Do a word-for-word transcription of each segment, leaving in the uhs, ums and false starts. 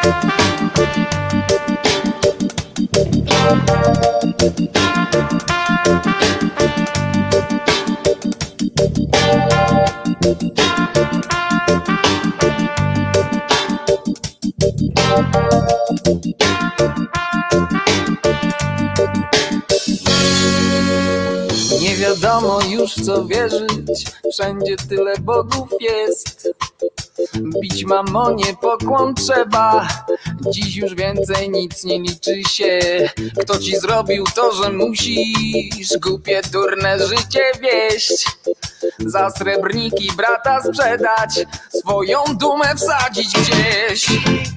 Nie wiadomo już w co wierzyć, wszędzie tyle bogów jest. Bić mamonie pokłon trzeba, dziś już więcej nic nie liczy się. Kto ci zrobił to, że musisz głupie, durne życie wieść? Za srebrniki brata sprzedać, swoją dumę wsadzić gdzieś.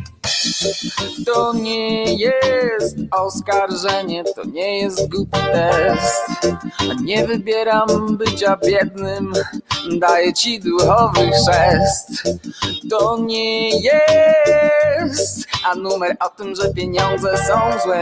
To nie jest oskarżenie, to nie jest głupi test. Nie wybieram bycia biednym, daję ci duchowy chrzest. To nie jest, a numer o tym, że pieniądze są złe.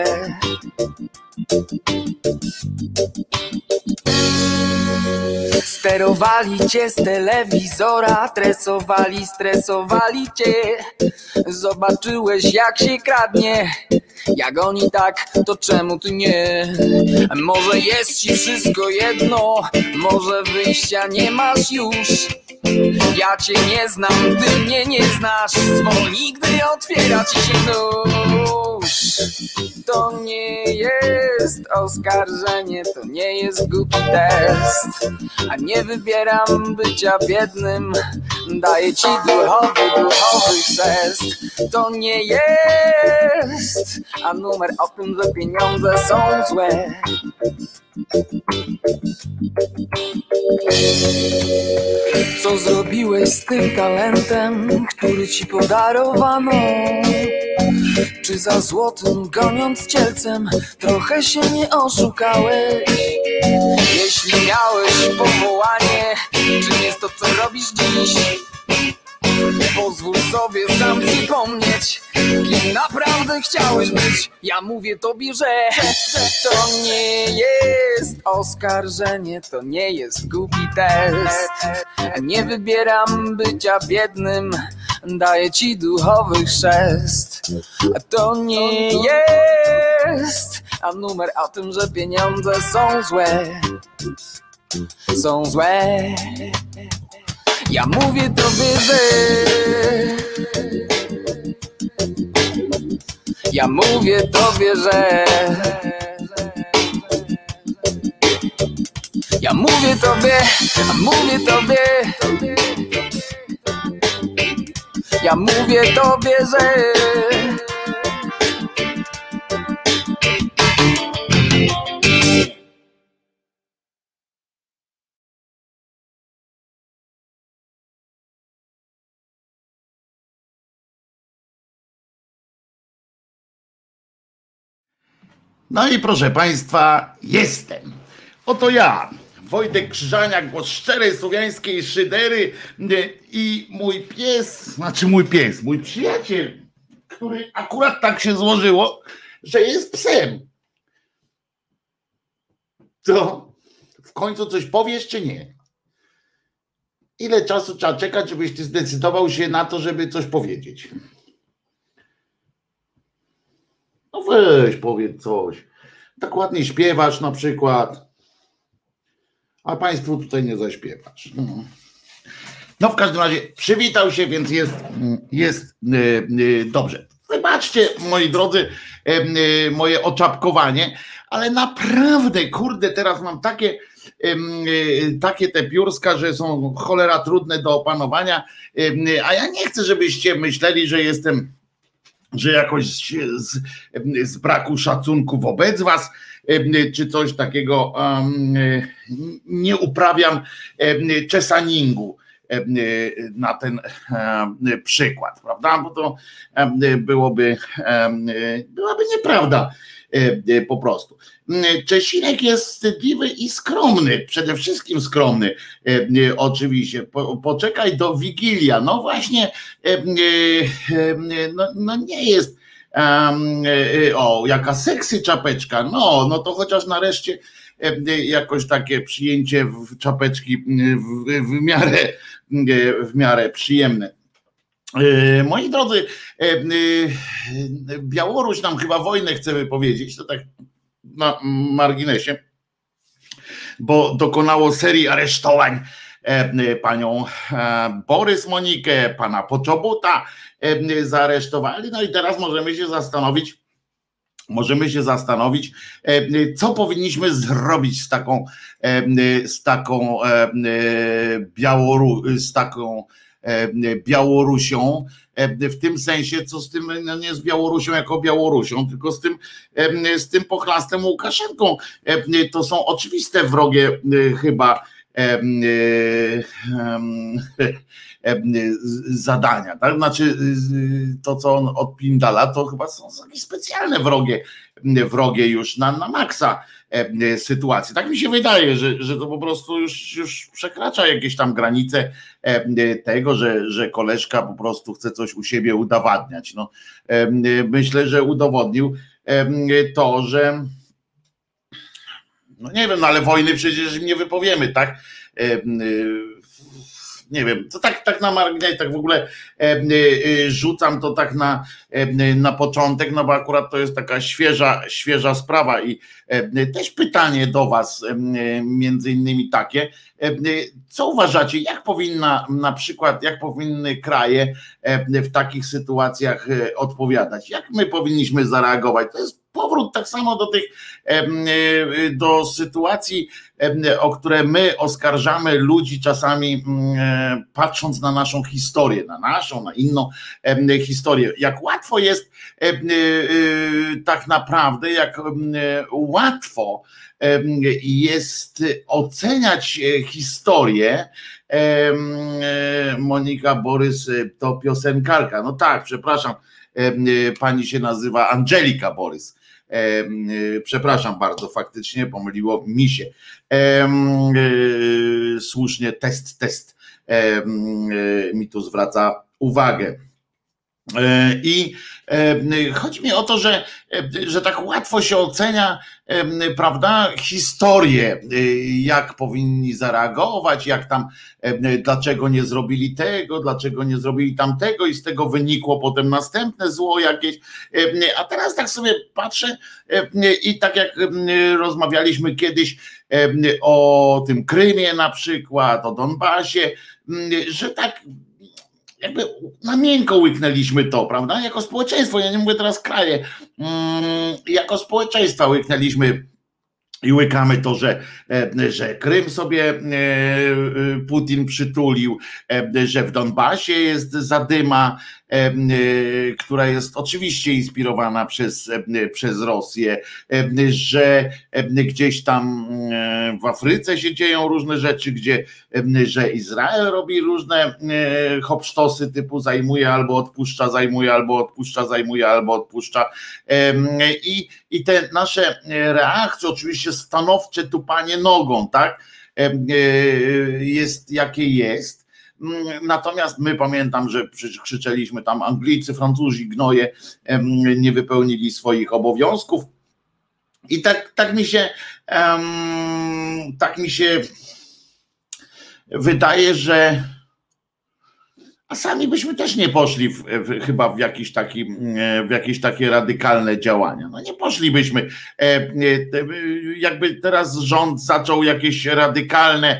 Sterowali cię z telewizora, tresowali, stresowali cię. Zobaczyłeś jak się kradnie, jak oni tak, to czemu ty nie? Może jest ci wszystko jedno, może wyjścia nie masz już. Ja cię nie znam, ty mnie nie znasz, zwolnij, gdy otwiera ci się nóż. To nie jest oskarżenie, to nie jest głupi test. A nie wybieram bycia biednym, daję ci duchowy, duchowy chrzest. To nie jest, a numer o tym, że pieniądze są złe. Co zrobiłeś z tym talentem, który ci podarowano? Czy za złotym goniąc cielcem trochę się nie oszukałeś? Jeśli miałeś powołanie, czym jest to co robisz dziś? Pozwól sobie sam przypomnieć, kim naprawdę chciałeś być. Ja mówię tobie, że to nie jest oskarżenie, to nie jest głupi test. Nie wybieram bycia biednym, daję ci duchowy chrzest. To nie jest, a numer o tym, że pieniądze są złe. Są złe. Ja mówię tobie, że ja mówię tobie, że ja mówię tobie, a mówię tobie, ja mówię tobie, że No i proszę Państwa, jestem. Oto ja, Wojtek Krzyżaniak, głos szczerej słowiańskiej szydery i mój pies, znaczy mój pies, mój przyjaciel, który akurat tak się złożyło, że jest psem. To w końcu coś powiesz, czy nie? Ile czasu trzeba czekać, żebyś ty zdecydował się na to, żeby coś powiedzieć? No weź, powiedz coś. Tak ładnie śpiewasz na przykład, a Państwu tutaj nie zaśpiewasz. No, no w każdym razie przywitał się, więc jest, jest yy, yy, dobrze. Wybaczcie, moi drodzy, yy, moje oczapkowanie, ale naprawdę, kurde, teraz mam takie, yy, takie te piórska, że są cholera trudne do opanowania, yy, a ja nie chcę, żebyście myśleli, że jestem że jakoś z, z braku szacunku wobec was, czy coś takiego, nie uprawiam czesaningu na ten przykład, prawda? Bo to byłoby, byłaby nieprawda po prostu. Czesinek jest wstydliwy i skromny, przede wszystkim skromny, oczywiście. Po, poczekaj do Wigilia. No właśnie, no, no nie jest, o, jaka seksy czapeczka, no, no to chociaż nareszcie jakoś takie przyjęcie w czapeczki w, w miarę, w miarę przyjemne. Moi drodzy, Białoruś nam chyba wojnę chce wypowiedzieć, to tak na marginesie, bo dokonało serii aresztowań panią Borys Monikę, pana Poczobuta zaaresztowali, no i teraz możemy się zastanowić, możemy się zastanowić, co powinniśmy zrobić z taką, z taką Białoru, z taką Białorusią, w tym sensie, co z tym, no nie z Białorusią jako Białorusią, tylko z tym, z tym pochlastem Łukaszenką. To są oczywiste wrogie chyba zadania, tak? Znaczy to, co on odpindala, to chyba są jakieś specjalne wrogie, wrogie już na, na maksa sytuacji. Tak mi się wydaje, że, że to po prostu już, już przekracza jakieś tam granice tego, że, że koleżka po prostu chce coś u siebie udowadniać. No, myślę, że udowodnił to, że no nie wiem, no ale wojny przecież nie wypowiemy, tak? Nie wiem, to tak, tak na marginesie, tak w ogóle rzucam to tak na, na początek, no bo akurat to jest taka świeża, świeża sprawa i też pytanie do was, między innymi takie, co uważacie, jak powinna na przykład, jak powinny kraje w takich sytuacjach odpowiadać, jak my powinniśmy zareagować? To jest powrót tak samo do tych, do sytuacji, o które my oskarżamy ludzi czasami, patrząc na naszą historię, na naszą, na inną historię. Jak łatwo jest tak naprawdę, jak łatwo jest oceniać historię. Monika Borys to piosenkarka. No tak, przepraszam, pani się nazywa Angelika Borys. Przepraszam bardzo, faktycznie pomyliło mi się. Słusznie, test, test mi tu zwraca uwagę. I chodzi mi o to, że, że tak łatwo się ocenia, prawda, historię, jak powinni zareagować, jak tam, dlaczego nie zrobili tego, dlaczego nie zrobili tamtego i z tego wynikło potem następne zło jakieś. A teraz tak sobie patrzę i tak jak rozmawialiśmy kiedyś o tym Krymie na przykład, o Donbasie, że tak jakby na miękko łyknęliśmy to, prawda? Jako społeczeństwo, ja nie mówię teraz kraje, jako społeczeństwa łyknęliśmy i łykamy to, że, że Krym sobie Putin przytulił, że w Donbasie jest zadyma, która jest oczywiście inspirowana przez, przez Rosję, że gdzieś tam w Afryce się dzieją różne rzeczy, gdzie, że Izrael robi różne hopsztosy typu zajmuje albo odpuszcza, zajmuje albo odpuszcza, zajmuje albo odpuszcza. I, i te nasze reakcje, oczywiście stanowcze tupanie nogą, tak, jest jakie jest. Natomiast my, pamiętam, że krzyczeliśmy tam Anglicy, Francuzi, gnoje nie wypełnili swoich obowiązków i tak, tak mi się tak mi się wydaje, że a sami byśmy też nie poszli w, w, chyba w jakieś, taki, w jakieś takie radykalne działania. No nie poszlibyśmy. Jakby teraz rząd zaczął jakieś radykalne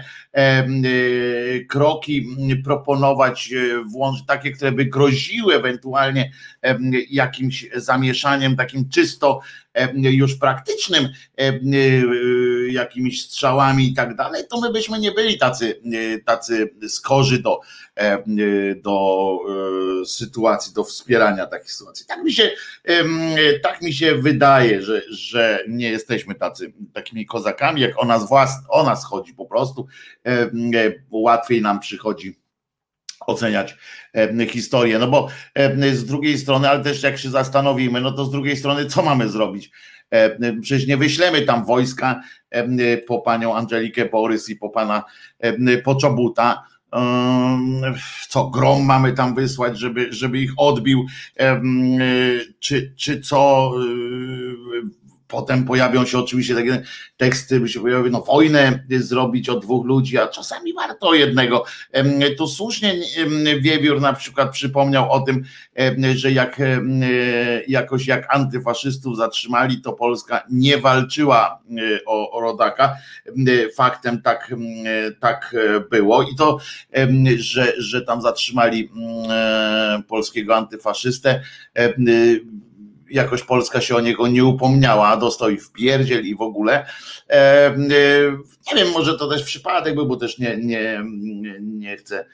kroki proponować, włączyć takie, które by groziły ewentualnie jakimś zamieszaniem takim czysto już praktycznym, jakimiś strzałami i tak dalej, to my byśmy nie byli tacy, tacy skorzy do, do sytuacji, do wspierania takich sytuacji. Tak mi się, tak mi się wydaje, że, że nie jesteśmy tacy, takimi kozakami, jak o nas własne, o nas chodzi po prostu. Łatwiej nam przychodzi oceniać historię, no bo z drugiej strony, ale też jak się zastanowimy, no to z drugiej strony co mamy zrobić? Przecież nie wyślemy tam wojska po panią Angelikę Borys i po pana Poczobuta. Co, grom mamy tam wysłać, żeby, żeby ich odbił, czy, czy co, Potem pojawią się oczywiście takie teksty, by się pojawiły, no wojnę zrobić o dwóch ludzi, a czasami warto o jednego. Tu słusznie Wiewiór na przykład przypomniał o tym, że jak jakoś jak antyfaszystów zatrzymali, to Polska nie walczyła o, o rodaka. Faktem tak, tak było i to, że, że tam zatrzymali polskiego antyfaszystę, jakoś Polska się o niego nie upomniała, dostał i w pierdziel i w ogóle. Nie wiem, może to też przypadek był, bo też nie, nie, nie chcę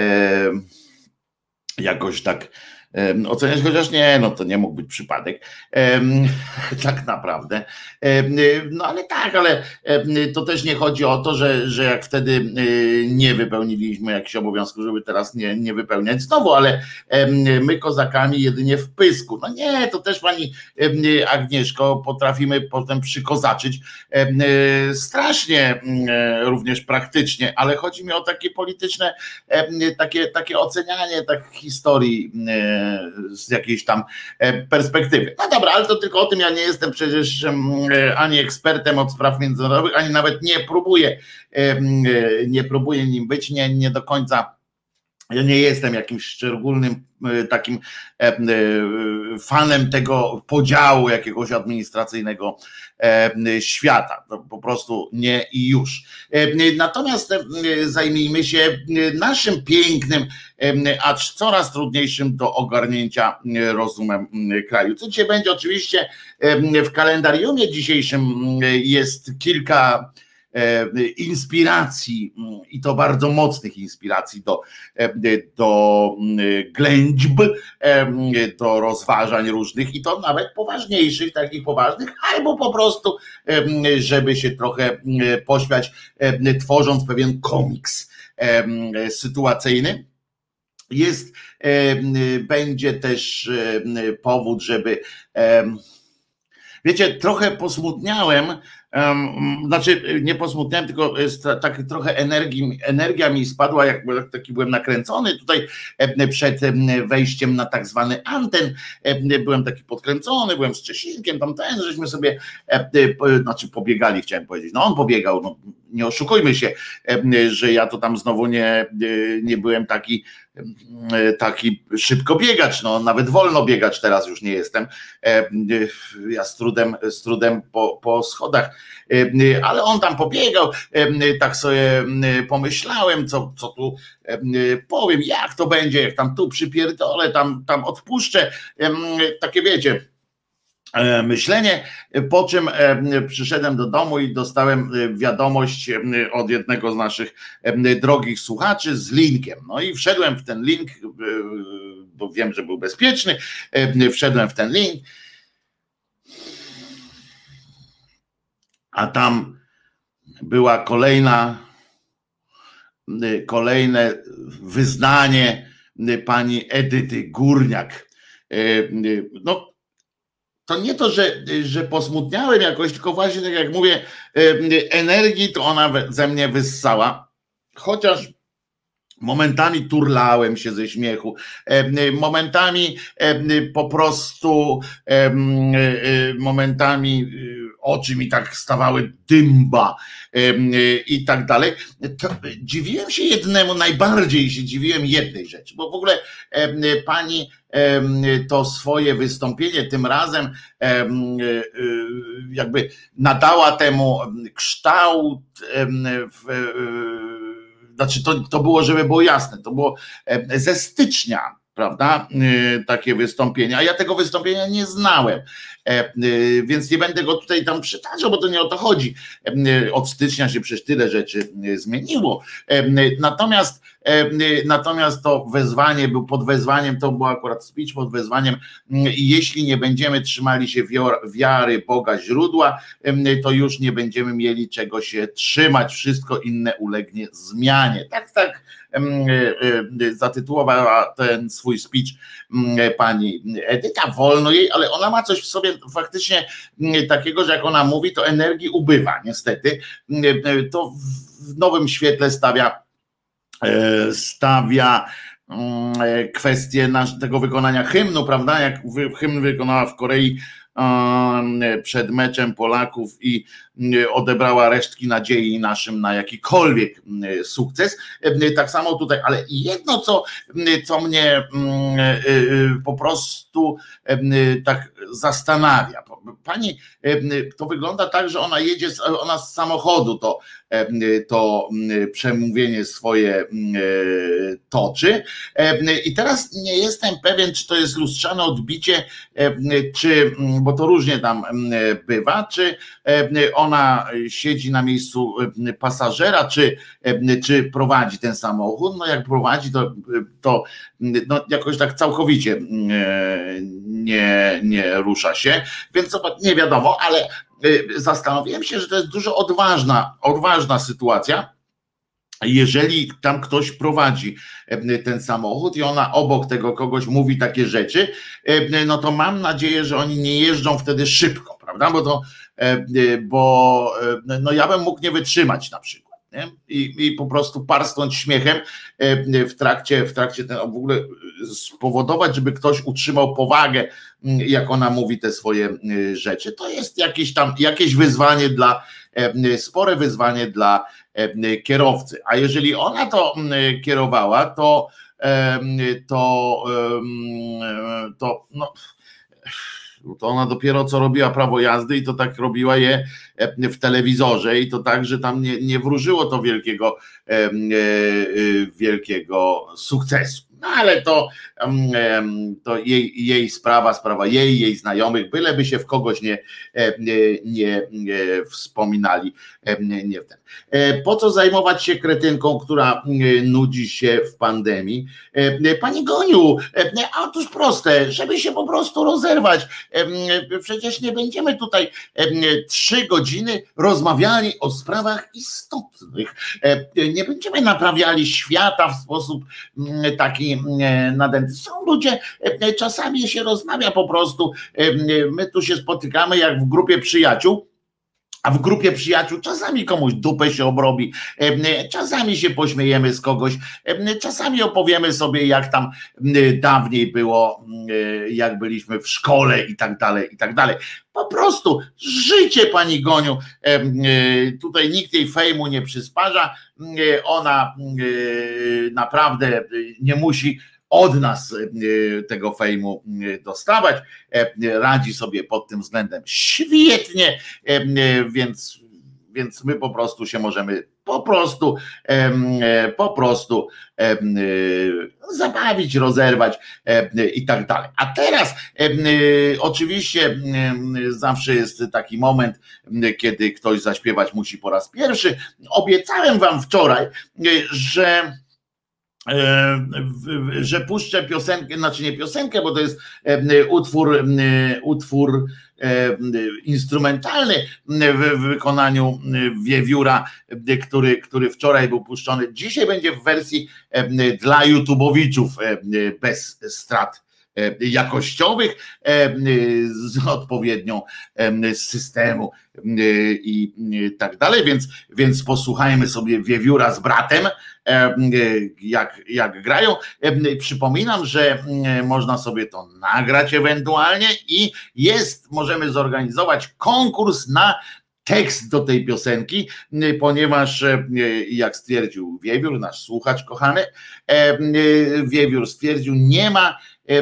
jakoś tak oceniać, chociaż nie, no to nie mógł być przypadek, tak naprawdę. No ale tak, ale to też nie chodzi o to, że, że jak wtedy nie wypełniliśmy jakichś obowiązków, żeby teraz nie, nie wypełniać znowu, ale my kozakami jedynie w pysku. No nie, to też pani Agnieszko, potrafimy potem przykozaczyć strasznie, również praktycznie, ale chodzi mi o takie polityczne, takie, takie ocenianie tak historii z jakiejś tam perspektywy. No dobra, ale to tylko o tym, ja nie jestem przecież ani ekspertem od spraw międzynarodowych, ani nawet nie próbuję, nie próbuję nim być, nie, nie do końca, ja nie jestem jakimś szczególnym takim fanem tego podziału jakiegoś administracyjnego świata. To po prostu nie i już. Natomiast zajmijmy się naszym pięknym, acz coraz trudniejszym do ogarnięcia rozumem kraju. Co dzisiaj będzie? Oczywiście w kalendariumie dzisiejszym jest kilka inspiracji i to bardzo mocnych inspiracji do, do ględźb, do rozważań różnych i to nawet poważniejszych, takich poważnych, albo po prostu, żeby się trochę pośmiać, tworząc pewien komiks sytuacyjny. Jest, będzie też powód, żeby, wiecie, trochę posmutniałem. Um, znaczy nie posmutniałem, tylko tak trochę energii, energia mi spadła, jak taki byłem nakręcony tutaj przed wejściem na tak zwany anten, byłem taki podkręcony, byłem z Czesinkiem, tam ten, żeśmy sobie, znaczy pobiegali, chciałem powiedzieć, no on pobiegał, no nie oszukujmy się, że ja to tam znowu nie, nie byłem taki taki szybko biegacz, no nawet wolno biegać teraz już nie jestem, ja z trudem, z trudem po, po schodach, ale on tam pobiegał, tak sobie pomyślałem, co, co tu powiem, jak to będzie, jak tam tu przypierdolę, tam, tam odpuszczę, takie wiecie, myślenie, po czym przyszedłem do domu i dostałem wiadomość od jednego z naszych drogich słuchaczy z linkiem. No i wszedłem w ten link, bo wiem, że był bezpieczny, wszedłem w ten link, a tam była kolejna, kolejne wyznanie pani Edyty Górniak. No, to nie to, że, że posmutniałem jakoś, tylko właśnie tak jak mówię, energii to ona ze mnie wyssała, chociaż momentami turlałem się ze śmiechu, momentami po prostu, momentami oczy mi tak stawały dymba i tak dalej. To dziwiłem się jednemu, najbardziej się dziwiłem jednej rzeczy, bo w ogóle pani to swoje wystąpienie tym razem jakby nadała temu kształt, znaczy to, to było, żeby było jasne, to było ze stycznia, prawda, takie wystąpienie, a ja tego wystąpienia nie znałem, więc nie będę go tutaj tam przytaczał, bo to nie o to chodzi. Od stycznia się przecież tyle rzeczy zmieniło. Natomiast natomiast to wezwanie był pod wezwaniem, to był akurat speech pod wezwaniem, jeśli nie będziemy trzymali się wiary Boga źródła, to już nie będziemy mieli czego się trzymać, wszystko inne ulegnie zmianie. Tak, tak zatytułowała ten swój speech pani Edyta, wolno jej, ale ona ma coś w sobie faktycznie takiego, że jak ona mówi, to energii ubywa niestety. To w nowym świetle stawia stawia kwestię tego wykonania hymnu, prawda, jak hymn wykonała w Korei przed meczem Polaków i odebrała resztki nadziei naszym na jakikolwiek sukces. Tak samo tutaj, ale jedno, co, co mnie po prostu tak zastanawia. Pani, to wygląda tak, że ona jedzie, ona z samochodu to, to przemówienie swoje toczy i teraz nie jestem pewien, czy to jest lustrzane odbicie, czy, bo to różnie tam bywa, czy ona siedzi na miejscu pasażera, czy, czy prowadzi ten samochód. No jak prowadzi, to, to no jakoś tak całkowicie nie, nie rusza się, więc nie wiadomo, ale zastanowiłem się, że to jest dużo odważna, odważna sytuacja, jeżeli tam ktoś prowadzi ten samochód i ona obok tego kogoś mówi takie rzeczy, no to mam nadzieję, że oni nie jeżdżą wtedy szybko, prawda? Bo to, bo no ja bym mógł nie wytrzymać na przykład. Nie? I, i po prostu parsknąć śmiechem w trakcie, w trakcie ten, w ogóle spowodować, żeby ktoś utrzymał powagę, jak ona mówi te swoje rzeczy. To jest jakieś tam, jakieś wyzwanie dla, spore wyzwanie dla kierowcy. A jeżeli ona to kierowała, to to, to no to ona dopiero co robiła prawo jazdy i to tak robiła je w telewizorze i to tak, że tam nie, nie wróżyło to wielkiego, wielkiego sukcesu. No ale to, to jej, jej sprawa, sprawa jej, jej znajomych, byleby się w kogoś nie, nie, nie wspominali. Nie w ten. Po co zajmować się kretynką, która nudzi się w pandemii? Pani Goniu, otóż proste, żeby się po prostu rozerwać. Przecież nie będziemy tutaj trzy godziny rozmawiali o sprawach istotnych. Nie będziemy naprawiali świata w sposób taki nadęty. Są ludzie, czasami się rozmawia po prostu, my tu się spotykamy jak w grupie przyjaciół, a w grupie przyjaciół czasami komuś dupę się obrobi, czasami się pośmiejemy z kogoś, czasami opowiemy sobie, jak tam dawniej było, jak byliśmy w szkole i tak dalej, i tak dalej. Po prostu życie, pani Goniu, tutaj nikt jej fejmu nie przysparza, ona naprawdę nie musi od nas tego fejmu dostawać, radzi sobie pod tym względem świetnie, więc, więc my po prostu się możemy po prostu po prostu zabawić, rozerwać i tak dalej. A teraz oczywiście zawsze jest taki moment, kiedy ktoś zaśpiewać musi po raz pierwszy. Obiecałem wam wczoraj, że że puszczę piosenkę, znaczy nie piosenkę, bo to jest utwór, utwór instrumentalny w wykonaniu Wiewióra, który, który wczoraj był puszczony. Dzisiaj będzie w wersji dla YouTubeowiczów bez strat jakościowych, z odpowiednią systemu i tak dalej, więc, więc posłuchajmy sobie Wiewióra z bratem, jak, jak grają. Przypominam, że można sobie to nagrać ewentualnie i jest, możemy zorganizować konkurs na tekst do tej piosenki, ponieważ jak stwierdził Wiewiór, nasz słuchacz kochany, Wiewiór stwierdził, nie ma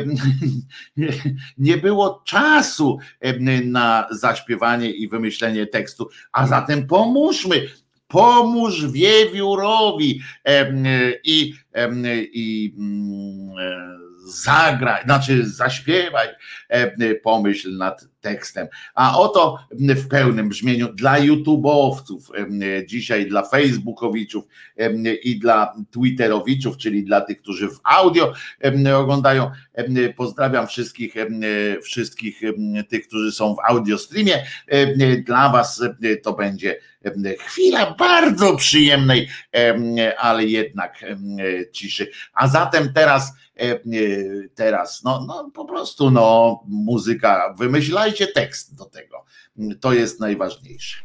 nie było czasu na zaśpiewanie i wymyślenie tekstu, a zatem pomóżmy, pomóż Wiewiórowi i, i zagraj, znaczy zaśpiewaj, pomyśl nad tekstem. A oto w pełnym brzmieniu dla YouTubeowców, dzisiaj dla Facebookowiczów i dla Twitterowiczów, czyli dla tych, którzy w audio oglądają. Pozdrawiam wszystkich, wszystkich tych, którzy są w audiostreamie. Dla was to będzie chwila bardzo przyjemnej, ale jednak ciszy. A zatem teraz teraz, no, no po prostu no muzyka, wymyślajcie tekst do tego, to jest najważniejsze.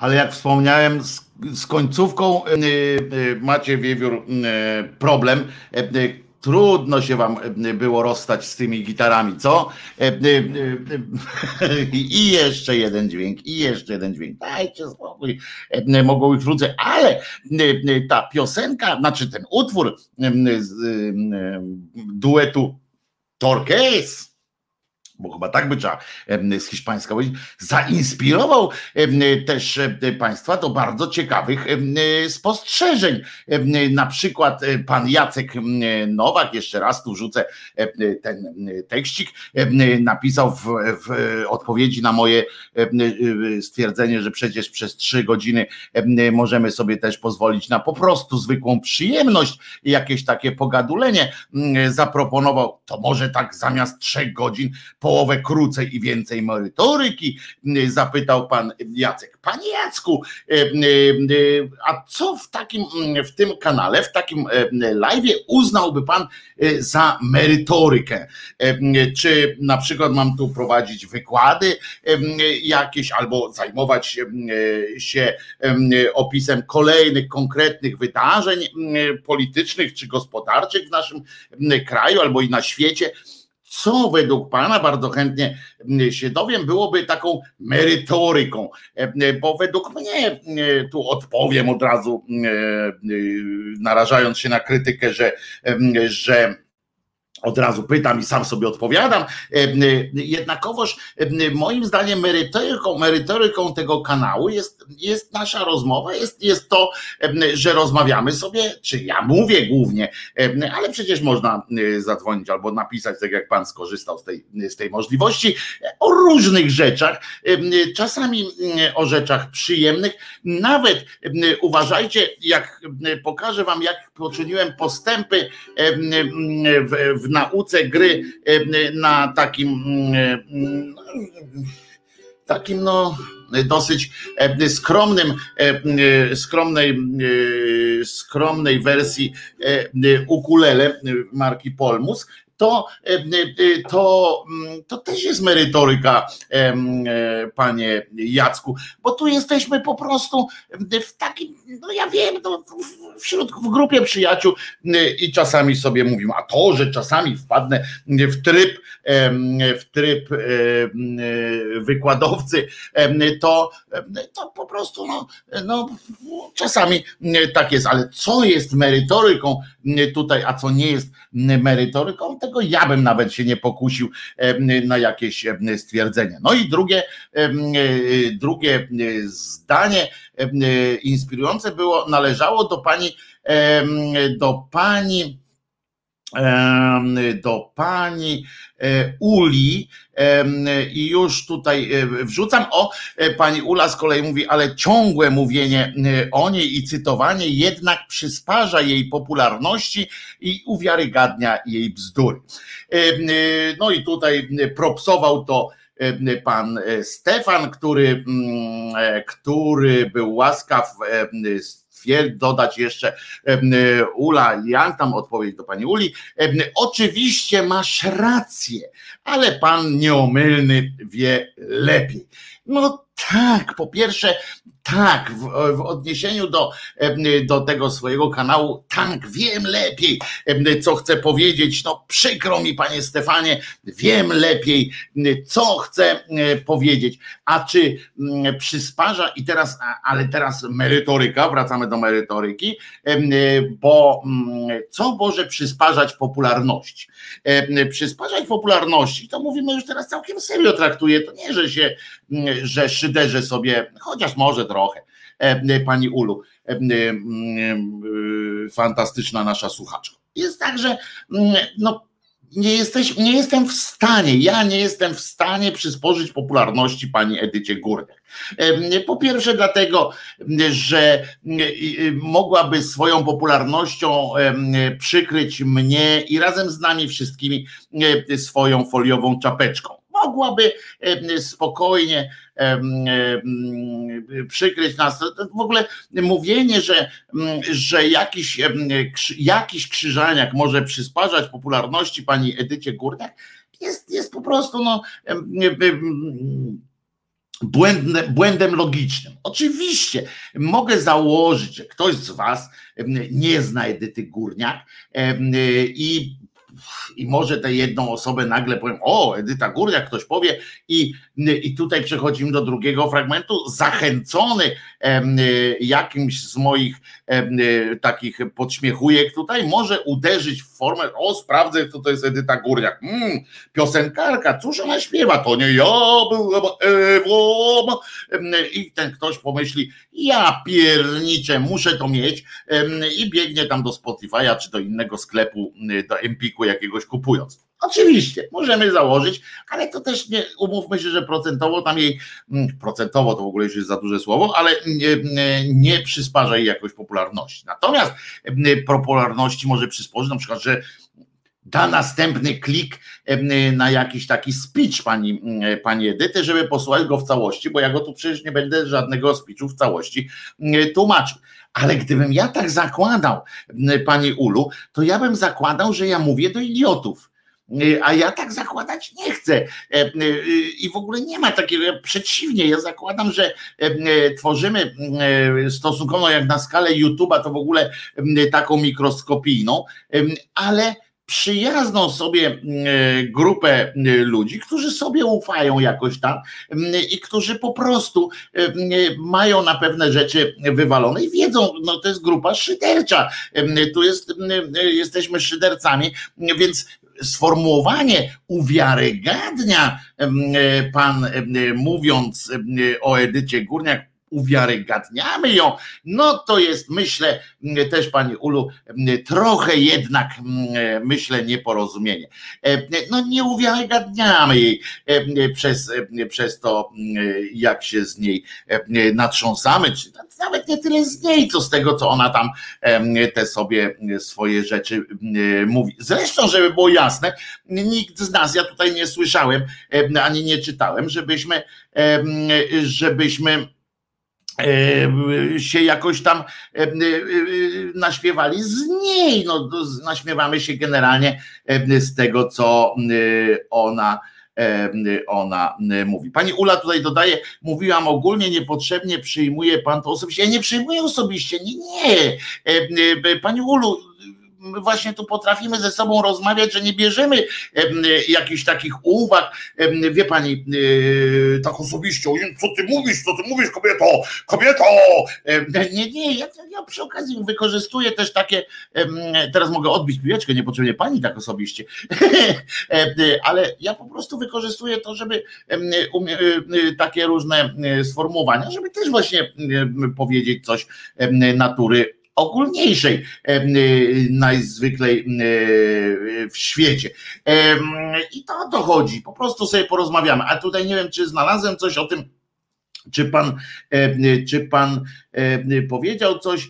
Ale jak wspomniałem, z, z końcówką y, y, macie, Wiewiór, y, problem. Y, Trudno się wam było rozstać z tymi gitarami, co? I jeszcze jeden dźwięk, i jeszcze jeden dźwięk. Dajcie spokój, mogą ich wrócę, ale ta piosenka, znaczy ten utwór z duetu Torques, bo chyba tak by trzeba z hiszpańska powiedzieć, zainspirował też państwa do bardzo ciekawych spostrzeżeń. Na przykład pan Jacek Nowak, jeszcze raz tu rzucę ten tekścik, napisał w, w odpowiedzi na moje stwierdzenie, że przecież przez trzy godziny możemy sobie też pozwolić na po prostu zwykłą przyjemność, jakieś takie pogadulenie. Zaproponował, to może tak zamiast trzech godzin połowę krócej i więcej merytoryki, zapytał pan Jacek. Panie Jacku, a co w takim, w tym kanale, w takim live'ie uznałby pan za merytorykę? Czy na przykład mam tu prowadzić wykłady jakieś, albo zajmować się opisem kolejnych konkretnych wydarzeń politycznych czy gospodarczych w naszym kraju albo i na świecie? Co według pana, bardzo chętnie się dowiem, byłoby taką merytoryką, bo według mnie, tu odpowiem od razu, narażając się na krytykę, że, że od razu pytam i sam sobie odpowiadam. Jednakowoż moim zdaniem merytoryką, merytoryką tego kanału jest, jest nasza rozmowa, jest, jest to, że rozmawiamy sobie, czy ja mówię głównie, ale przecież można zadzwonić albo napisać, tak jak pan skorzystał z tej, z tej możliwości, o różnych rzeczach, czasami o rzeczach przyjemnych. Nawet uważajcie, jak pokażę wam, jak poczyniłem postępy w, w nauce gry na takim takim no dosyć skromnym skromnej skromnej wersji ukulele marki Polmus, to, to, to też jest merytoryka, panie Jacku, bo tu jesteśmy po prostu w takim, no ja wiem, no, wśród, w grupie przyjaciół i czasami sobie mówimy, a to, że czasami wpadnę w tryb, w tryb wykładowcy, to, to po prostu no, no, czasami tak jest, ale co jest merytoryką tutaj, a co nie jest merytoryką, tego ja bym nawet się nie pokusił na jakieś stwierdzenie. No i drugie, drugie zdanie inspirujące było, należało do pani, do pani, do pani Uli i już tutaj wrzucam. O, pani Ula z kolei mówi, ale ciągłe mówienie o niej i cytowanie jednak przysparza jej popularności i uwiarygadnia jej bzdury. No i tutaj propsował to pan Stefan, który, który był łaskaw dodać jeszcze, Ula, ja tam odpowiedź do pani Uli, oczywiście masz rację, ale pan nieomylny wie lepiej. No tak, po pierwsze tak, w, w odniesieniu do, do tego swojego kanału, tak, wiem lepiej, co chcę powiedzieć. No przykro mi, panie Stefanie, wiem lepiej, co chcę powiedzieć. A czy przysparza, i teraz, ale teraz merytoryka, wracamy do merytoryki, bo co może przysparzać popularności? Przysparzać popularności, to mówimy już teraz całkiem serio, traktuję, to nie, że się, że szyderze sobie, chociaż może trochę, pani Ulu, fantastyczna nasza słuchaczka. Jest tak, że no, nie, jesteś, nie jestem w stanie, ja nie jestem w stanie przysporzyć popularności pani Edycie Górniak. Po pierwsze dlatego, że mogłaby swoją popularnością przykryć mnie i razem z nami wszystkimi swoją foliową czapeczką. Mogłaby spokojnie przykryć nas. W ogóle mówienie, że, że jakiś, jakiś krzyżaniak może przysparzać popularności pani Edycie Górniak, jest, jest po prostu no, błędne, błędem logicznym. Oczywiście mogę założyć, że ktoś z was nie zna Edyty Górniak i I może tę jedną osobę nagle powiem, o, Edyta Górniak, ktoś powie, i, i tutaj przechodzimy do drugiego fragmentu, zachęcony em, jakimś z moich em, takich podśmiechujek tutaj, może uderzyć w formę, o, sprawdzę, kto to jest Edyta Górniak, mm, piosenkarka, cóż ona śpiewa, to nie ja byłem Ewą, i ten ktoś pomyśli, ja pierniczę, muszę to mieć em, i biegnie tam do Spotify'a, czy do innego sklepu, do Empiku jakiegoś kupując. Oczywiście, możemy założyć, ale to też nie, umówmy się, że procentowo tam jej, procentowo to w ogóle już jest za duże słowo, ale nie, nie przysparza jej jakoś popularności. Natomiast popularności może przysporzyć na przykład, że da następny klik na jakiś taki speech pani, pani Edyty, żeby posłuchać go w całości, bo ja go tu przecież nie będę żadnego speechu w całości tłumaczył. Ale gdybym ja tak zakładał, pani Ulu, to ja bym zakładał, że ja mówię do idiotów. A ja tak zakładać nie chcę. I w ogóle nie ma takiego, przeciwnie, ja zakładam, że tworzymy stosunkowo jak na skalę YouTube'a, to w ogóle taką mikroskopijną, ale przyjazną sobie grupę ludzi, którzy sobie ufają jakoś tam i którzy po prostu mają na pewne rzeczy wywalone i wiedzą, no to jest grupa szydercza, tu jest, jesteśmy szydercami, więc sformułowanie uwiarygadnia pan, mówiąc o Edycie Górniak, uwiarygadniamy ją, no to jest, myślę, też pani Ulu, trochę jednak, myślę, nieporozumienie. No nie uwiarygadniamy jej przez, przez to, jak się z niej natrząsamy, czy nawet nie tyle z niej, co z tego, co ona tam te sobie swoje rzeczy mówi. Zresztą, żeby było jasne, nikt z nas, ja tutaj nie słyszałem, ani nie czytałem, żebyśmy żebyśmy się jakoś tam naśmiewali z niej, no naśmiewamy się generalnie z tego, co ona ona mówi. Pani Ula tutaj dodaje, mówiłam ogólnie, niepotrzebnie przyjmuje pan to osobiście. Ja nie przyjmuję osobiście, nie, nie. Pani Ulu, my właśnie tu potrafimy ze sobą rozmawiać, że nie bierzemy jakichś takich uwag, wie pani, tak osobiście, co ty mówisz, co ty mówisz, kobieto, kobieto, nie, nie, ja, ja przy okazji wykorzystuję też takie, teraz mogę odbić piłeczkę, niepotrzebnie pani tak osobiście, ale ja po prostu wykorzystuję to, żeby takie różne sformułowania, żeby też właśnie powiedzieć coś natury ogólniejszej, najzwyklej w świecie. I to o to chodzi, po prostu sobie porozmawiamy. A tutaj nie wiem, czy znalazłem coś o tym, czy pan, czy pan powiedział coś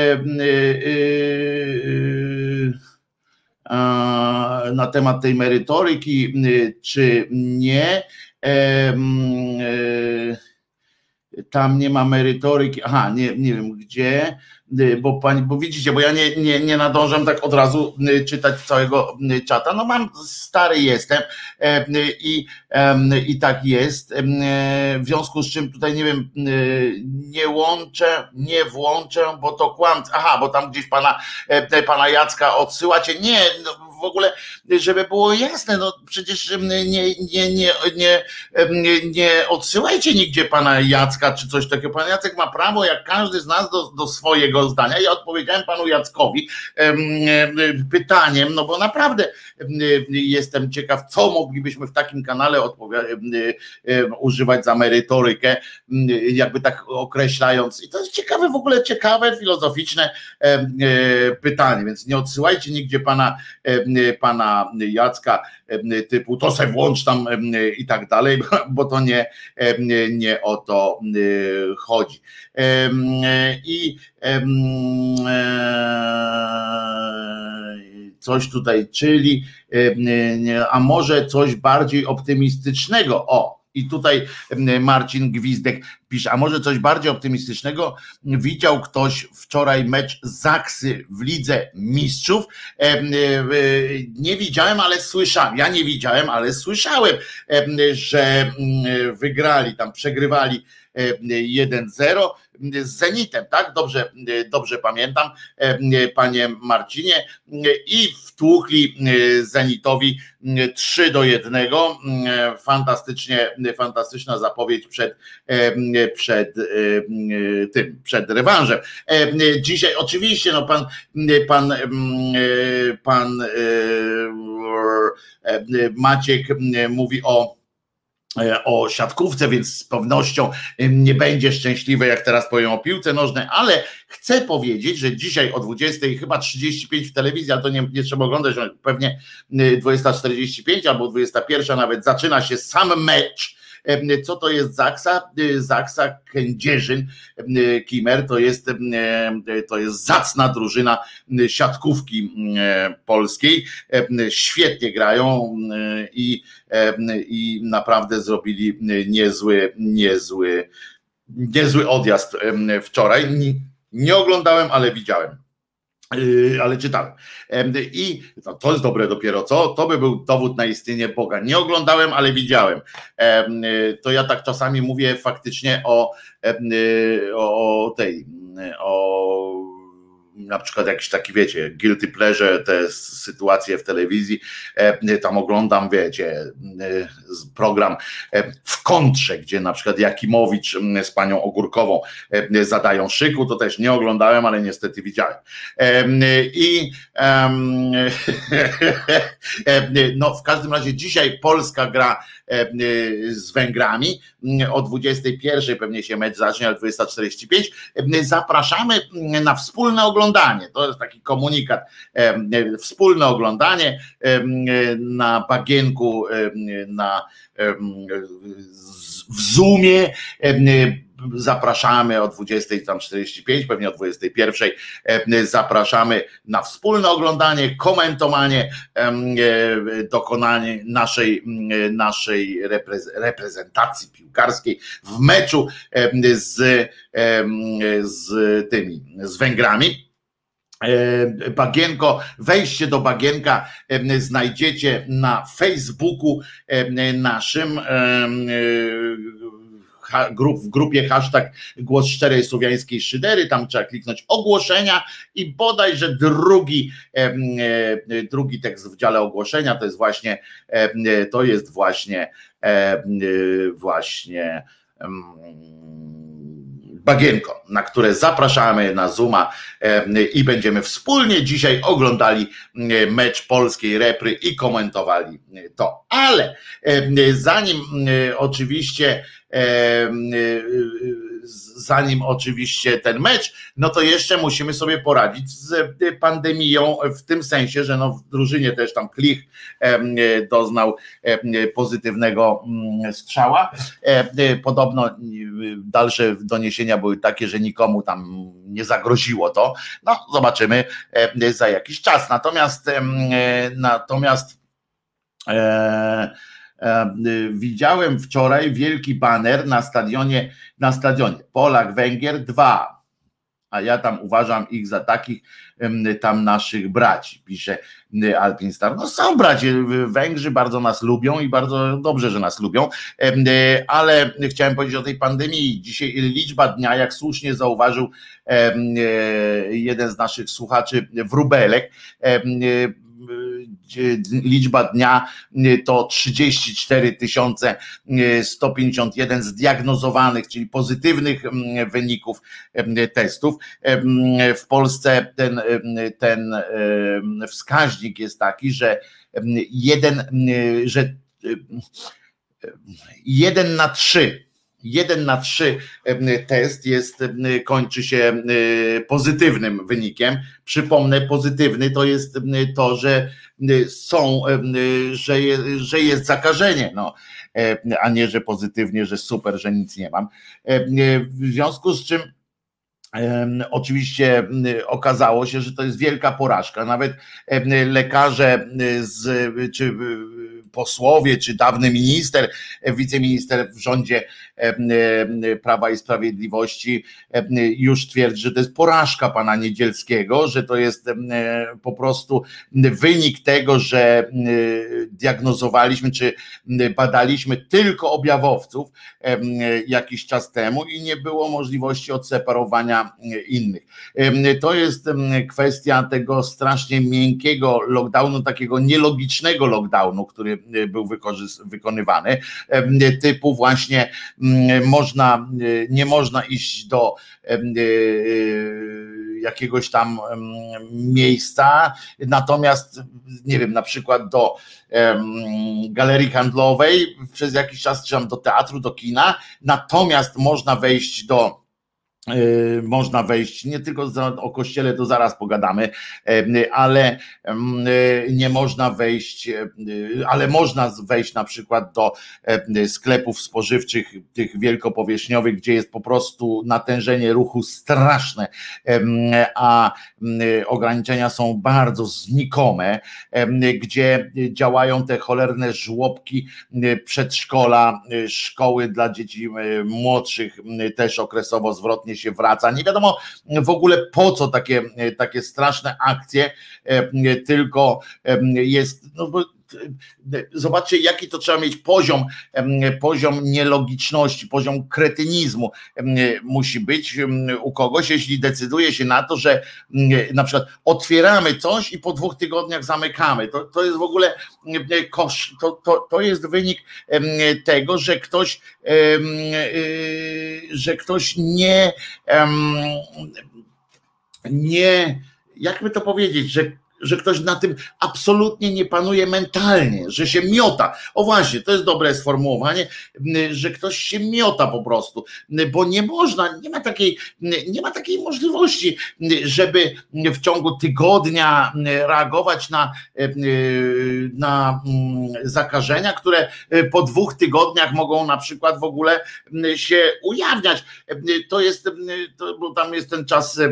na temat tej merytoryki, czy nie. Tam nie ma merytoryki, aha, nie, nie wiem gdzie, bo pani, bo widzicie, bo ja nie, nie, nie nadążam tak od razu czytać całego czata, no mam, stary jestem i, i tak jest, w związku z czym tutaj nie wiem, nie łączę, nie włączę, bo to kłamstwo, aha, bo tam gdzieś pana, pana Jacka odsyłacie, nie, no, w ogóle, żeby było jasne, no przecież nie, nie, nie, nie, nie, nie odsyłajcie nigdzie pana Jacka czy coś takiego. Pan Jacek ma prawo, jak każdy z nas, do, do swojego zdania. Ja odpowiedziałem panu Jackowi pytaniem, no bo naprawdę jestem ciekaw, co moglibyśmy w takim kanale używać za merytorykę, jakby tak określając. I to jest ciekawe, w ogóle ciekawe, filozoficzne pytanie, więc nie odsyłajcie nigdzie pana pana Jacka typu to se włącz tam i tak dalej, bo to nie, nie o to chodzi. I coś tutaj, czyli a może coś bardziej optymistycznego. O, i tutaj Marcin Gwizdek, pisze, a może coś bardziej optymistycznego? Widział ktoś wczoraj mecz Zaksy w Lidze Mistrzów? Nie widziałem, ale słyszałem. Ja nie widziałem, ale słyszałem, że wygrali, tam przegrywali jeden zero z Zenitem, tak? Dobrze, dobrze pamiętam, panie Marcinie, i wtłukli Zenitowi trzy do jednego. Fantastycznie, fantastyczna zapowiedź przed, przed tym, przed rewanżem. Dzisiaj oczywiście, no pan, pan, pan Maciek mówi o o siatkówce, więc z pewnością nie będzie szczęśliwy, jak teraz powiem o piłce nożnej, ale chcę powiedzieć, że dzisiaj o dwudziestej chyba trzydzieści pięć w telewizji, ale to nie, nie trzeba oglądać, pewnie dwudziesta czterdzieści pięć albo dwudziesta pierwsza nawet, zaczyna się sam mecz. Co to jest Zaksa? Zaksa Kędzierzyn Kimer to jest, to jest zacna drużyna siatkówki polskiej. Świetnie grają i, i naprawdę zrobili niezły, niezły, niezły odjazd wczoraj. Nie oglądałem, ale widziałem. Ale czytałem. I no, to jest dobre dopiero, co? To by był dowód na istnienie Boga. Nie oglądałem, ale widziałem. To ja tak czasami mówię faktycznie o, o tej, o na przykład jakiś taki, wiecie, guilty pleasure, te sytuacje w telewizji, tam oglądam, wiecie, program w kontrze, gdzie na przykład Jakimowicz z panią Ogórkową zadają szyku, to też nie oglądałem, ale niestety widziałem. I no w każdym razie dzisiaj Polska gra z Węgrami, o dwudziestej pierwszej pewnie się mecz zacznie, ale dwudziesta czterdzieści pięć. Zapraszamy na wspólne oglądanie, to jest taki komunikat, wspólne oglądanie na bagienku, na w Zoomie. Zapraszamy o dwudziestej czterdzieści pięć, pewnie o dwudziestej pierwszej zapraszamy na wspólne oglądanie, komentowanie, dokonanie naszej, naszej reprezentacji piłkarskiej w meczu z, z tymi, z Węgrami. Bagienko, wejście do Bagienka znajdziecie na Facebooku naszym, w grupie hashtag Głos Szczerej Słowiańskiej Szydery, tam trzeba kliknąć ogłoszenia i bodajże drugi, drugi tekst w dziale ogłoszenia to jest właśnie, to jest właśnie, właśnie Bagienko, na które zapraszamy na Zooma i będziemy wspólnie dzisiaj oglądali mecz polskiej repry i komentowali to. Ale zanim oczywiście zanim oczywiście ten mecz, no to jeszcze musimy sobie poradzić z pandemią w tym sensie, że no w drużynie też tam Klich doznał pozytywnego strzała. Podobno dalsze doniesienia były takie, że nikomu tam nie zagroziło to. No zobaczymy za jakiś czas. Natomiast natomiast e, widziałem wczoraj wielki baner na stadionie, na stadionie Polak-Węgier dwa, a ja tam uważam ich za takich tam naszych braci, pisze Alpin Star. No są bracie, Węgrzy bardzo nas lubią i bardzo dobrze, że nas lubią, ale chciałem powiedzieć o tej pandemii. Dzisiaj liczba dnia, jak słusznie zauważył jeden z naszych słuchaczy, Wróbelek, liczba dnia to trzydzieści cztery tysiące sto pięćdziesiąt jeden zdiagnozowanych, czyli pozytywnych wyników testów. W Polsce ten, ten wskaźnik jest taki, że jeden, że jeden na trzy Jeden na trzy test jest, kończy się pozytywnym wynikiem. Przypomnę, pozytywny to jest to, że są, że jest, że jest zakażenie, no, a nie, że pozytywnie, że super, że nic nie mam. W związku z czym oczywiście okazało się, że to jest wielka porażka. Nawet lekarze z, czy posłowie, czy dawny minister, wiceminister w rządzie Prawa i Sprawiedliwości już twierdzi, że to jest porażka pana Niedzielskiego, że to jest po prostu wynik tego, że diagnozowaliśmy, czy badaliśmy tylko objawowców jakiś czas temu i nie było możliwości odseparowania innych. To jest kwestia tego strasznie miękkiego lockdownu, takiego nielogicznego lockdownu, który był wykonywany, typu właśnie można, nie można iść do jakiegoś tam miejsca, natomiast nie wiem, na przykład do galerii handlowej przez jakiś czas, czy tam do teatru, do kina, natomiast można wejść do Yy, można wejść, nie tylko za, o kościele to zaraz pogadamy, yy, ale yy, nie można wejść, yy, ale można wejść na przykład do yy, sklepów spożywczych, tych wielkopowierzchniowych, gdzie jest po prostu natężenie ruchu straszne, yy, a yy, ograniczenia są bardzo znikome, yy, gdzie działają te cholerne żłobki, yy, przedszkola, yy, szkoły dla dzieci yy, młodszych, yy, też okresowo zwrotnie się wraca. Nie wiadomo w ogóle po co takie, takie straszne akcje, tylko jest, no bo zobaczcie, jaki to trzeba mieć poziom, poziom nielogiczności, poziom kretynizmu musi być u kogoś, jeśli decyduje się na to, że na przykład otwieramy coś i po dwóch tygodniach zamykamy. To, to jest w ogóle kosz, to, to, to jest wynik tego, że ktoś, że ktoś nie, nie, jakby to powiedzieć, że że ktoś na tym absolutnie nie panuje mentalnie, że się miota. O właśnie, to jest dobre sformułowanie, że ktoś się miota po prostu, bo nie można, nie ma takiej, nie ma takiej możliwości, żeby w ciągu tygodnia reagować na, na zakażenia, które po dwóch tygodniach mogą na przykład w ogóle się ujawniać. To jest, to, bo tam jest ten czas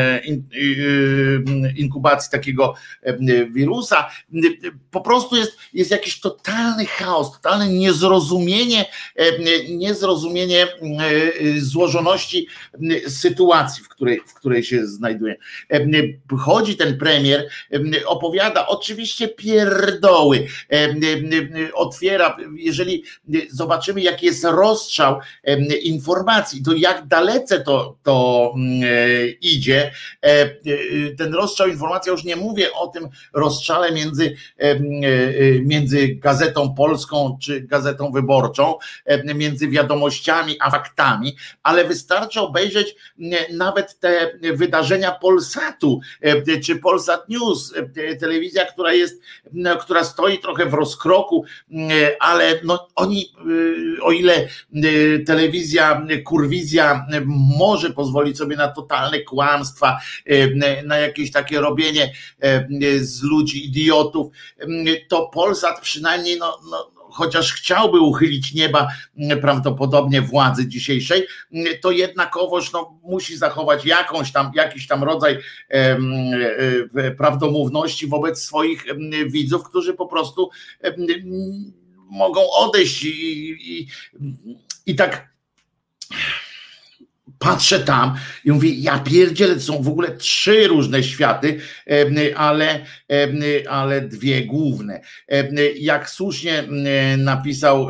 inkubacji takiego wirusa, po prostu jest, jest jakiś totalny chaos, totalne niezrozumienie, niezrozumienie złożoności sytuacji, w której, w której się znajduje. Chodzi ten premier, opowiada oczywiście pierdoły, otwiera, jeżeli zobaczymy, jaki jest rozstrzał informacji, to jak dalece to, to idzie, ten rozstrzał informacji, już nie mówię o tym rozstrzale między, między Gazetą Polską czy Gazetą Wyborczą, między wiadomościami a faktami, ale wystarczy obejrzeć nawet te wydarzenia Polsatu czy Polsat News, telewizja, która jest, która stoi trochę w rozkroku, ale no oni, o ile telewizja Kurwizja może pozwolić sobie na totalne kłamstwa, na jakieś takie robienie z ludzi idiotów, to Polsat przynajmniej no, no, chociaż chciałby uchylić nieba prawdopodobnie władzy dzisiejszej, to jednakowoż no, musi zachować jakąś tam, jakiś tam rodzaj e, e, prawdomówności wobec swoich widzów, którzy po prostu e, mogą odejść i, i, i tak patrzę tam i mówię, ja pierdzielę, to są w ogóle trzy różne światy, ale, ale dwie główne. Jak słusznie napisał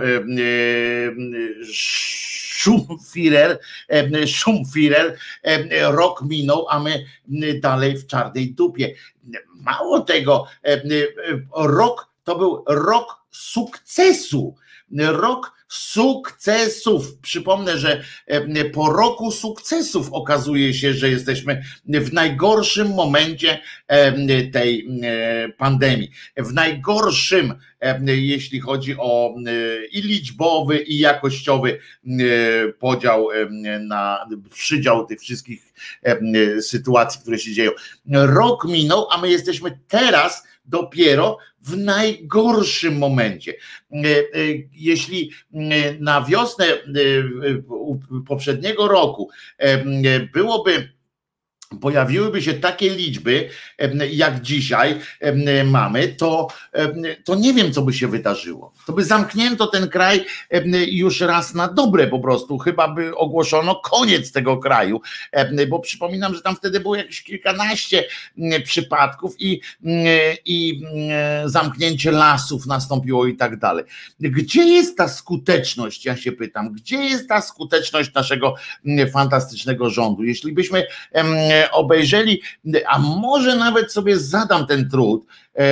Schumfirer, Schumfirer, rok minął, a my dalej w czarnej dupie. Mało tego, rok to był rok sukcesu, rok sukcesów. Przypomnę, że po roku sukcesów okazuje się, że jesteśmy w najgorszym momencie tej pandemii. W najgorszym, jeśli chodzi o i liczbowy, i jakościowy podział na przydział tych wszystkich sytuacji, które się dzieją. Rok minął, a my jesteśmy teraz dopiero w najgorszym momencie. Jeśli na wiosnę poprzedniego roku byłoby pojawiłyby się takie liczby, jak dzisiaj mamy, to, to nie wiem, co by się wydarzyło. To by zamknięto ten kraj już raz na dobre po prostu. Chyba by ogłoszono koniec tego kraju, bo przypominam, że tam wtedy było jakieś kilkanaście przypadków i, i zamknięcie lasów nastąpiło i tak dalej. Gdzie jest ta skuteczność? Ja się pytam, gdzie jest ta skuteczność naszego fantastycznego rządu? Jeśli byśmy obejrzeli, a może nawet sobie zadam ten trud,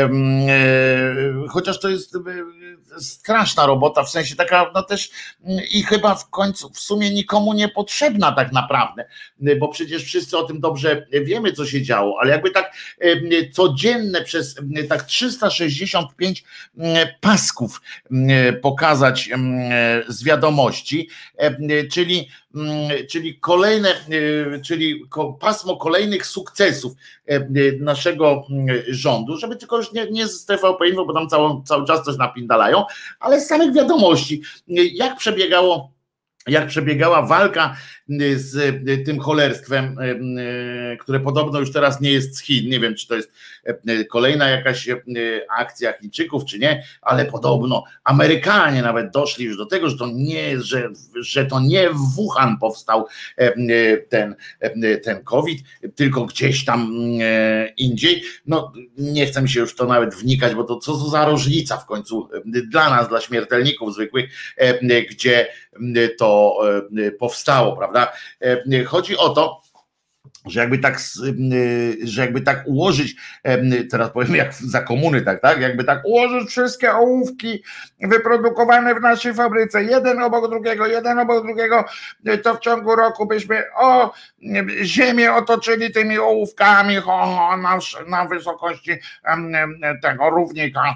chociaż to jest straszna robota, w sensie taka, no też i chyba w końcu w sumie nikomu niepotrzebna tak naprawdę, bo przecież wszyscy o tym dobrze wiemy, co się działo, ale jakby tak codzienne przez tak trzysta sześćdziesiąt pięć pasków pokazać z wiadomości, czyli czyli kolejne, czyli pasmo kolejnych sukcesów naszego rządu, żeby tylko już nie, nie z T V P Info, bo tam cały, cały czas coś napindalają, ale z samych wiadomości, jak przebiegało, jak przebiegała walka z tym cholerstwem, które podobno już teraz nie jest z Chin. Nie wiem, czy to jest kolejna jakaś akcja Chińczyków, czy nie, ale podobno Amerykanie nawet doszli już do tego, że to nie, że, że to nie w Wuhan powstał ten, ten COVID, tylko gdzieś tam indziej. No nie chcę mi się już w to nawet wnikać, bo to co za różnica w końcu dla nas, dla śmiertelników zwykłych, gdzie to powstało, prawda? Chodzi o to, że jakby tak, że jakby tak ułożyć, teraz powiem jak za komuny, tak, tak, jakby tak ułożyć wszystkie ołówki wyprodukowane w naszej fabryce, jeden obok drugiego, jeden obok drugiego, to w ciągu roku byśmy o ziemię otoczyli tymi ołówkami ho, ho, na, na wysokości tego równika,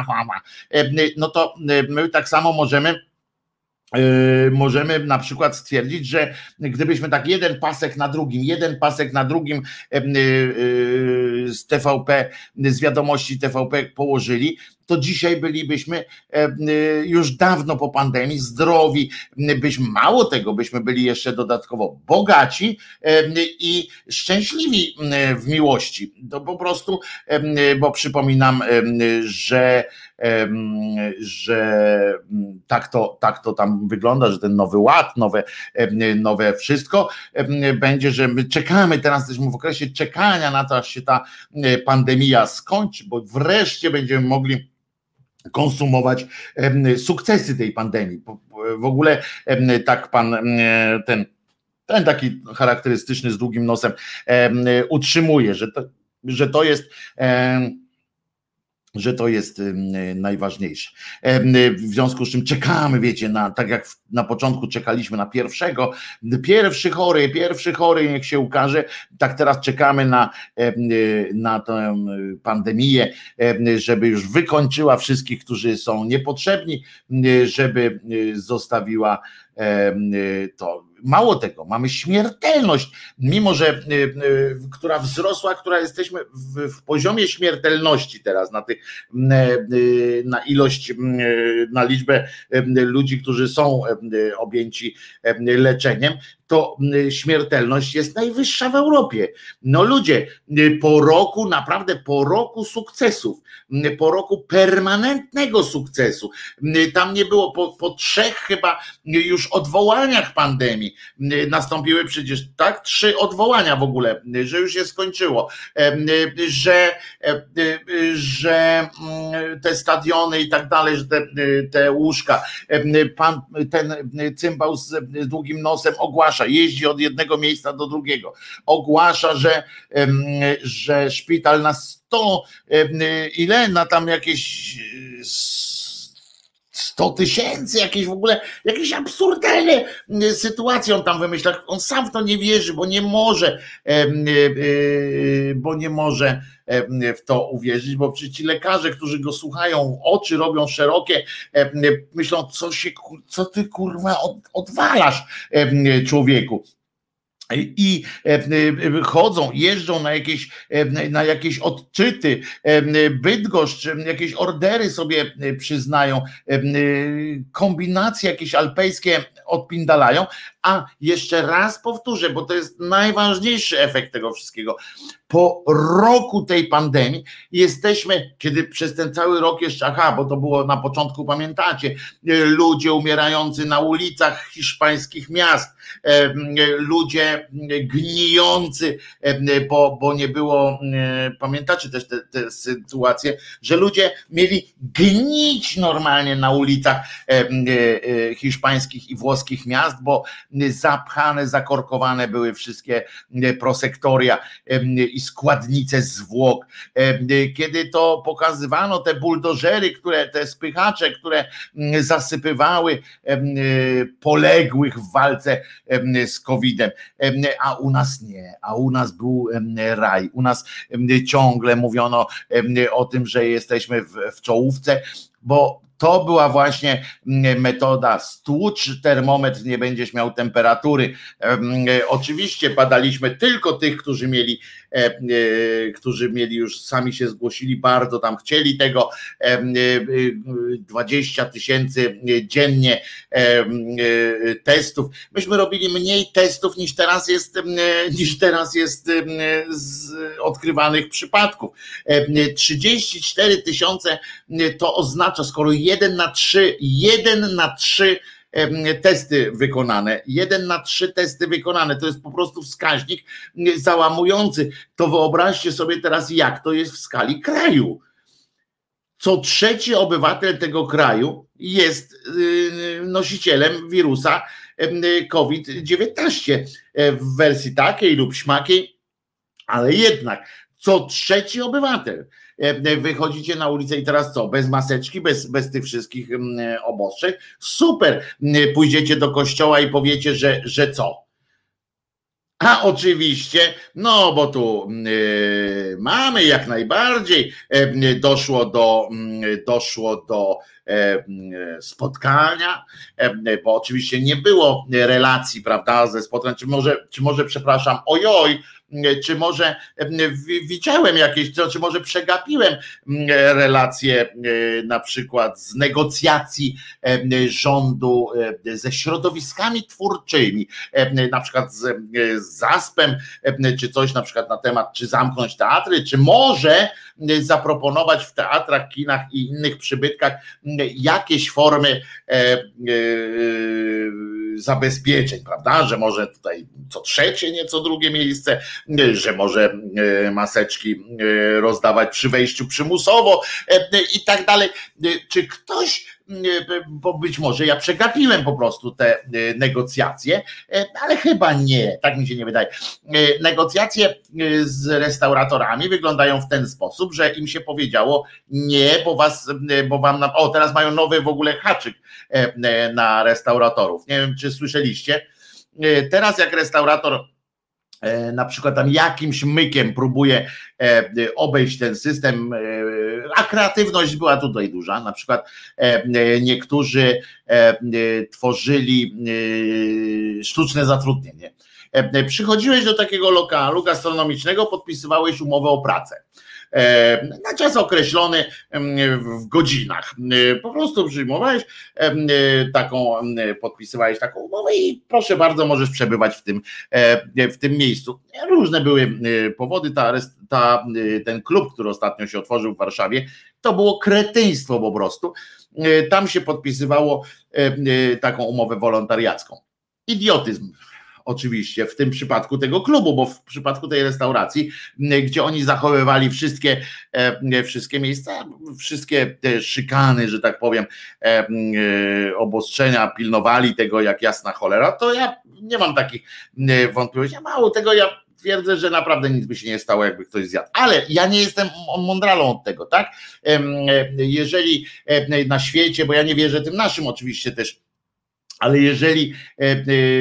no to my tak samo możemy możemy na przykład stwierdzić, że gdybyśmy tak jeden pasek na drugim, jeden pasek na drugim z T V P, z wiadomości T V P położyli, to dzisiaj bylibyśmy już dawno po pandemii, zdrowi, byśmy, mało tego, byśmy byli jeszcze dodatkowo bogaci i szczęśliwi w miłości. To po prostu, bo przypominam, że że tak to, tak to tam wygląda, że ten nowy ład, nowe, nowe wszystko będzie, że my czekamy, teraz jesteśmy w okresie czekania na to, aż się ta pandemia skończy, bo wreszcie będziemy mogli konsumować sukcesy tej pandemii. W ogóle tak pan ten, ten taki charakterystyczny z długim nosem utrzymuje, że to, że to jest że to jest najważniejsze. W związku z czym czekamy, wiecie, na, tak jak na początku czekaliśmy na pierwszego, pierwszy chory, pierwszy chory niech się ukaże, tak teraz czekamy na, na tę pandemię, żeby już wykończyła wszystkich, którzy są niepotrzebni, żeby zostawiła to. Mało tego, mamy śmiertelność, mimo że, która wzrosła, która jesteśmy w, w poziomie śmiertelności teraz na tych, na ilość, na liczbę ludzi, którzy są objęci leczeniem, to śmiertelność jest najwyższa w Europie. No ludzie, po roku, naprawdę po roku sukcesów, po roku permanentnego sukcesu, tam nie było, po, po trzech chyba już odwołaniach pandemii, nastąpiły przecież tak, trzy odwołania w ogóle, że już się skończyło, że, że te stadiony i tak dalej, że te, te łóżka, pan, ten cymbał z długim nosem ogłasza, jeździ od jednego miejsca do drugiego, ogłasza, że, że szpital na sto, ile, na tam jakieś sto tysięcy, jakieś w ogóle, jakieś absurdalne sytuacje on tam wymyśla, on sam w to nie wierzy, bo nie może, bo nie może w to uwierzyć, bo przecież ci lekarze, którzy go słuchają, oczy robią szerokie, myślą, co się, co ty kurwa odwalasz, człowieku. I chodzą, jeżdżą na jakieś, na jakieś odczyty, Bydgoszcz, jakieś ordery sobie przyznają, kombinacje jakieś alpejskie odpindalają, A jeszcze raz powtórzę, bo to jest najważniejszy efekt tego wszystkiego. Po roku tej pandemii jesteśmy, kiedy przez ten cały rok jeszcze, aha, bo to było na początku, pamiętacie, ludzie umierający na ulicach hiszpańskich miast, ludzie gnijący, bo, bo nie było, pamiętacie też te, te sytuacje, że ludzie mieli gnić normalnie na ulicach hiszpańskich i włoskich miast, bo zapchane, zakorkowane były wszystkie prosektoria i składnice zwłok. Kiedy to pokazywano te buldożery, które, te spychacze, które zasypywały poległych w walce z kowidem, a u nas nie, a u nas był raj, u nas ciągle mówiono o tym, że jesteśmy w, w czołówce, bo to była właśnie metoda stłucz termometr, nie będziesz miał temperatury. Oczywiście badaliśmy tylko tych, którzy mieli, którzy mieli już sami się zgłosili, bardzo tam chcieli tego, dwadzieścia tysięcy dziennie testów. Myśmy robili mniej testów niż teraz jest, niż teraz jest z odkrywanych przypadków. trzydzieści cztery tysiące to oznacza, skoro jeden na trzy, jeden na trzy testy wykonane, jeden na trzy testy wykonane, to jest po prostu wskaźnik załamujący. To wyobraźcie sobie teraz, jak to jest w skali kraju. Co trzeci obywatel tego kraju jest nosicielem wirusa kowid dziewiętnaście w wersji takiej lub śmakiej, ale jednak co trzeci obywatel. Wychodzicie na ulicę i teraz co? Bez maseczki, bez, bez tych wszystkich obostrzeń? Super! Pójdziecie do kościoła i powiecie, że, że co? A oczywiście, no bo tu y, mamy jak najbardziej, y, doszło do, y, doszło do y, spotkania, y, bo oczywiście nie było relacji, prawda, ze spotkań, czy może, czy może przepraszam, ojoj, czy może widziałem jakieś, czy może przegapiłem relacje na przykład z negocjacji rządu ze środowiskami twórczymi, na przykład z zaspem, czy coś na przykład na temat, czy zamknąć teatry, czy może zaproponować w teatrach, kinach i innych przybytkach jakieś formy zabezpieczeń, prawda, że może tutaj co trzecie, nie co drugie miejsce, że może maseczki rozdawać przy wejściu przymusowo i tak dalej. Czy ktoś, bo być może ja przegapiłem po prostu te negocjacje, ale chyba nie, tak mi się nie wydaje. Negocjacje z restauratorami wyglądają w ten sposób, że im się powiedziało nie, bo was, bo wam, na, o teraz mają nowy w ogóle haczyk na restauratorów. Nie wiem, czy słyszeliście. Teraz jak restaurator na przykład tam jakimś mykiem próbuje obejść ten system, a kreatywność była tutaj duża, na przykład niektórzy tworzyli sztuczne zatrudnienie. Przychodziłeś do takiego lokalu gastronomicznego, podpisywałeś umowę o pracę na czas określony w godzinach. Po prostu przyjmowałeś taką, podpisywałeś taką umowę i proszę bardzo, możesz przebywać w tym, w tym miejscu. Różne były powody, ta, ta, ten klub, który ostatnio się otworzył w Warszawie, to było kretyństwo po prostu. Tam się podpisywało taką umowę wolontariacką. Idiotyzm. Oczywiście w tym przypadku tego klubu, bo w przypadku tej restauracji, gdzie oni zachowywali wszystkie, wszystkie miejsca, wszystkie te szykany, że tak powiem, obostrzenia, pilnowali tego jak jasna cholera, to ja nie mam takich wątpliwości. Mało tego, ja twierdzę, że naprawdę nic by się nie stało, jakby ktoś zjadł. Ale ja nie jestem mądralą od tego, tak? Jeżeli na świecie, bo ja nie wierzę tym naszym oczywiście też, ale jeżeli e, e,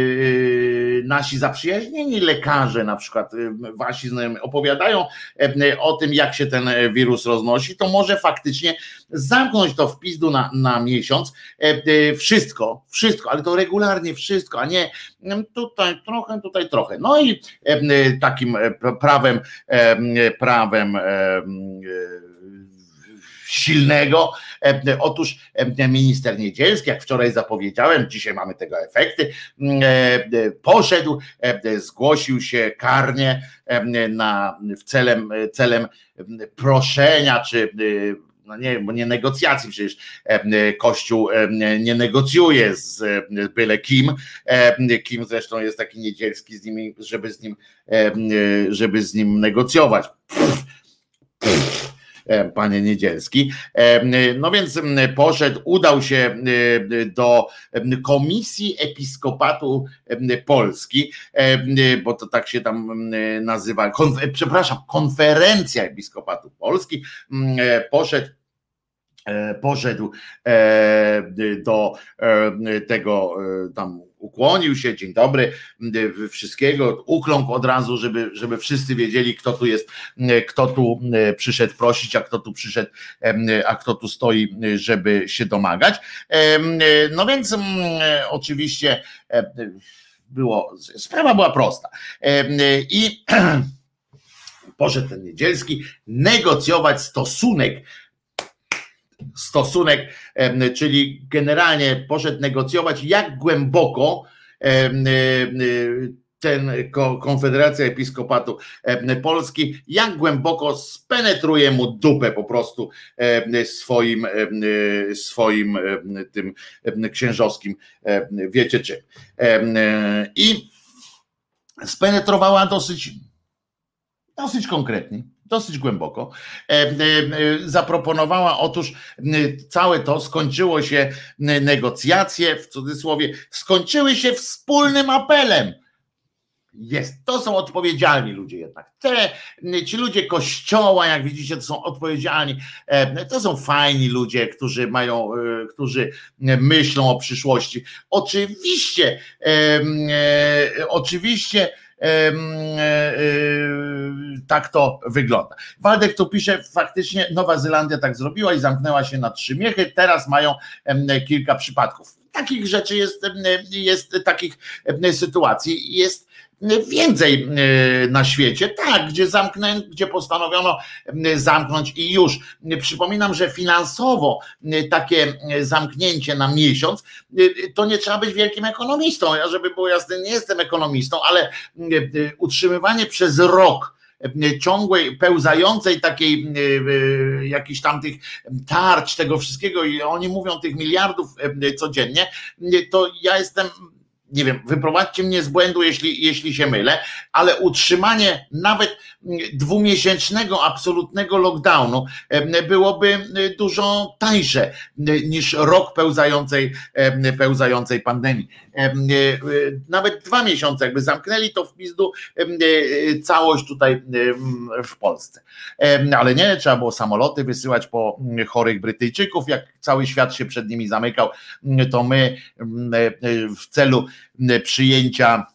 nasi zaprzyjaźnieni lekarze, na przykład e, wasi znajomi opowiadają e, o tym, jak się ten wirus roznosi, to może faktycznie zamknąć to w pizdu na, na miesiąc, e, e, wszystko, wszystko, ale to regularnie wszystko, a nie tutaj trochę, tutaj trochę. No i e, takim prawem, e, prawem e, silnego. Otóż minister Niedzielski, jak wczoraj zapowiedziałem, dzisiaj mamy tego efekty, poszedł, zgłosił się karnie na, w celem, celem proszenia, czy no nie, bo nie negocjacji, przecież Kościół nie negocjuje z byle kim, kim zresztą jest taki Niedzielski z nimi, żeby z nim, żeby z nim negocjować. Pff, pff. Panie Niedzielski. No więc poszedł, udał się do Komisji Episkopatu Polski, bo to tak się tam nazywa, konf- przepraszam, Konferencja Episkopatu Polski, poszedł poszedł do tego tam, ukłonił się, dzień dobry, wszystkiego, ukląkł od razu, żeby, żeby wszyscy wiedzieli, kto tu jest, kto tu przyszedł prosić, a kto tu przyszedł, a kto tu stoi, żeby się domagać. No więc oczywiście było, sprawa była prosta. I poszedł ten Niedzielski negocjować stosunek stosunek, czyli generalnie poszedł negocjować, jak głęboko ten Konfederacja Episkopatu Polski, jak głęboko spenetruje mu dupę po prostu swoim swoim tym księżowskim, wiecie czym. I spenetrowała dosyć dosyć konkretnie, dosyć głęboko. Zaproponowała, otóż całe to skończyło się, negocjacje w cudzysłowie skończyły się wspólnym apelem. Jest, to są odpowiedzialni ludzie jednak. Te, ci ludzie Kościoła, jak widzicie, to są odpowiedzialni, to są fajni ludzie, którzy mają, którzy myślą o przyszłości. Oczywiście, e, e, oczywiście tak to wygląda. Waldek tu pisze, faktycznie Nowa Zelandia tak zrobiła i zamknęła się na trzy miechy, teraz mają kilka przypadków. Takich rzeczy jest, jest takich sytuacji jest więcej na świecie, tak, gdzie zamknę, gdzie postanowiono zamknąć i już. Przypominam, że finansowo takie zamknięcie na miesiąc, to nie trzeba być wielkim ekonomistą. Ja, żeby było jasne, nie jestem ekonomistą, ale utrzymywanie przez rok ciągłej, pełzającej takiej jakichś tam tych tarcz, tego wszystkiego i oni mówią tych miliardów codziennie, to ja jestem, nie wiem, wyprowadźcie mnie z błędu, jeśli, jeśli się mylę, ale utrzymanie nawet dwumiesięcznego absolutnego lockdownu byłoby dużo tańsze niż rok pełzającej, pełzającej pandemii. Nawet dwa miesiące jakby zamknęli, to w pizdu całość tutaj w Polsce. Ale nie, trzeba było samoloty wysyłać po chorych Brytyjczyków, jak cały świat się przed nimi zamykał, to my w celu przyjęcia,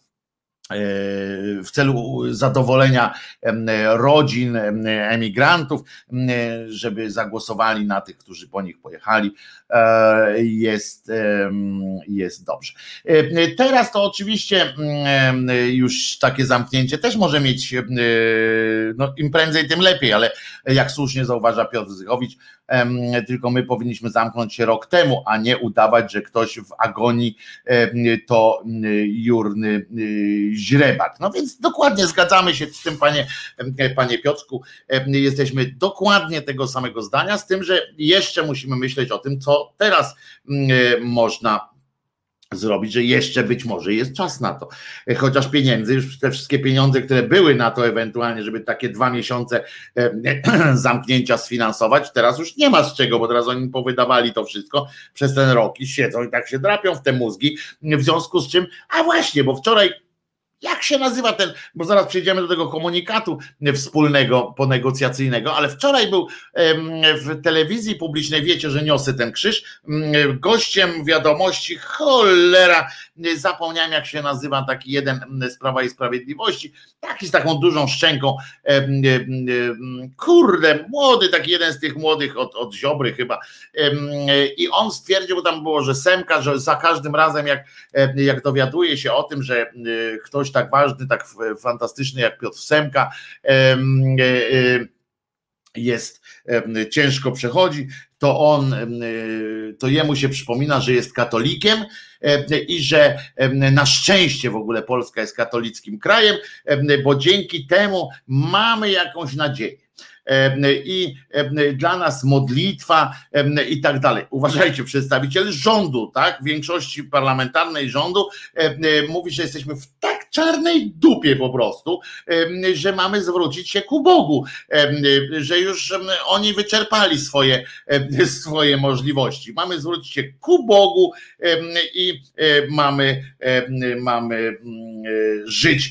w celu zadowolenia rodzin emigrantów, żeby zagłosowali na tych, którzy po nich pojechali, jest, jest dobrze. Teraz to oczywiście już takie zamknięcie też może mieć, no im prędzej tym lepiej, ale jak słusznie zauważa Piotr Zychowicz, tylko my powinniśmy zamknąć się rok temu, a nie udawać, że ktoś w agonii to jurny źrebak. No więc dokładnie zgadzamy się z tym, panie, panie Piotrku, jesteśmy dokładnie tego samego zdania, z tym, że jeszcze musimy myśleć o tym, co teraz można zrobić, że jeszcze być może jest czas na to. Chociaż pieniędzy, już te wszystkie pieniądze, które były na to ewentualnie, żeby takie dwa miesiące zamknięcia sfinansować, teraz już nie ma z czego, bo teraz oni powydawali to wszystko przez ten rok i siedzą i tak się drapią w te mózgi, w związku z czym, a właśnie, bo wczoraj, jak się nazywa ten, bo zaraz przejdziemy do tego komunikatu wspólnego, ponegocjacyjnego, ale wczoraj był w telewizji publicznej, wiecie, że niosę ten krzyż, gościem wiadomości, cholera, zapomniałem jak się nazywa taki jeden z Prawa i Sprawiedliwości, taki z taką dużą szczęką, kurde, młody, taki jeden z tych młodych od, od Ziobry chyba, i on stwierdził, bo tam było, że Semka, że za każdym razem jak, jak dowiaduje się o tym, że ktoś tak ważny, tak fantastyczny jak Piotr Semka jest, ciężko przechodzi, to on, to jemu się przypomina, że jest katolikiem i że na szczęście w ogóle Polska jest katolickim krajem, bo dzięki temu mamy jakąś nadzieję. I dla nas modlitwa i tak dalej. Uważajcie, przedstawiciel rządu, tak, większości parlamentarnej rządu mówi, że jesteśmy w tak czarnej dupie po prostu, że mamy zwrócić się ku Bogu, że już oni wyczerpali swoje, swoje możliwości. Mamy zwrócić się ku Bogu i mamy, mamy żyć.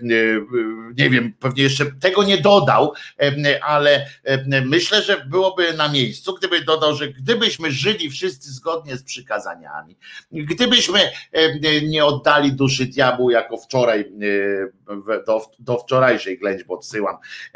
Nie wiem, pewnie jeszcze tego nie dodał, ale myślę, że byłoby na miejscu, gdyby dodał, że gdybyśmy żyli wszyscy zgodnie z przykazaniami, gdybyśmy nie oddali duszy diabłu jako wczoraj, do, do wczorajszej ględźby odsyłam,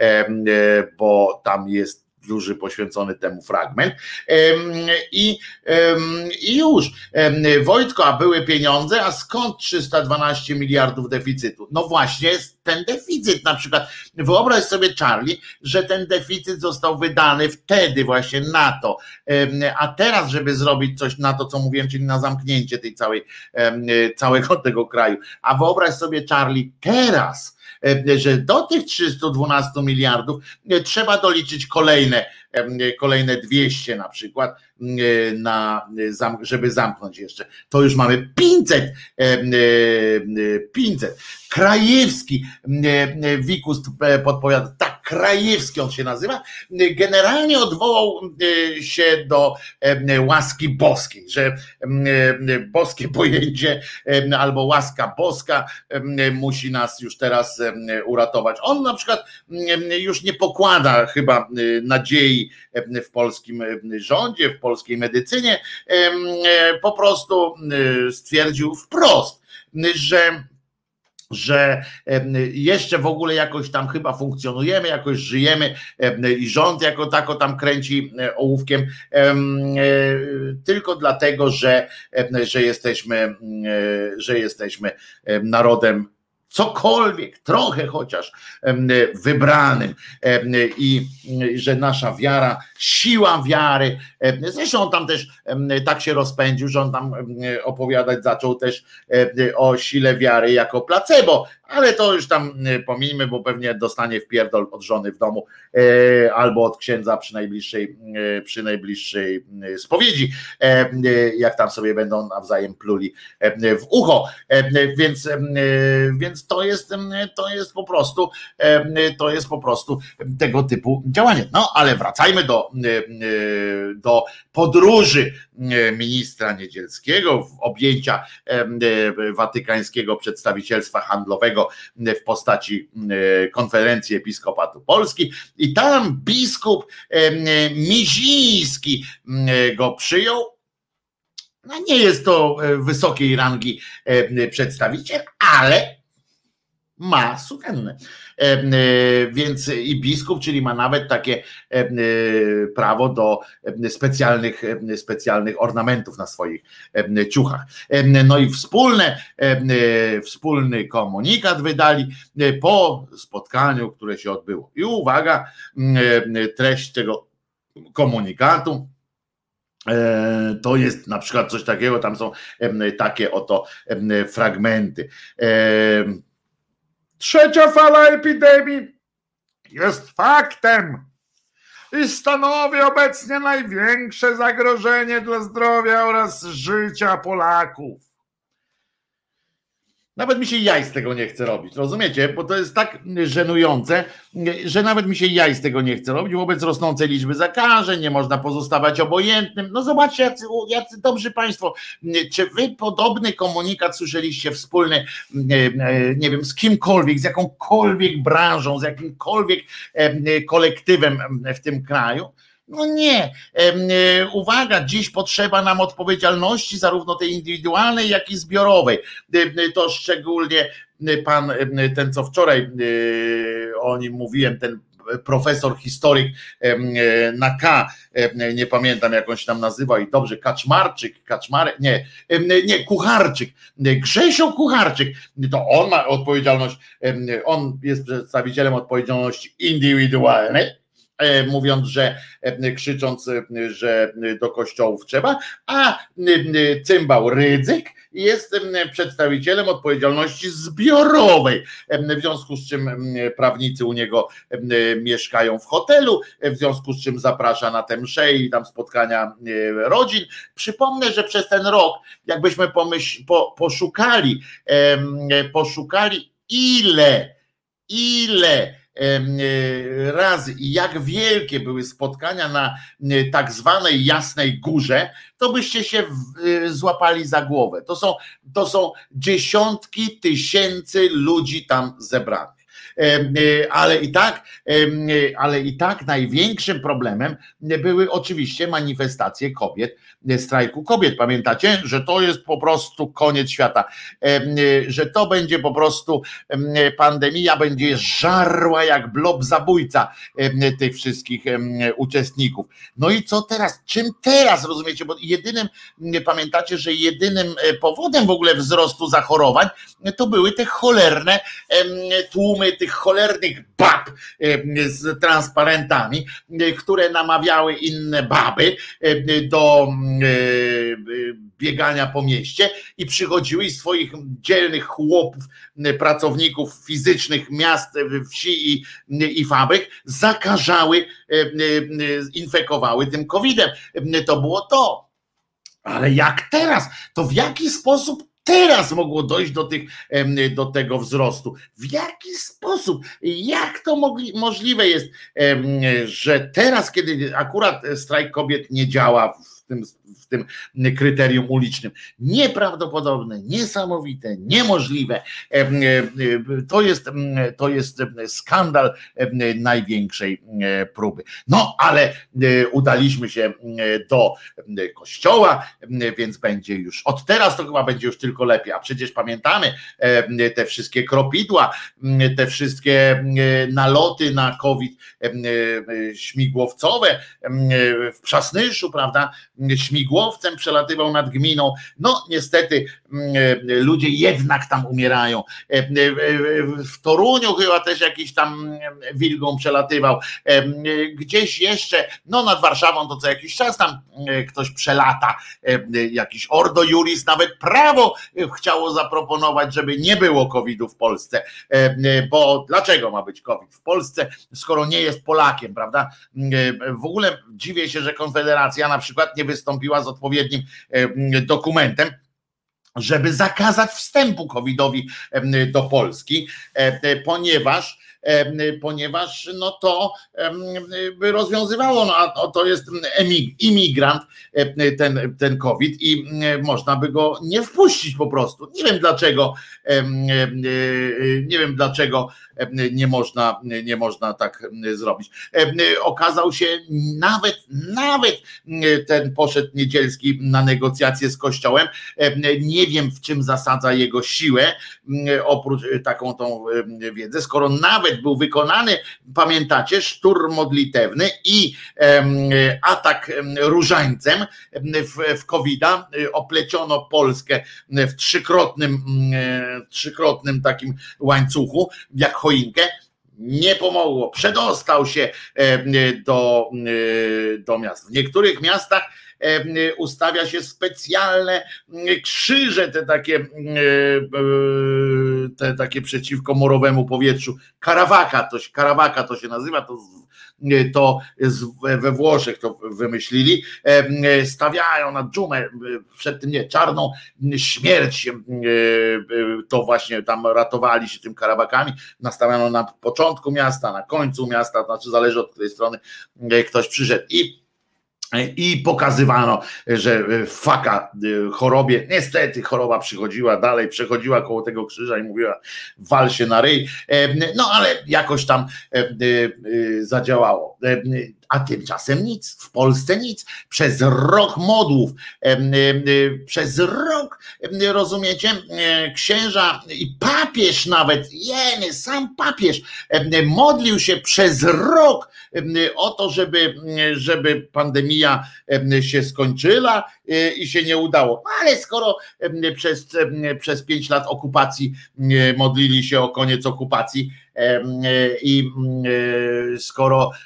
bo tam jest duży poświęcony temu fragment. I, i już. Wojtko, a były pieniądze, a skąd trzysta dwanaście miliardów deficytu? No właśnie ten deficyt na przykład. Wyobraź sobie, Charlie, że ten deficyt został wydany wtedy właśnie na to, a teraz, żeby zrobić coś na to, co mówiłem, czyli na zamknięcie tej całej, całego tego kraju. A wyobraź sobie, Charlie, teraz, że do tych trzystu dwunastu miliardów trzeba doliczyć kolejne, kolejne dwieście na przykład, na, żeby zamknąć jeszcze. To już mamy pięćset. pięćset. Krajewski, Wikus podpowiada, tak, Krajewski on się nazywa, generalnie odwołał się do łaski boskiej, że boskie pojęcie albo łaska boska musi nas już teraz uratować. On na przykład już nie pokłada chyba nadziei w polskim rządzie, w polskiej medycynie, po prostu stwierdził wprost, że że jeszcze w ogóle jakoś tam chyba funkcjonujemy, jakoś żyjemy i rząd jako tako tam kręci ołówkiem tylko dlatego, że, że jesteśmy, że jesteśmy narodem cokolwiek, trochę chociaż wybranym i że nasza wiara, siła wiary, zresztą on tam też tak się rozpędził, że on tam opowiadać zaczął też o sile wiary jako placebo, ale to już tam pomijmy, bo pewnie dostanie wpierdol od żony w domu albo od księdza przy najbliższej, przy najbliższej spowiedzi, jak tam sobie będą nawzajem pluli w ucho, więc, więc to jest, to jest po prostu, to jest po prostu tego typu działanie. No, ale wracajmy do, do podróży ministra Niedzielskiego w objęcia watykańskiego przedstawicielstwa handlowego w postaci konferencji Episkopatu Polski i tam biskup Miziński go przyjął. No nie jest to wysokiej rangi przedstawiciel, ale ma sukiennę, więc i biskup, czyli ma nawet takie prawo do specjalnych, specjalnych ornamentów na swoich ciuchach. No i wspólne, wspólny komunikat wydali po spotkaniu, które się odbyło. I uwaga, treść tego komunikatu to jest na przykład coś takiego, tam są takie oto fragmenty. Trzecia fala epidemii jest faktem i stanowi obecnie największe zagrożenie dla zdrowia oraz życia Polaków. Nawet mi się jaj z tego nie chce robić, rozumiecie? Bo to jest tak żenujące, że nawet mi się jaj z tego nie chce robić. Wobec rosnącej liczby zakażeń nie można pozostawać obojętnym. No zobaczcie, jacy, jacy dobrzy państwo. Czy wy podobny komunikat słyszeliście wspólny, nie wiem, z kimkolwiek, z jakąkolwiek branżą, z jakimkolwiek kolektywem w tym kraju? No nie. Uwaga, dziś potrzeba nam odpowiedzialności zarówno tej indywidualnej, jak i zbiorowej. To szczególnie pan, ten co wczoraj o nim mówiłem, ten profesor, historyk na K, nie pamiętam jak on się tam nazywa i dobrze, Kaczmarczyk, Kaczmarek, nie, nie, Kucharczyk, Grzesio Kucharczyk, to on ma odpowiedzialność, on jest przedstawicielem odpowiedzialności indywidualnej, mówiąc, że krzycząc, że do kościołów trzeba, a cymbał Rydzyk jest przedstawicielem odpowiedzialności zbiorowej, w związku z czym prawnicy u niego mieszkają w hotelu, w związku z czym zaprasza na te msze i tam spotkania rodzin. Przypomnę, że przez ten rok, jakbyśmy pomyśl, po, poszukali, poszukali ile, ile razy i jak wielkie były spotkania na tak zwanej Jasnej Górze, to byście się złapali za głowę. To są, to są dziesiątki tysięcy ludzi tam zebranych. Ale i tak, ale i tak największym problemem były oczywiście manifestacje kobiet, strajku kobiet. Pamiętacie, że to jest po prostu koniec świata, że to będzie po prostu pandemia, będzie żarła jak blob zabójca tych wszystkich uczestników. No i co teraz? Czym teraz, rozumiecie? Bo jedynym, pamiętacie, że jedynym powodem w ogóle wzrostu zachorowań to były te cholerne tłumy tych cholernych bab z transparentami, które namawiały inne baby do biegania po mieście i przychodziły i swoich dzielnych chłopów, pracowników fizycznych miast, wsi i, i fabryk zakażały, infekowały tym kowidem. To było to. Ale jak teraz? To w jaki sposób teraz mogło dojść do, tych, do tego wzrostu? W jaki sposób? Jak to mogli, możliwe jest, że teraz, kiedy akurat strajk kobiet nie działa w tym, w tym kryterium ulicznym, nieprawdopodobne, niesamowite, niemożliwe, to jest, to jest skandal największej próby. No ale udaliśmy się do kościoła, więc będzie już, od teraz to chyba będzie już tylko lepiej, a przecież pamiętamy te wszystkie kropidła, te wszystkie naloty na COVID śmigłowcowe w Przasnyszu, prawda, śmigłowcem przelatywał nad gminą. No niestety ludzie jednak tam umierają. W Toruniu chyba też jakiś tam wilgą przelatywał. Gdzieś jeszcze, no nad Warszawą to co jakiś czas tam ktoś przelata. Jakiś Ordo Juris nawet prawo chciało zaproponować, żeby nie było kowida w Polsce. Bo dlaczego ma być COVID w Polsce, skoro nie jest Polakiem, prawda? W ogóle dziwię się, że Konfederacja na przykład nie wystąpiła z odpowiednim dokumentem, żeby zakazać wstępu covidowi do Polski, ponieważ ponieważ no to by rozwiązywało, no to jest imigrant ten, ten COVID i można by go nie wpuścić po prostu. Nie wiem dlaczego, nie wiem dlaczego nie można, nie można tak zrobić. Okazał się nawet, nawet ten poszedł Niedzielski na negocjacje z Kościołem. Nie wiem, w czym zasadza jego siłę, oprócz taką tą wiedzę, skoro nawet był wykonany, pamiętacie, szturm modlitewny i atak różańcem w, w kowida, opleciono Polskę w trzykrotnym, trzykrotnym takim łańcuchu, jak choinkę. Nie pomogło, przedostał się do, do miast. W niektórych miastach ustawia się specjalne krzyże, te takie, te takie przeciwko morowemu powietrzu. Karawaka to, karawaka to się nazywa, to, to we Włoszech to wymyślili. Stawiają na dżumę, przed tym nie, czarną śmierć, to właśnie tam ratowali się tym karawakami. Nastawiano na początku miasta, na końcu miasta, znaczy zależy od której strony ktoś przyszedł. I I pokazywano, że faka chorobie, niestety choroba przychodziła dalej, przechodziła koło tego krzyża i mówiła wal się na ryj, no ale jakoś tam zadziałało. A tymczasem nic, w Polsce nic. Przez rok modłów, przez rok, rozumiecie, księża i papież nawet, jeny, sam papież modlił się przez rok o to, żeby, żeby pandemia się skończyła i się nie udało. Ale skoro przez, przez pięć lat okupacji modlili się o koniec okupacji i skoro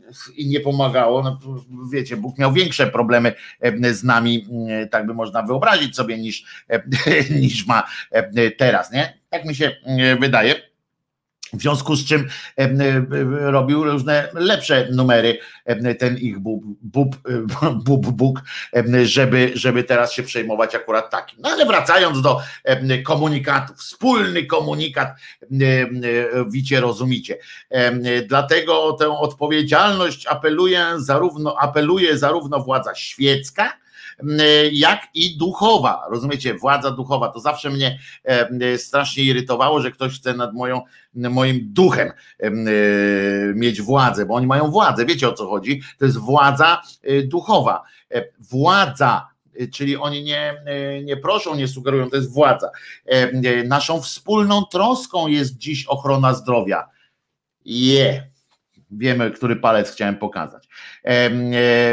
i nie pomagało. No, wiecie, Bóg miał większe problemy z nami, tak by można wyobrazić sobie, niż, niż ma teraz, nie? Tak mi się wydaje. W związku z czym robił różne lepsze numery ten ich bub, bub, bub, Bóg, żeby, żeby teraz się przejmować akurat takim. No ale wracając do komunikatu, wspólny komunikat, wicie, rozumicie. Dlatego o tę odpowiedzialność apeluje zarówno, apeluje zarówno władza świecka, jak i duchowa, rozumiecie, władza duchowa. To zawsze mnie strasznie irytowało, że ktoś chce nad moją, moim duchem mieć władzę, bo oni mają władzę, wiecie o co chodzi, to jest władza duchowa, władza, czyli oni nie, nie proszą, nie sugerują, to jest władza. Naszą wspólną troską jest dziś ochrona zdrowia. Je. Yeah. Wiemy, który palec chciałem pokazać. E, e, e,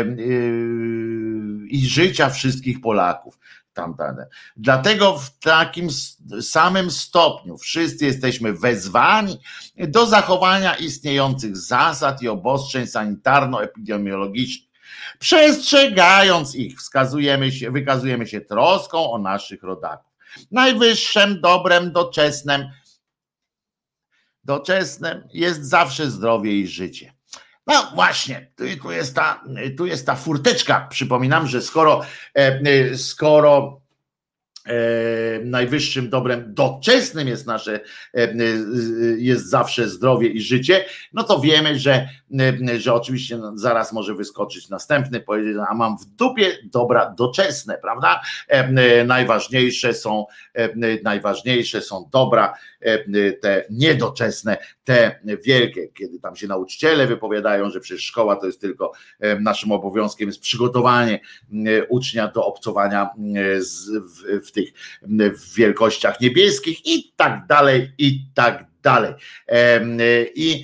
I życia wszystkich Polaków. Tamtane. Dlatego w takim samym stopniu wszyscy jesteśmy wezwani do zachowania istniejących zasad i obostrzeń sanitarno-epidemiologicznych. Przestrzegając ich, wskazujemy się, wykazujemy się troską o naszych rodaków. Najwyższym dobrem doczesnym Doczesne jest zawsze zdrowie i życie. No właśnie, tu, tu, jest ta, tu jest ta furteczka. Przypominam, że skoro, skoro e, najwyższym dobrem doczesnym jest nasze, e, jest zawsze zdrowie i życie, no to wiemy, że, że oczywiście zaraz może wyskoczyć następny, powiedzieć, a mam w dupie dobra doczesne, prawda? E, najważniejsze są, e, najważniejsze są dobra te niedoczesne, te wielkie, kiedy tam się nauczyciele wypowiadają, że przecież szkoła to jest tylko, naszym obowiązkiem jest przygotowanie ucznia do obcowania z, w, w tych w wielkościach niebieskich i tak dalej, i tak dalej. I,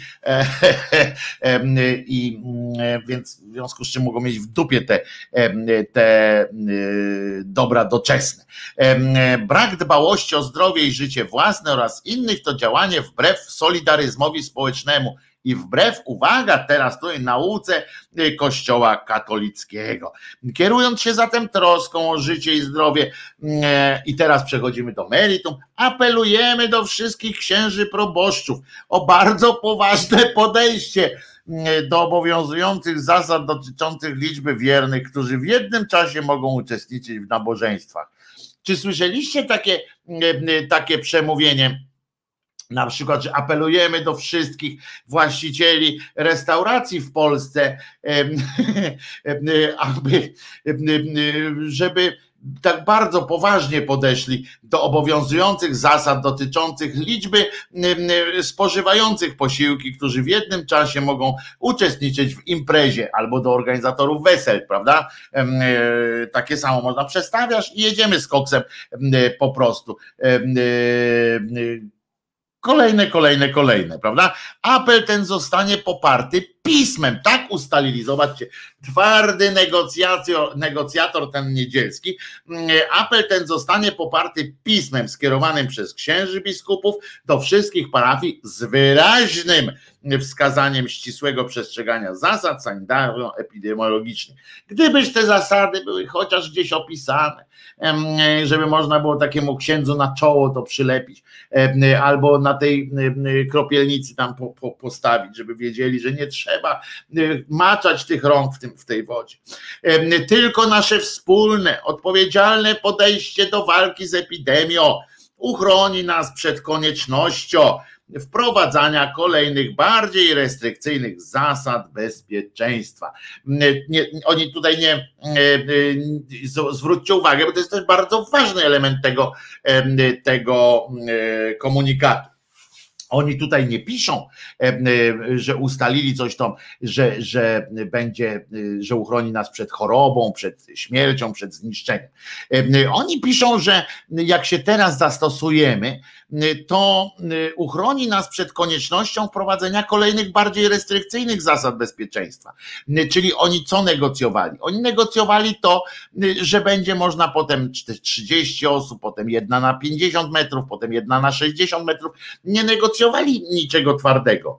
i więc w związku z czym mogą mieć w dupie te, te dobra doczesne. Brak dbałości o zdrowie i życie własne oraz innych to działanie wbrew solidaryzmowi społecznemu i wbrew, uwaga, teraz tutaj nauce Kościoła katolickiego. Kierując się zatem troską o życie i zdrowie, i teraz przechodzimy do meritum, apelujemy do wszystkich księży proboszczów o bardzo poważne podejście do obowiązujących zasad dotyczących liczby wiernych, którzy w jednym czasie mogą uczestniczyć w nabożeństwach. Czy słyszeliście takie, takie przemówienie? Na przykład, że apelujemy do wszystkich właścicieli restauracji w Polsce, aby, żeby tak bardzo poważnie podeszli do obowiązujących zasad dotyczących liczby spożywających posiłki, którzy w jednym czasie mogą uczestniczyć w imprezie, albo do organizatorów wesel, prawda? Takie samo można, przestawiasz i jedziemy z koksem po prostu. Kolejne, kolejne, kolejne, prawda? Apel ten zostanie poparty pismem, tak ustalili, zobaczcie, twardy negocjator, negocjator ten Niedzielski, apel ten zostanie poparty pismem skierowanym przez księży biskupów do wszystkich parafii z wyraźnym wskazaniem ścisłego przestrzegania zasad sanitarno-epidemiologicznych. Gdybyś te zasady były chociaż gdzieś opisane, żeby można było takiemu księdzu na czoło to przylepić, albo na tej kropielnicy tam po, po, postawić, żeby wiedzieli, że nie trzeba maczać tych rąk w, tym, w tej wodzie. Tylko nasze wspólne, odpowiedzialne podejście do walki z epidemią uchroni nas przed koniecznością wprowadzania kolejnych bardziej restrykcyjnych zasad bezpieczeństwa. Nie, oni tutaj nie, zwróćcie uwagę, bo to jest też bardzo ważny element tego, tego komunikatu. Oni tutaj nie piszą, że ustalili coś tam, że, że będzie, że uchroni nas przed chorobą, przed śmiercią, przed zniszczeniem. Oni piszą, że jak się teraz zastosujemy, to uchroni nas przed koniecznością wprowadzenia kolejnych bardziej restrykcyjnych zasad bezpieczeństwa. Czyli oni co negocjowali? Oni negocjowali to, że będzie można potem trzydzieści osób, potem jedna na pięćdziesiąt metrów, potem jedna na sześćdziesiąt metrów. Nie negocjowali niczego twardego.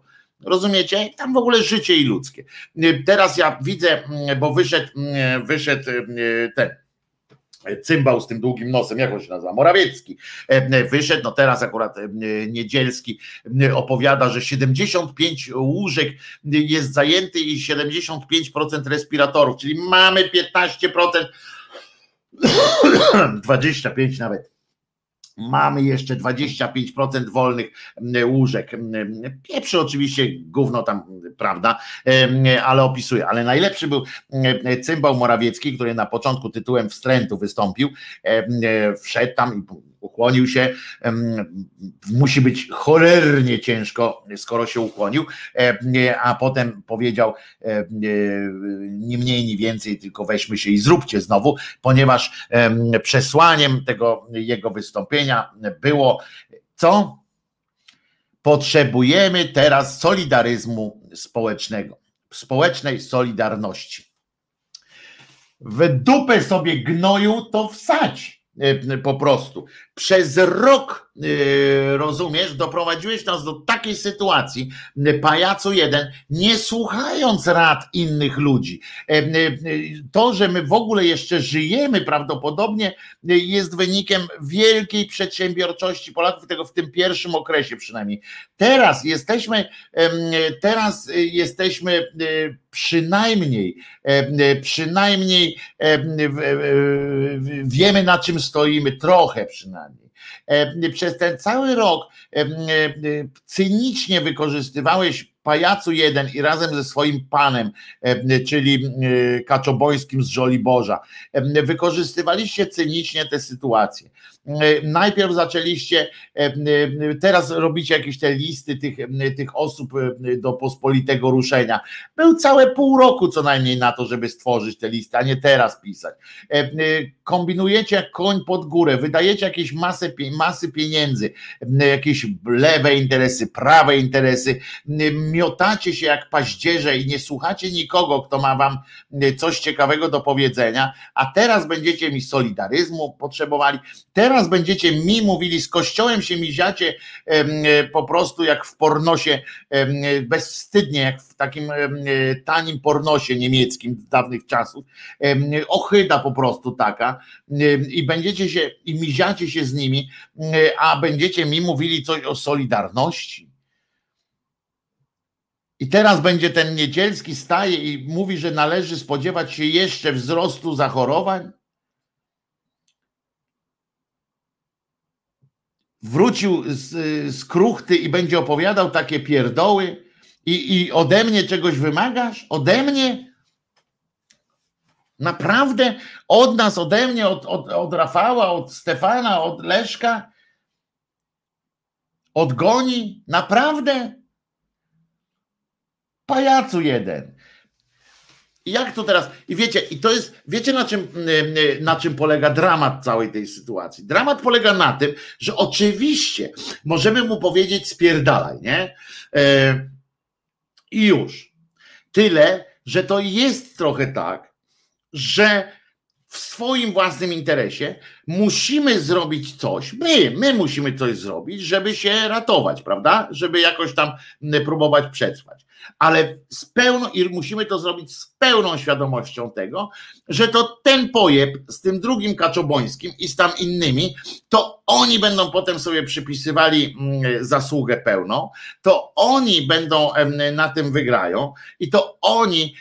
Rozumiecie? Tam w ogóle życie i ludzkie. Teraz ja widzę, bo wyszedł, wyszedł ten cymbał z tym długim nosem, jak on się nazywa? Morawiecki. Wyszedł, no teraz akurat Niedzielski opowiada, że siedemdziesiąt pięć łóżek jest zajęty i siedemdziesiąt pięć procent respiratorów, czyli mamy piętnaście procent, dwadzieścia pięć nawet. Mamy jeszcze dwadzieścia pięć procent wolnych łóżek. Pieprzy oczywiście gówno tam, prawda, ale opisuje. Ale najlepszy był cymbał Morawiecki, który na początku tytułem wstrętu wystąpił. Wszedł tam i ukłonił się. Musi być cholernie ciężko, skoro się ukłonił. A potem powiedział nie mniej, nie więcej, tylko weźmy się i zróbcie znowu, ponieważ przesłaniem tego jego wystąpienia było co? Potrzebujemy teraz solidaryzmu społecznego, społecznej solidarności. W dupę sobie gnoju to wsadź po prostu. Przez rok, rozumiesz, doprowadziłeś nas do takiej sytuacji, pajacu jeden, nie słuchając rad innych ludzi. To, że my w ogóle jeszcze żyjemy, prawdopodobnie jest wynikiem wielkiej przedsiębiorczości Polaków, tego w tym pierwszym okresie przynajmniej. Teraz jesteśmy, teraz jesteśmy przynajmniej, przynajmniej wiemy, na czym stoimy, trochę przynajmniej. Przez ten cały rok cynicznie wykorzystywałeś pajacu jeden i razem ze swoim panem, czyli Kaczobońskim z Żoliborza, wykorzystywaliście cynicznie tę sytuację. Najpierw zaczęliście, teraz robicie jakieś te listy tych, tych osób do pospolitego ruszenia. Był całe pół roku co najmniej na to, żeby stworzyć te listy, a nie teraz pisać. Kombinujecie jak koń pod górę, wydajecie jakieś masy, masy pieniędzy, jakieś lewe interesy, prawe interesy, miotacie się jak paździerze i nie słuchacie nikogo, kto ma wam coś ciekawego do powiedzenia, a teraz będziecie mi solidaryzmu potrzebowali, teraz będziecie mi mówili, z Kościołem się miziacie po prostu jak w pornosie, bezwstydnie, jak w takim tanim pornosie niemieckim z dawnych czasów, ochyda po prostu taka i będziecie się, i miziacie się z nimi, a będziecie mi mówili coś o solidarności. I teraz będzie ten Niedzielski staje i mówi, że należy spodziewać się jeszcze wzrostu zachorowań. Wrócił z, z kruchty i będzie opowiadał takie pierdoły i, i ode mnie czegoś wymagasz? Ode mnie? Naprawdę? Od nas, ode mnie, od, od, od Rafała, od Stefana, od Leszka? Od Goni? Naprawdę? Pajacu jeden. I jak to teraz? I wiecie, i to jest, wiecie na czym, na czym polega dramat całej tej sytuacji? Dramat polega na tym, że oczywiście możemy mu powiedzieć spierdalaj, nie? I już. Tyle, że to jest trochę tak, że w swoim własnym interesie musimy zrobić coś, my, my musimy coś zrobić, żeby się ratować, prawda? Żeby jakoś tam próbować przetrwać. Ale z pełną, i musimy to zrobić z pełną świadomością tego, że to ten pojeb z tym drugim Kaczobońskim i z tam innymi, to oni będą potem sobie przypisywali zasługę pełną, to oni będą na tym wygrają i to oni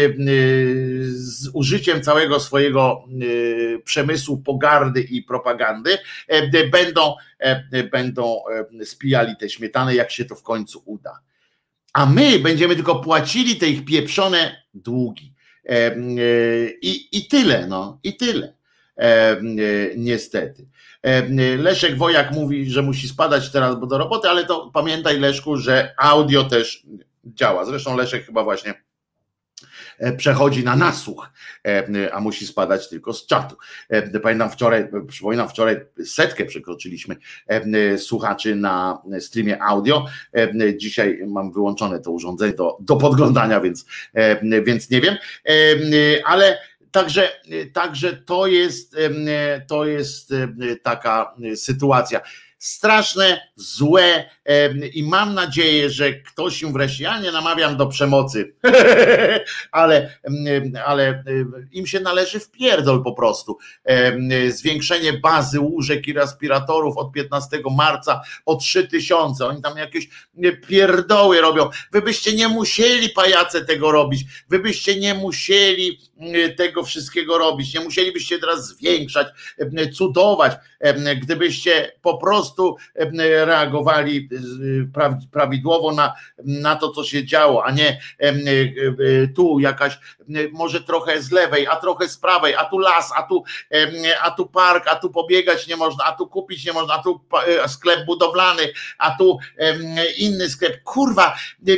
z użyciem całego swojego przemysłu pogardy i propagandy będą, będą spijali te śmietany, jak się to w końcu uda. A my będziemy tylko płacili te ich pieprzone długi. I, i tyle, no, i tyle. Niestety. Leszek Wojak mówi, że musi spadać teraz bo do roboty, ale to pamiętaj, Leszku, że audio też działa. Zresztą Leszek chyba właśnie przechodzi na nasłuch, a musi spadać tylko z czatu. Pamiętam wczoraj, przypominam, wczoraj setkę przekroczyliśmy słuchaczy na streamie audio. Dzisiaj mam wyłączone to urządzenie do, do podglądania, więc, więc nie wiem, ale Także, także to jest, to jest taka sytuacja. straszne, złe i mam nadzieję, że ktoś się wreszcie, ja nie namawiam do przemocy, ale, ale im się należy wpierdol po prostu. Zwiększenie bazy łóżek i respiratorów od piętnastego marca o trzy tysiące. Oni tam jakieś pierdoły robią. Wy byście nie musieli, pajace, tego robić. Wy byście nie musieli tego wszystkiego robić. Nie musielibyście teraz zwiększać, cudować, gdybyście po prostu reagowali prawidłowo na, na to, co się działo, a nie tu jakaś, może trochę z lewej, a trochę z prawej, a tu las, a tu, a tu park, a tu pobiegać nie można, a tu kupić nie można, a tu sklep budowlany, a tu inny sklep. Kurwa,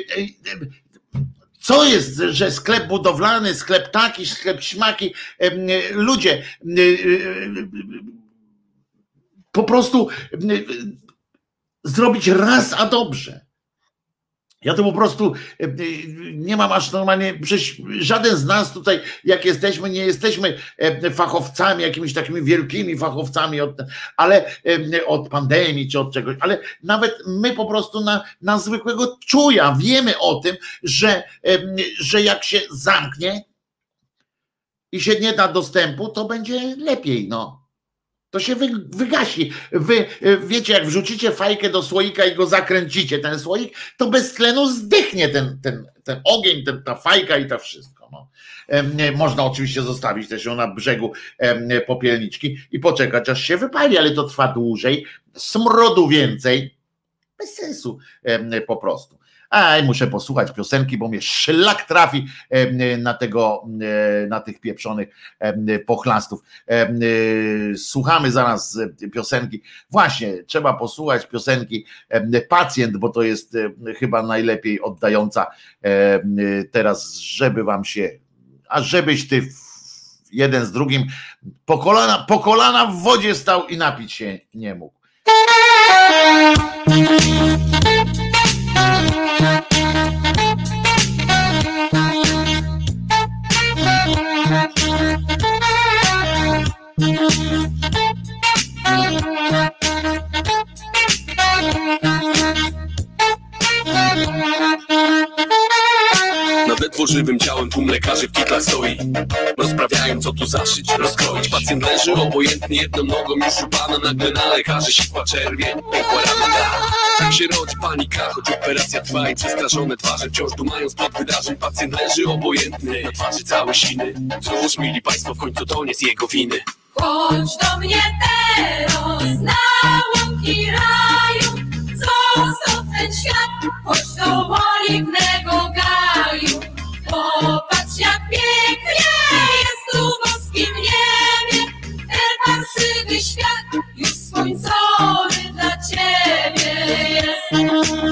co jest, że sklep budowlany, sklep taki, sklep śmaki, ludzie po prostu zrobić raz, a dobrze. Ja to po prostu nie mam aż normalnie, przecież żaden z nas tutaj, jak jesteśmy, nie jesteśmy fachowcami, jakimiś takimi wielkimi fachowcami, od, ale od pandemii czy od czegoś, ale nawet my po prostu na, na zwykłego czuja wiemy o tym, że, że jak się zamknie i się nie da dostępu, to będzie lepiej, no. To się wy, wygasi. Wy wiecie, jak wrzucicie fajkę do słoika i go zakręcicie, ten słoik, to bez tlenu zdychnie ten, ten, ten ogień, ten, ta fajka i to wszystko. No. Można oczywiście zostawić też ją na brzegu popielniczki i poczekać, aż się wypali, ale to trwa dłużej, smrodu więcej, bez sensu po prostu. A muszę posłuchać piosenki, bo mnie szlak trafi na tego, na tych pieprzonych pochlastów. Słuchamy zaraz piosenki. Właśnie, trzeba posłuchać piosenki Pacjent, bo to jest chyba najlepiej oddająca teraz, żeby wam się, a żebyś ty jeden z drugim po kolana, po kolana w wodzie stał i napić się nie mógł. Nad tworzywym ciałem tłum lekarzy w kitlach stoi. Rozprawiają, co tu zaszyć, rozkroić. Pacjent leży obojętnie jedną nogą już u pana. Nagle na lekarzy sikła czerwień, pękła rana. Tak się rodzi panika, choć operacja trwa i przestraszone twarze wciąż dumają spod wydarzeń. Pacjent leży obojętny, na twarzy całe siny. Cóż, mili państwo, w końcu to nie z jego winy. Chodź do mnie teraz na łąki raju, zostaw ten świat, chodź do oliwnego gaju. Popatrz, jak pięknie jest tu w boskim niebie, ten parsywy świat już słońcowy dla ciebie jest.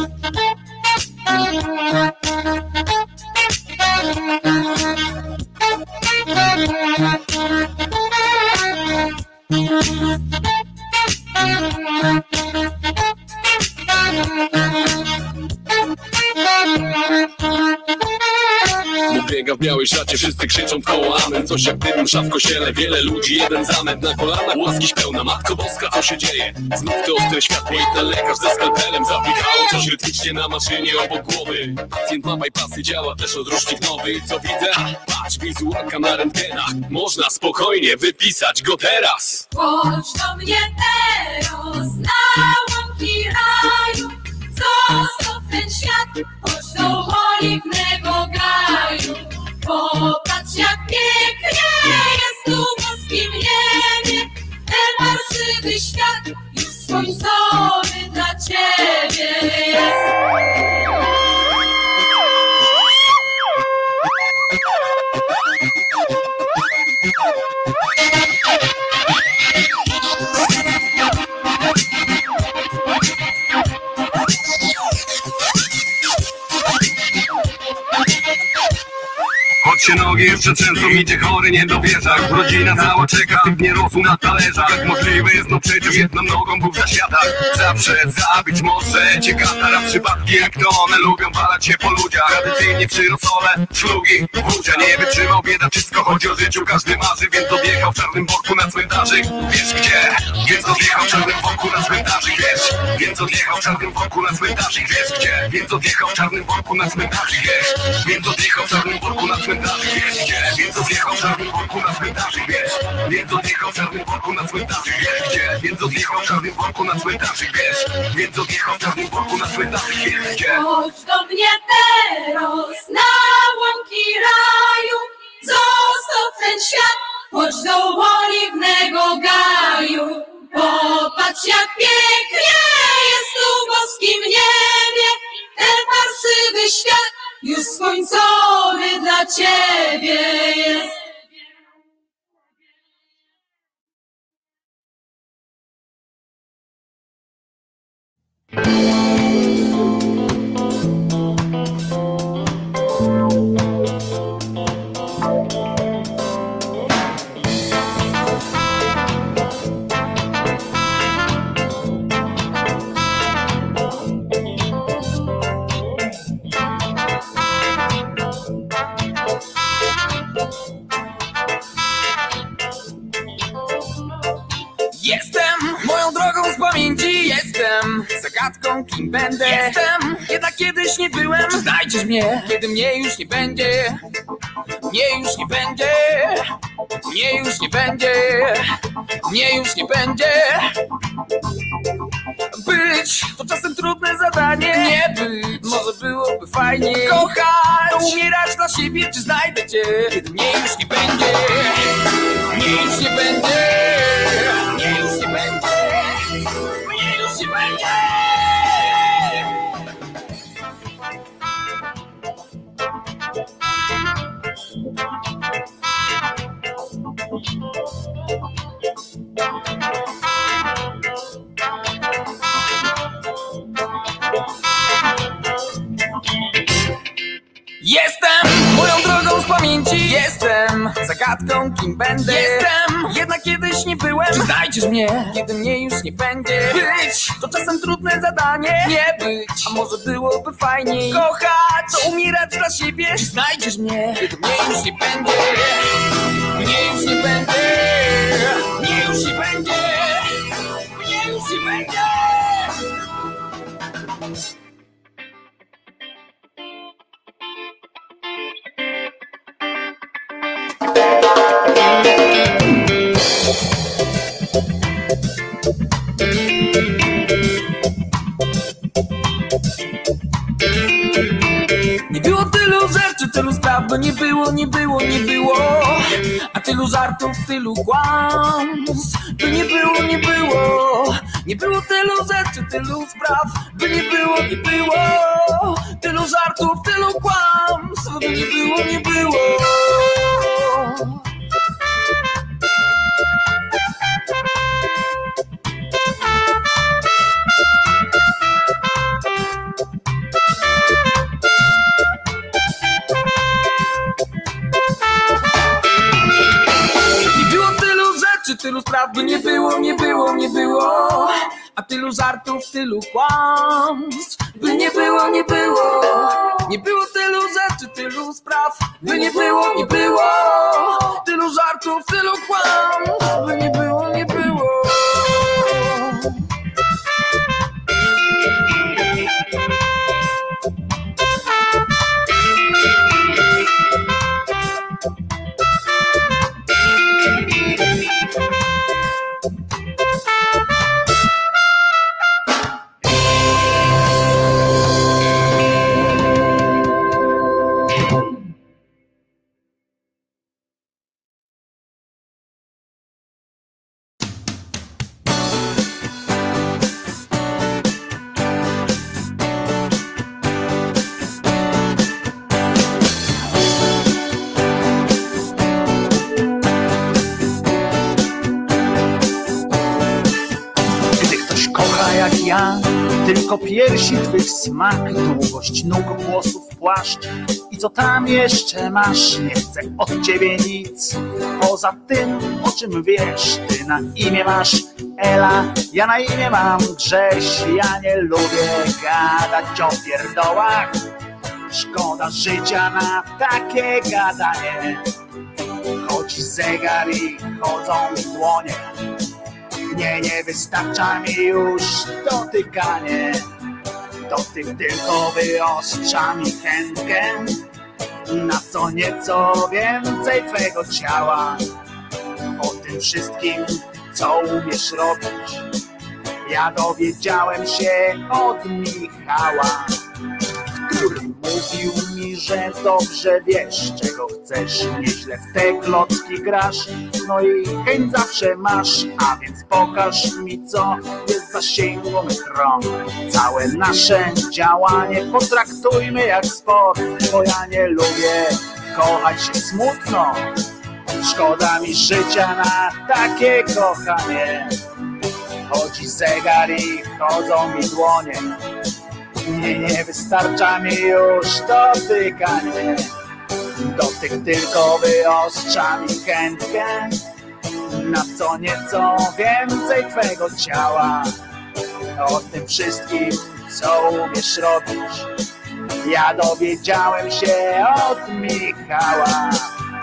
Biega w białej szacie, wszyscy krzyczą w koło amen. Coś jak dym, msza w kościele, wiele ludzi, jeden zamęt. Na kolanach łaskiś pełna, Matko Boska, co się dzieje? Znów to ostre światło i ten lekarz ze skalpelem zapikało coś rytmicznie na maszynie obok głowy. Pacjent ma bypassy, działa też odrusznik nowy. I co widzę? Patrz, wizualka na rentgenach. Można spokojnie wypisać go teraz. Chodź do mnie teraz na łąki raju, zostaw ten świat, chodź do oliwnego gaju. Popatrz, jak pięknie jest tu w boskim niebie, ten parsywy świat już słońcowy dla ciebie jest. Choć się nogi jeszcze często idzie chory, nie dowierza. Rodzina cała czeka, typ nie rosł na talerzach. Jak możliwe jest, no przecież jedną nogą był w zaświatach. Zawsze zabić może cię katara. Przypadki jak to one lubią walać się po ludziach. Tradycyjnie przyrosole, szlugi, wódzia. Nie wytrzymał, bieda, wszystko chodzi o życiu. Każdy marzy, więc odjechał w czarnym worku na cmentarzyk. Wiesz gdzie? Więc odjechał w czarnym worku na cmentarzyk, wiesz. Więc odjechał w czarnym worku na cmentarzyk, wiesz gdzie? Więc odjechał w czarnym worku na cmentarzyk, wiesz? Więc odjechał w czarnym worku na cmentarzyk, wiesz gdzie? Więc odjechał w czarnym worku na cmentarzyk, wiesz? Więc odjechał w czarnym worku na cmentarzyk, wiesz gdzie? Więc odjechał w czarnym worku na cmentarzyk, wiesz? Więc odjechał w czarnym worku na cmentarzyk, wiesz gdzie? Chodź do mnie teraz na łąki raju, zostaw ten świat, chodź do oliwnego gaju. Popatrz jak pięknie jest tu w boskim niebie, ten parsywy świat już skończony dla ciebie jest. Zagadką kim będę? Jestem, jednak kiedyś nie byłem. Czy znajdziesz mnie, kiedy mnie już nie będzie? Mnie już nie będzie. Mnie już nie będzie. Mnie już nie będzie. Być to czasem trudne zadanie. Nie być, może byłoby fajnie. Kochać, to umierać dla siebie. Czy znajdę cię, kiedy mnie już nie będzie? Mnie już nie będzie. Mnie już nie będzie. Mnie już nie będzie. Jestem moją drogą z pamięci. Jestem zagadką kim będę. Jestem, jednak kiedyś nie byłem. Czy znajdziesz mnie, kiedy mnie już nie będzie? Być to czasem trudne zadanie. Nie być, a może byłoby fajniej. Kochać, to umierać dla siebie. Czy znajdziesz mnie, kiedy mnie już nie będzie? Mnie już nie będzie. Mnie już nie będzie. Mnie już nie będzie. Nie było tylu rzeczy, tylu spraw, by nie było, nie było, nie było. A tylu żartów, tylu kłamstw, by nie było, nie było. Nie było tylu rzeczy, tylu spraw, by nie było, nie było. Tylu żartów, tylu kłamstw, by nie było, nie było. Tylu spraw by nie było, nie było, nie było. A tylu żartów, tylu kłamstw by nie było, nie było. Nie było tylu rzeczy, tylu spraw by nie było, nie było. Tylu żartów, tylu kłamstw by nie było, nie było. Tylko piersi twych smak, długość nóg, włosów, płaszcz. I co tam jeszcze masz? Nie chcę od ciebie nic poza tym, o czym wiesz. Ty na imię masz Ela, ja na imię mam Grześ. Ja nie lubię gadać o pierdołach, szkoda życia na takie gadanie. Chodzi zegar i chodzą dłonie, Nie, nie wystarcza mi już dotykanie, dotyk tylko wyostrza mi chętkę na co nieco więcej twego ciała. O tym wszystkim, co umiesz robić, ja dowiedziałem się od Michała, który mówił mi, że dobrze wiesz, czego chcesz, nieźle w te klocki grasz, no i chęć zawsze masz, a więc pokaż mi, co jest w zasięgu mych rąk. Całe nasze działanie potraktujmy jak sport, bo ja nie lubię kochać się smutno, szkoda mi życia na takie kochanie. Chodzi zegar i chodzą mi dłonie, nie, nie wystarcza mi już dotykanie, dotyk tylko wyostrza mi chętkę na co nieco więcej twego ciała. O tym wszystkim, co umiesz robić, ja dowiedziałem się od Michała.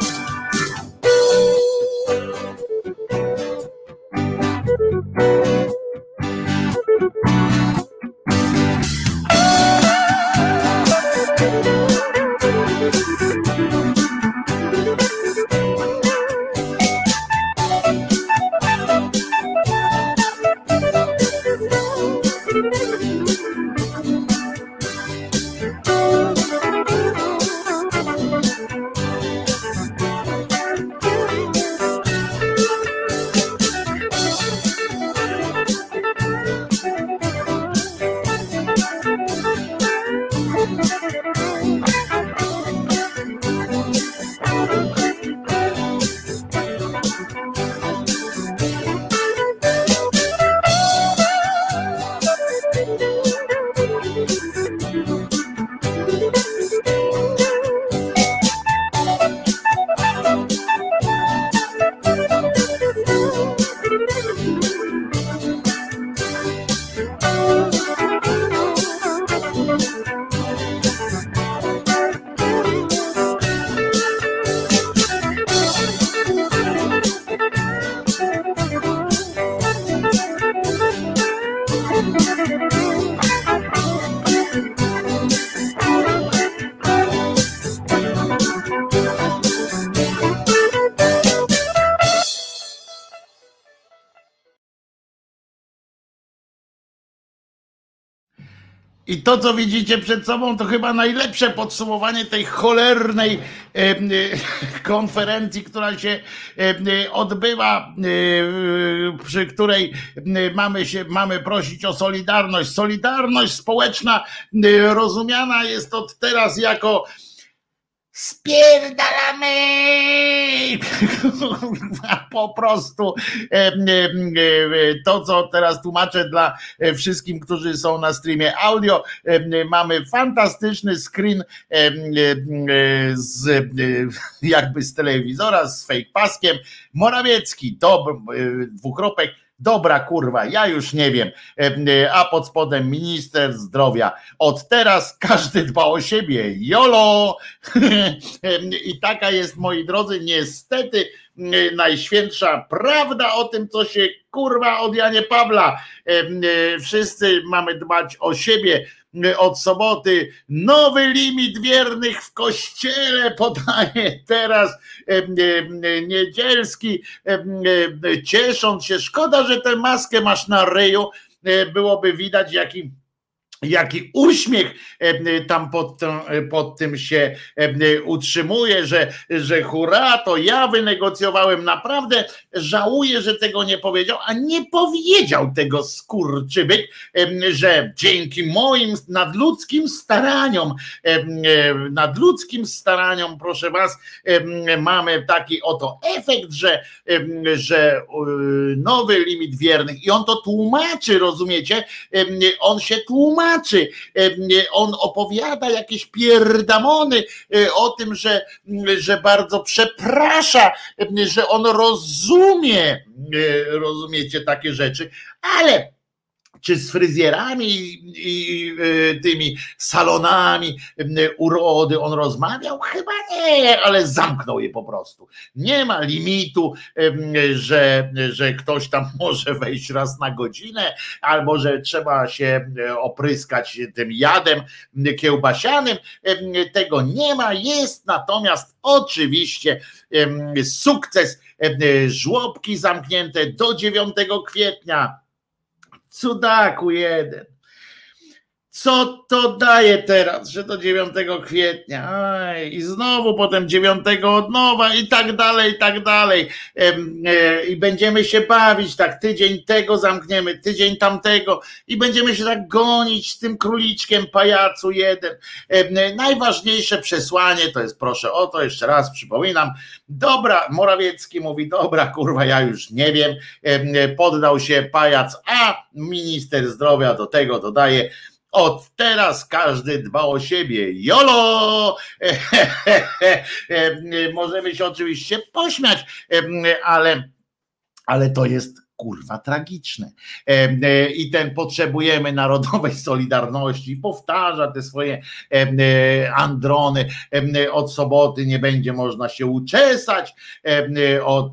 I to, co widzicie przed sobą, to chyba najlepsze podsumowanie tej cholernej e, e, konferencji, która się e, odbywa, e, przy której mamy się, mamy prosić o solidarność. Solidarność społeczna e, rozumiana jest od teraz jako spierdalamy! Po prostu to, co teraz tłumaczę dla wszystkim, którzy są na streamie audio. Mamy fantastyczny screen z jakby z telewizora, z fake paskiem. Morawiecki, to dwukropek. Dobra kurwa, ja już nie wiem, a pod spodem minister zdrowia. Od teraz każdy dba o siebie. Jolo! I taka jest, moi drodzy, niestety najświętsza prawda o tym, co się kurwa od Janie Pawła. Wszyscy mamy dbać o siebie. Od soboty nowy limit wiernych w kościele podaje teraz Niedzielski, ciesząc się. Szkoda, że tę maskę masz na ryju, byłoby widać jaki Jaki uśmiech tam pod, pod tym się utrzymuje, że, że hurra, to ja wynegocjowałem. Naprawdę żałuję, że tego nie powiedział, a nie powiedział tego skurczybyk, że dzięki moim nadludzkim staraniom, nadludzkim staraniom, proszę was, mamy taki oto efekt, że, że nowy limit wiernych i on to tłumaczy, rozumiecie? On się tłumaczy. On opowiada jakieś pierdamony o tym, że, że bardzo przeprasza, że on rozumie, rozumiecie takie rzeczy, ale czy z fryzjerami i tymi salonami urody on rozmawiał? Chyba nie, ale zamknął je po prostu. Nie ma limitu, że, że ktoś tam może wejść raz na godzinę, albo że trzeba się opryskać tym jadem kiełbasianym. Tego nie ma. Jest natomiast oczywiście sukces. Żłobki zamknięte do dziewiątego kwietnia. Cudaku jeden. Co to daje teraz, że do dziewiątego kwietnia? Aj, i znowu potem dziewiątego od nowa i tak dalej, i tak dalej. E, e, I będziemy się bawić, tak tydzień tego zamkniemy, tydzień tamtego i będziemy się tak gonić z tym króliczkiem pajacu jeden. E, najważniejsze przesłanie to jest, proszę o to, jeszcze raz przypominam, dobra, Morawiecki mówi, dobra kurwa, ja już nie wiem, e, poddał się pajac, a minister zdrowia do tego dodaje, od teraz każdy dba o siebie. Jolo! Możemy się oczywiście pośmiać, ale, ale to jest kurwa tragiczne. I ten potrzebujemy narodowej solidarności. Powtarza te swoje androny. Od soboty nie będzie można się uczesać. Od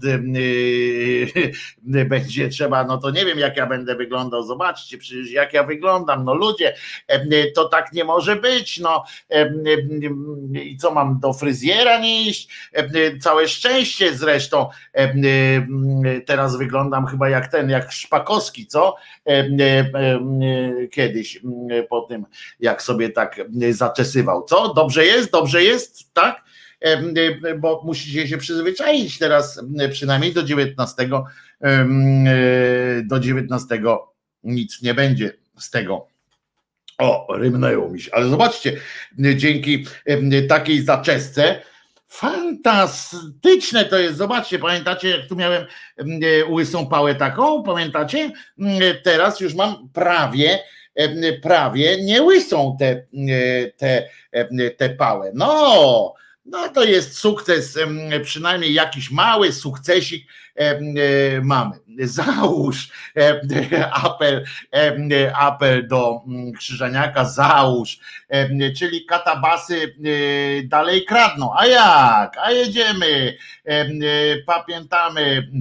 będzie trzeba, no to nie wiem jak ja będę wyglądał. Zobaczcie przecież jak ja wyglądam. No ludzie, to tak nie może być. No i co mam do fryzjera nie iść? Całe szczęście zresztą. Teraz wyglądam chyba jak ten, jak Szpakowski, co? E, e, e, kiedyś e, po tym, jak sobie tak zaczesywał, co? Dobrze jest? Dobrze jest? Tak? E, e, bo musicie się przyzwyczaić teraz e, przynajmniej do dziewiętnastego e, do dziewiętnastego nic nie będzie z tego. O, rymnęło mi się, ale zobaczcie, dzięki e, takiej zaczesce fantastyczne to jest, zobaczcie, pamiętacie jak tu miałem łysą pałę taką, pamiętacie? Teraz już mam prawie, prawie nie łysą te, te, te pałę. No, no to jest sukces, przynajmniej jakiś mały sukcesik mamy. Załóż apel, apel do Krzyżaniaka, załóż, czyli katabasy dalej kradną. A jak? A jedziemy, pamiętamy,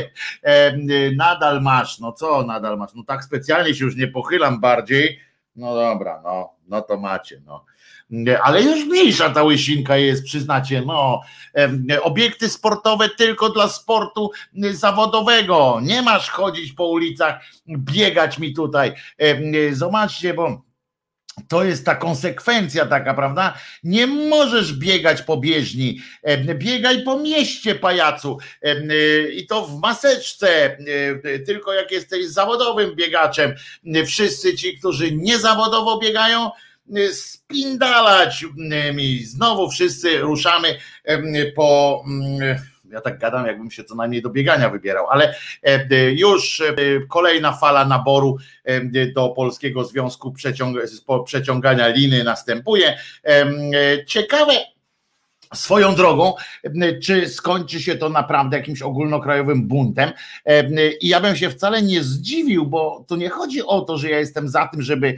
nadal masz, no co nadal masz? No tak specjalnie się już nie pochylam bardziej. No dobra, no, no to macie, no. Ale już mniejsza ta łysinka jest, przyznacie, no, obiekty sportowe tylko dla sportu zawodowego, nie masz chodzić po ulicach, biegać mi tutaj, zobaczcie, bo to jest ta konsekwencja taka, prawda? Nie możesz biegać po bieżni, biegaj po mieście, pajacu, i to w maseczce, tylko jak jesteś zawodowym biegaczem. Wszyscy ci, którzy niezawodowo biegają, spindalać mi. Znowu wszyscy ruszamy po... Ja tak gadam, jakbym się co najmniej do biegania wybierał, ale już kolejna fala naboru do Polskiego Związku Przeciągania Liny następuje. Ciekawe swoją drogą, czy skończy się to naprawdę jakimś ogólnokrajowym buntem. I ja bym się wcale nie zdziwił, bo tu nie chodzi o to, że ja jestem za tym, żeby,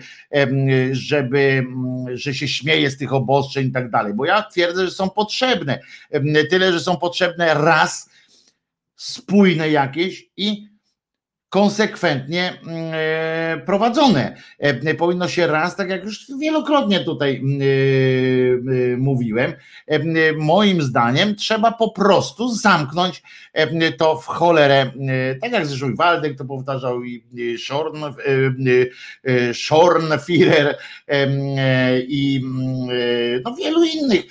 żeby że się śmieję z tych obostrzeń i tak dalej, bo ja twierdzę, że są potrzebne. Tyle, że są potrzebne raz, spójne jakieś i konsekwentnie prowadzone. Powinno się raz, tak jak już wielokrotnie tutaj mówiłem, moim zdaniem trzeba po prostu zamknąć to w cholerę, tak jak zresztą Waldek to powtarzał i Schorn, Schornführer i no wielu innych,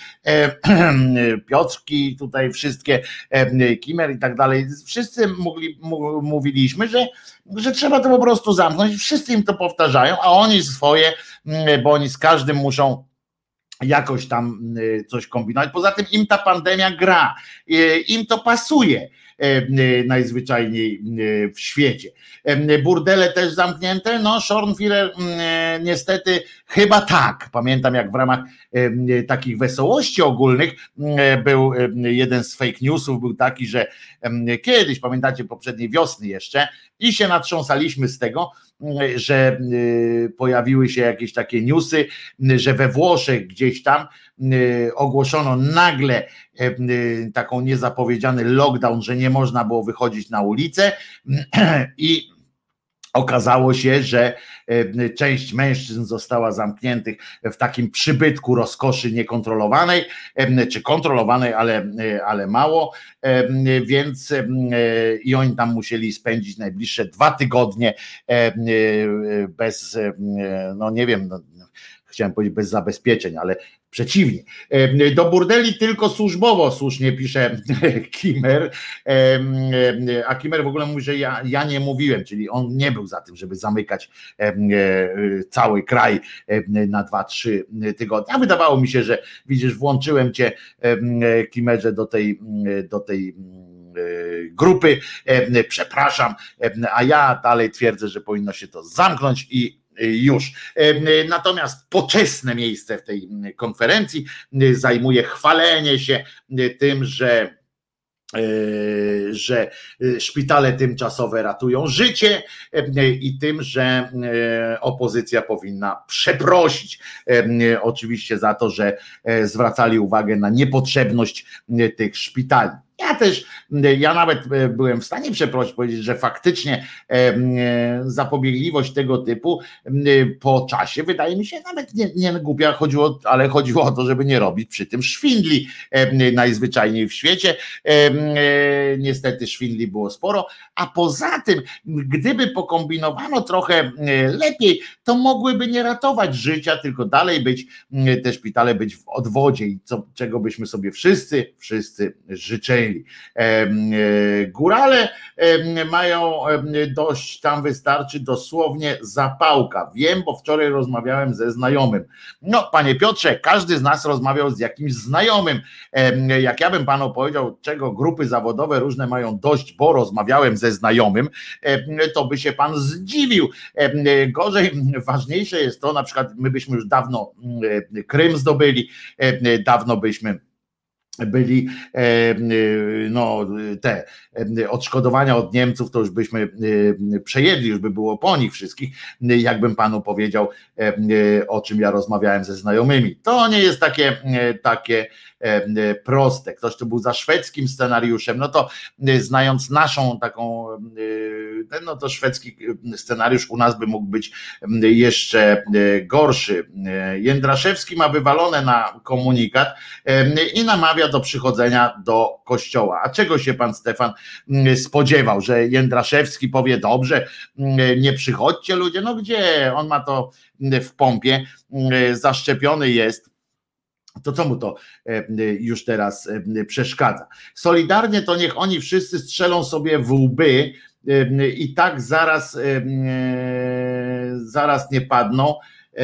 Piotrki tutaj wszystkie, Kimmer i tak dalej, wszyscy mogli, mówiliśmy, że że trzeba to po prostu zamknąć, wszyscy im to powtarzają, a oni swoje, bo oni z każdym muszą jakoś tam coś kombinować. Poza tym im ta pandemia gra, im to pasuje najzwyczajniej w świecie. Burdele też zamknięte, no Schornführer niestety chyba tak. Pamiętam jak w ramach takich wesołości ogólnych był jeden z fake newsów, był taki, że kiedyś, pamiętacie poprzedniej wiosny jeszcze, i się natrząsaliśmy z tego, że pojawiły się jakieś takie newsy, że we Włoszech gdzieś tam ogłoszono nagle taką niezapowiedziany lockdown, że nie można było wychodzić na ulicę i okazało się, że część mężczyzn została zamkniętych w takim przybytku rozkoszy niekontrolowanej, czy kontrolowanej, ale, ale mało, więc i oni tam musieli spędzić najbliższe dwa tygodnie bez, no nie wiem, no, chciałem powiedzieć bez zabezpieczeń, ale przeciwnie. Do burdeli tylko służbowo, słusznie pisze Kimmer, a Kimmer w ogóle mówi, że ja, ja nie mówiłem, czyli on nie był za tym, żeby zamykać cały kraj na dwa, trzy tygodnie. A wydawało mi się, że widzisz, włączyłem cię, Kimmerze, do tej, do tej grupy, przepraszam, a ja dalej twierdzę, że powinno się to zamknąć i już. Natomiast poczesne miejsce w tej konferencji zajmuje chwalenie się tym, że że szpitale tymczasowe ratują życie i tym, że opozycja powinna przeprosić oczywiście za to, że zwracali uwagę na niepotrzebność tych szpitali. Ja też, ja nawet byłem w stanie przeprosić, powiedzieć, że faktycznie zapobiegliwość tego typu po czasie wydaje mi się nawet nie, nie głupia, chodziło, ale chodziło o to, żeby nie robić przy tym szwindli najzwyczajniej w świecie. Niestety szwindli było sporo, a poza tym, gdyby pokombinowano trochę lepiej, to mogłyby nie ratować życia, tylko dalej być, te szpitale być w odwodzie i co, czego byśmy sobie wszyscy, wszyscy życzyli. Górale mają dość, tam wystarczy dosłownie zapałka. Wiem, bo wczoraj rozmawiałem ze znajomym. No, panie Piotrze, każdy z nas rozmawiał z jakimś znajomym. Jak ja bym panu powiedział, czego grupy zawodowe różne mają dość, bo rozmawiałem ze znajomym, to by się pan zdziwił. Gorzej, ważniejsze jest to, na przykład my byśmy już dawno Krym zdobyli, dawno byśmy byli no te odszkodowania od Niemców, to już byśmy przejedli, już by było po nich wszystkich, jakbym panu powiedział, o czym ja rozmawiałem ze znajomymi. To nie jest takie, takie proste. Ktoś, kto był za szwedzkim scenariuszem, no to znając naszą taką, no to szwedzki scenariusz u nas by mógł być jeszcze gorszy. Jędraszewski ma wywalone na komunikat i namawia do przychodzenia do kościoła. A czego się pan Stefan spodziewał, że Jędraszewski powie dobrze, nie przychodźcie ludzie, no gdzie? On ma to w pompie, zaszczepiony jest. To co mu to już teraz przeszkadza? Solidarnie to niech oni wszyscy strzelą sobie w łby i tak zaraz zaraz nie padną.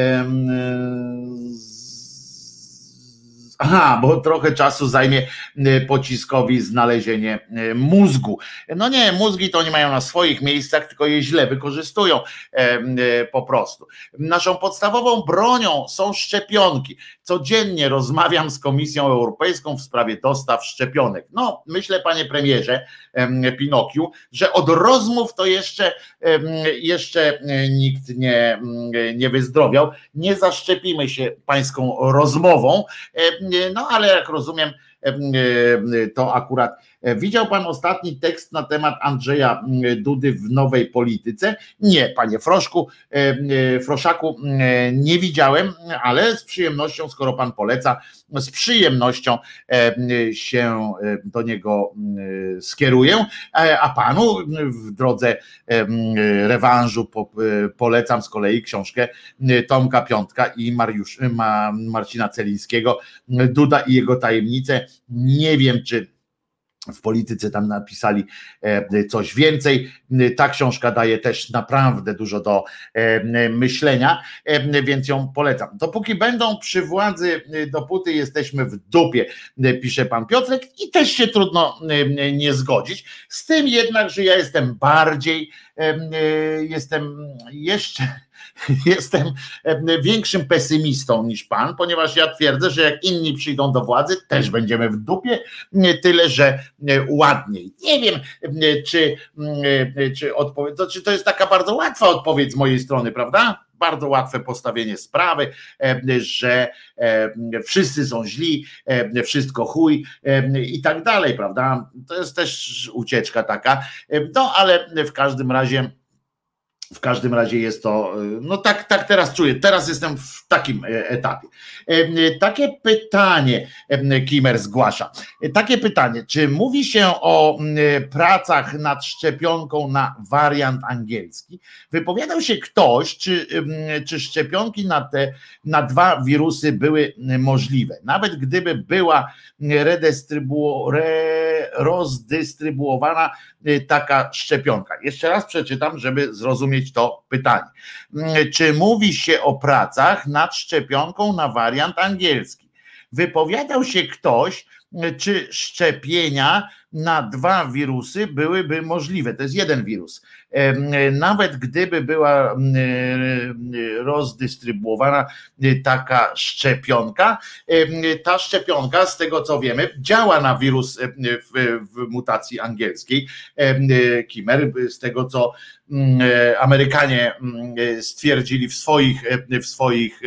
Aha, bo trochę czasu zajmie pociskowi znalezienie mózgu. No nie, mózgi to oni mają na swoich miejscach, tylko je źle wykorzystują po prostu. Naszą podstawową bronią są szczepionki. Codziennie rozmawiam z Komisją Europejską w sprawie dostaw szczepionek. No, myślę, panie premierze Pinokiu, że od rozmów to jeszcze, jeszcze nikt nie, nie wyzdrowiał. Nie zaszczepimy się pańską rozmową. No ale jak rozumiem, to akurat widział pan ostatni tekst na temat Andrzeja Dudy w Nowej Polityce? Nie, panie Froszku, Froszaku, nie widziałem, ale z przyjemnością, skoro pan poleca, z przyjemnością się do niego skieruję, a panu w drodze rewanżu polecam z kolei książkę Tomka Piątka i Mariusz, Marcina Celińskiego, Duda i jego tajemnice. Nie wiem, czy w Polityce tam napisali coś więcej. Ta książka daje też naprawdę dużo do myślenia, więc ją polecam. Dopóki będą przy władzy, dopóty jesteśmy w dupie, pisze pan Piotrek, i też się trudno nie zgodzić. Z tym jednak, że ja jestem bardziej, jestem jeszcze jestem większym pesymistą niż pan, ponieważ ja twierdzę, że jak inni przyjdą do władzy, też będziemy w dupie, tyle że ładniej. Nie wiem, czy, czy, odpowiedź, to, czy to jest taka bardzo łatwa odpowiedź z mojej strony, prawda? Bardzo łatwe postawienie sprawy, że wszyscy są źli, wszystko chuj i tak dalej, prawda? To jest też ucieczka taka, no ale w każdym razie W każdym razie jest to, no tak, tak teraz czuję, teraz jestem w takim etapie. Takie pytanie Kimer zgłasza, takie pytanie, czy mówi się o pracach nad szczepionką na wariant angielski? Wypowiadał się ktoś, czy, czy szczepionki na te, na dwa wirusy były możliwe, nawet gdyby była redystrybu, re, rozdystrybuowana taka szczepionka. Jeszcze raz przeczytam, żeby zrozumieć to pytanie. Czy mówi się o pracach nad szczepionką na wariant angielski? Wypowiadał się ktoś, czy szczepienia na dwa wirusy byłyby możliwe. To jest jeden wirus. Nawet gdyby była rozdystrybuowana taka szczepionka, ta szczepionka, z tego co wiemy, działa na wirus w, w mutacji angielskiej. Kimer, z tego co Amerykanie stwierdzili w swoich, w swoich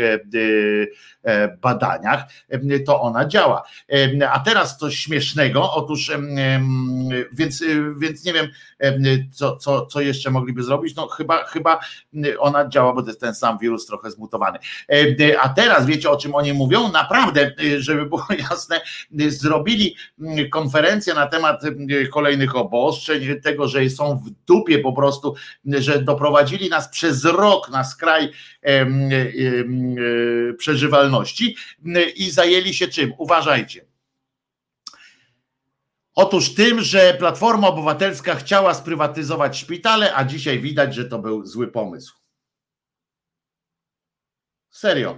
badaniach, to ona działa. A teraz coś śmiesznego, otóż więc, więc nie wiem, co, co, co jeszcze mogliby zrobić, no chyba, chyba ona działa, bo to jest ten sam wirus trochę zmutowany. A teraz wiecie, o czym oni mówią? Naprawdę, żeby było jasne, zrobili konferencję na temat kolejnych obostrzeń, tego, że są w dupie po prostu, że doprowadzili nas przez rok na skraj przeżywalności i zajęli się czym? Uważajcie. Otóż tym, że Platforma Obywatelska chciała sprywatyzować szpitale, a dzisiaj widać, że to był zły pomysł. Serio.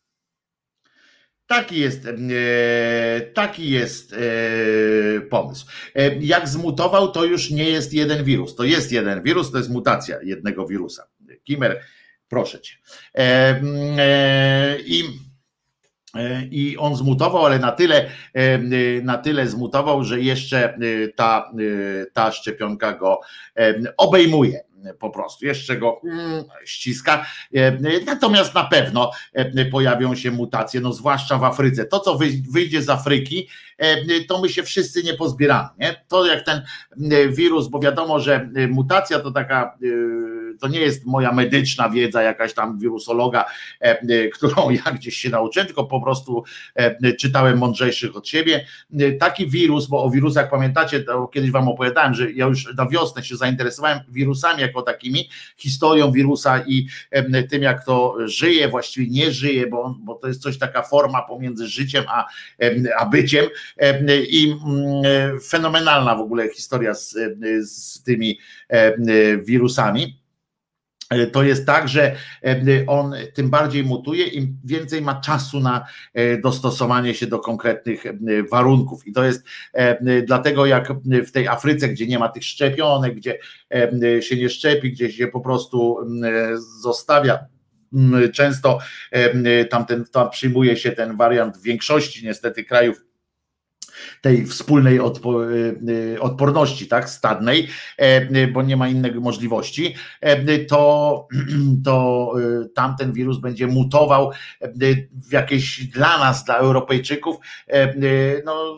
Taki jest, e, taki jest e, pomysł. E, jak zmutował, to już nie jest jeden wirus. To jest jeden wirus, to jest mutacja jednego wirusa. Kimer, proszę cię. E, e, I I on zmutował, ale na tyle, na tyle zmutował, że jeszcze ta, ta szczepionka go obejmuje. Po prostu jeszcze go ściska. Natomiast na pewno pojawią się mutacje, no zwłaszcza w Afryce. To, co wyjdzie z Afryki, to my się wszyscy nie pozbieramy. Nie? To jak ten wirus, bo wiadomo, że mutacja to taka, to nie jest moja medyczna wiedza, jakaś tam wirusologa, którą ja gdzieś się nauczyłem, tylko po prostu czytałem mądrzejszych od siebie. Taki wirus, bo o wirusach pamiętacie, to kiedyś wam opowiadałem, że ja już na wiosnę się zainteresowałem wirusami jako takimi, historią wirusa i tym, jak to żyje, właściwie nie żyje, bo, bo to jest coś taka forma pomiędzy życiem a, a byciem i fenomenalna w ogóle historia z, z tymi wirusami. To jest tak, że on tym bardziej mutuje, im więcej ma czasu na dostosowanie się do konkretnych warunków. I to jest dlatego, jak w tej Afryce, gdzie nie ma tych szczepionek, gdzie się nie szczepi, gdzie się po prostu zostawia, często tamten, tam przyjmuje się ten wariant w większości niestety krajów tej wspólnej odpo, odporności, tak, stadnej, bo nie ma innej możliwości, to, to tamten wirus będzie mutował w jakieś dla nas, dla Europejczyków, no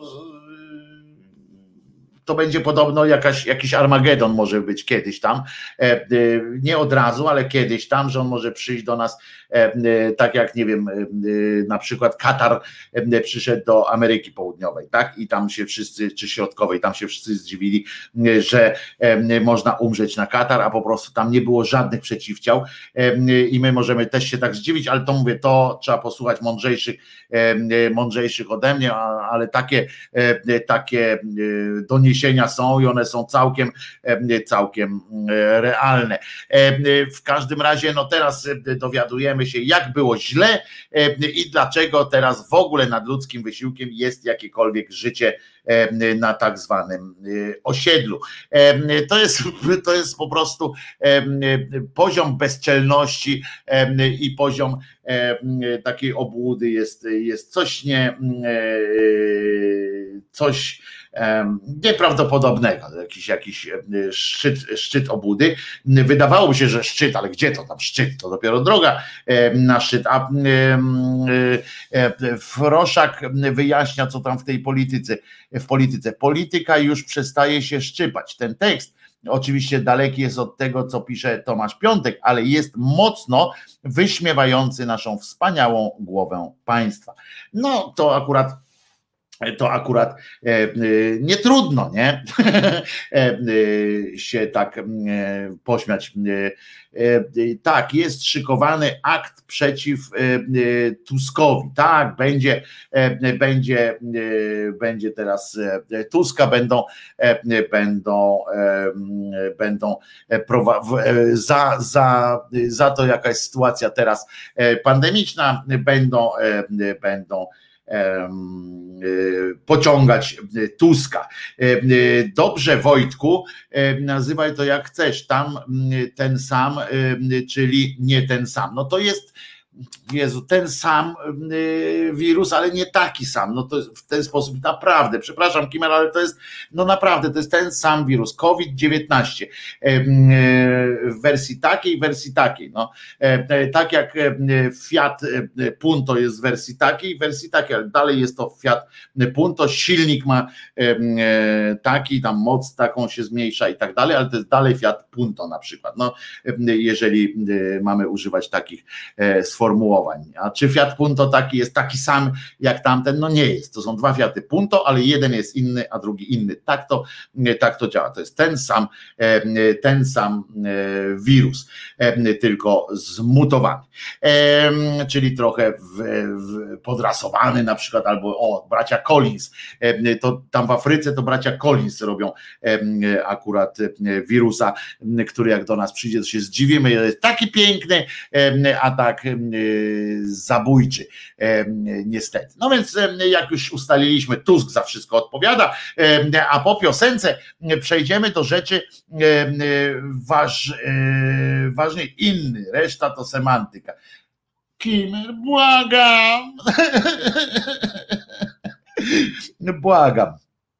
to będzie podobno jakaś, jakiś Armagedon może być kiedyś tam, nie od razu, ale kiedyś tam, że on może przyjść do nas, tak jak nie wiem, na przykład Katar przyszedł do Ameryki Południowej, tak, i tam się wszyscy, czy Środkowej, tam się wszyscy zdziwili, że można umrzeć na Katar, a po prostu tam nie było żadnych przeciwciał i my możemy też się tak zdziwić, ale to mówię, to trzeba posłuchać mądrzejszych, mądrzejszych ode mnie, ale takie, takie doniesienia doniesienia są i one są całkiem, całkiem realne. W każdym razie, no teraz dowiadujemy się, jak było źle i dlaczego teraz w ogóle nad ludzkim wysiłkiem jest jakiekolwiek życie na tak zwanym osiedlu. To jest, to jest po prostu poziom bezczelności i poziom takiej obłudy jest, jest coś nie coś nieprawdopodobnego, jakiś, jakiś szczyt, szczyt obłudy. Wydawałoby się, że szczyt, ale gdzie to tam szczyt? To dopiero droga na szczyt. A Froszak wyjaśnia, co tam w tej polityce, w polityce. Polityka już przestaje się szczypać. Ten tekst oczywiście daleki jest od tego, co pisze Tomasz Piątek, ale jest mocno wyśmiewający naszą wspaniałą głowę państwa. No to akurat to akurat nie trudno, nie? się tak pośmiać. Tak, jest szykowany akt przeciw Tuskowi. Tak, będzie, będzie, będzie teraz Tuska będą, będą, będą za, za, za to, jaka jest sytuacja teraz pandemiczna, będą, będą pociągać Tuska. Dobrze, Wojtku, nazywaj to jak chcesz, tam ten sam, czyli nie ten sam. No to jest, Jezu, ten sam wirus, ale nie taki sam. No to w ten sposób naprawdę, przepraszam Kimmel, ale to jest, no naprawdę, to jest ten sam wirus, COVID dziewiętnaście w wersji takiej, wersji takiej. No, tak jak Fiat Punto jest w wersji takiej, w wersji takiej, ale dalej jest to Fiat Punto, silnik ma taki, tam moc taką się zmniejsza i tak dalej, ale to jest dalej Fiat Punto na przykład. No, jeżeli mamy używać takich sformułowań. A czy Fiat Punto taki jest taki sam jak tamten? No nie jest. To są dwa Fiaty Punto, ale jeden jest inny, a drugi inny. Tak to, tak to działa. To jest ten sam, ten sam wirus, tylko zmutowany. Czyli trochę w, w podrasowany na przykład, albo o, bracia Collins. To tam w Afryce to bracia Collins robią akurat wirusa, który jak do nas przyjdzie, to się zdziwimy. Jest taki piękny, a tak zabójczy niestety. No więc jak już ustaliliśmy, Tusk za wszystko odpowiada, a po piosence przejdziemy do rzeczy waż, ważnej, inny, reszta to semantyka. Kimmel, błagam. Błagam.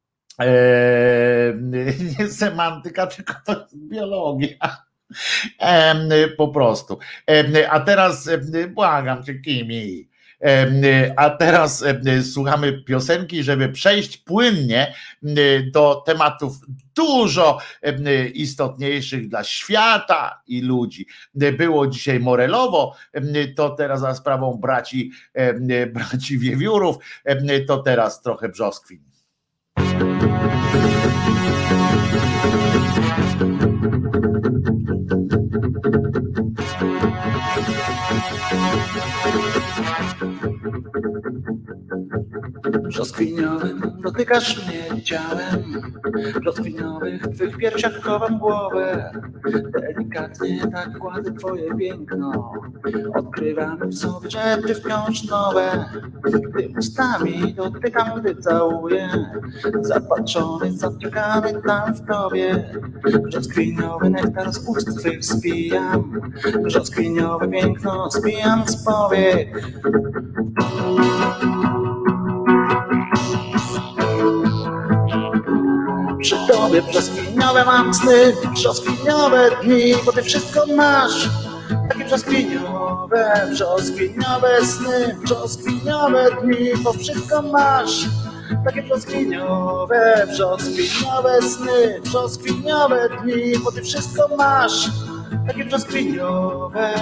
Nie semantyka, tylko to jest biologia. Po prostu. A teraz błagam cię, Kimi. A teraz słuchamy piosenki, żeby przejść płynnie do tematów dużo istotniejszych dla świata i ludzi. Było dzisiaj Morelowo, to teraz za sprawą braci, braci Wiewiórów, to teraz trochę brzoskwin. Brzoskwiniowym dotykasz mnie ciałem, w brzoskwiniowych twych piersiach chowam głowę. Delikatnie tak kładę twoje piękno, odkrywam w sobie rzeczy wciąż nowe. Gdy ustami dotykam, gdy całuję, zapatrzony, zaczekany tam w tobie. Brzoskwiniowy nektar z ust twych spijam, brzoskwiniowe piękno spijam z powiek. Przy tobie brzoskwiniowe mam sny, brzoskwiniowe dni, bo ty wszystko masz. Takie brzoskwiniowe, brzoskwiniowe sny, brzoskwiniowe dni, bo wszystko masz. Takie brzoskwiniowe, brzoskwiniowe sny, brzoskwiniowe dni, bo ty wszystko masz. Takie brzoskwiniowe.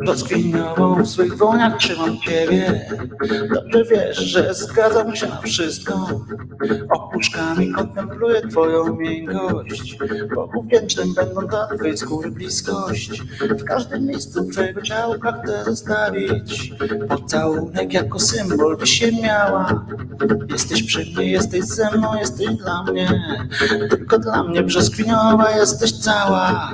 Brzoskwiniową w swych dłoniach trzymam ciebie. Dobrze wiesz, że zgadzam się na wszystko. Opuszkami kontempluję twoją miękkość, bo wdzięcznym będą dla twojej skóry bliskość. W każdym miejscu twojego ciałka chcę zostawić pocałunek jako symbol, by się miała. Jesteś przy mnie, jesteś ze mną, jesteś dla mnie, tylko dla mnie brzoskwiniowa jesteś cała.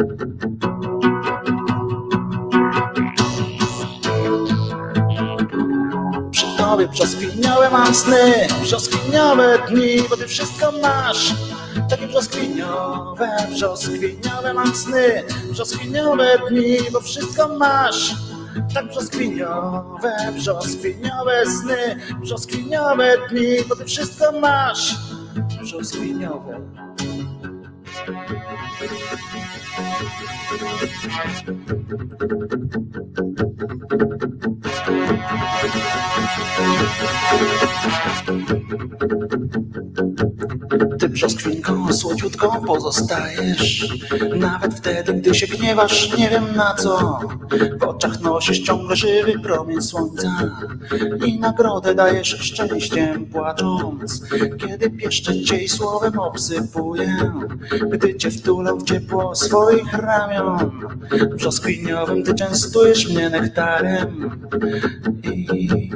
Przy tobie brzoskwiniowe mam sny, brzoskwiniowe dni, bo ty wszystko masz. Takie brzoskwiniowe, brzoskwiniowe mam sny, brzoskwiniowe dni, bo wszystko masz. Tak brzoskwiniowe, brzoskwiniowe sny, brzoskwiniowe dni, bo ty wszystko masz. Brzoskwiniowe. Ty brzoskwinką słodziutką pozostajesz, nawet wtedy, gdy się gniewasz, nie wiem na co. W oczach nosisz ciągle żywy promień słońca i nagrodę dajesz szczęściem płacząc, kiedy pieszczę cię i słowem obsypuję, gdy cię wtulę w ciepło swoich ramion. Brzoskwiniowym ty częstujesz mnie nektarem i...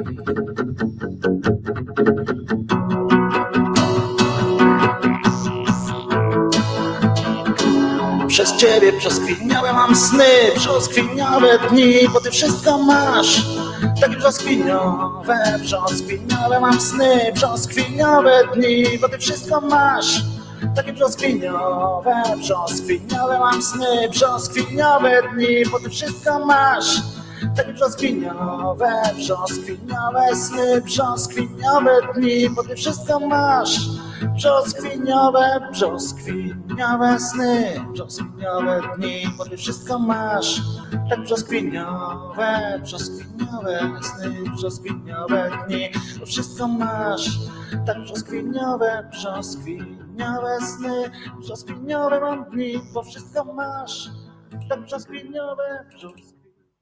Przez ciebie brzoskwiniowe mam sny, brzoskwiniowe dni, bo ty wszystko masz. Takie brzoskwiniowe, brzoskwiniowe mam sny, brzoskwiniowe dni, bo ty wszystko masz. Takie brzoskwiniowe, brzoskwiniowe mam sny, brzoskwiniowe dni, bo ty wszystko masz. Takie brzoskwiniowe, brzoskwiniowe sny, brzoskwiniowe dni, bo ty wszystko masz. Brzoskwiniowe, brzoskwiniowe sny, brzoskwiniowe dni, bo ty wszystko masz. Tak brzoskwiniowe, brzoskwiniowe sny, brzoskwiniowe dni, bo wszystko masz. Tak brzoskwiniowe, brzoskwiniowe sny, brzoskwiniowe mam dni, bo wszystko masz. Tak brzoskwiniowe, brzoskwiniowe.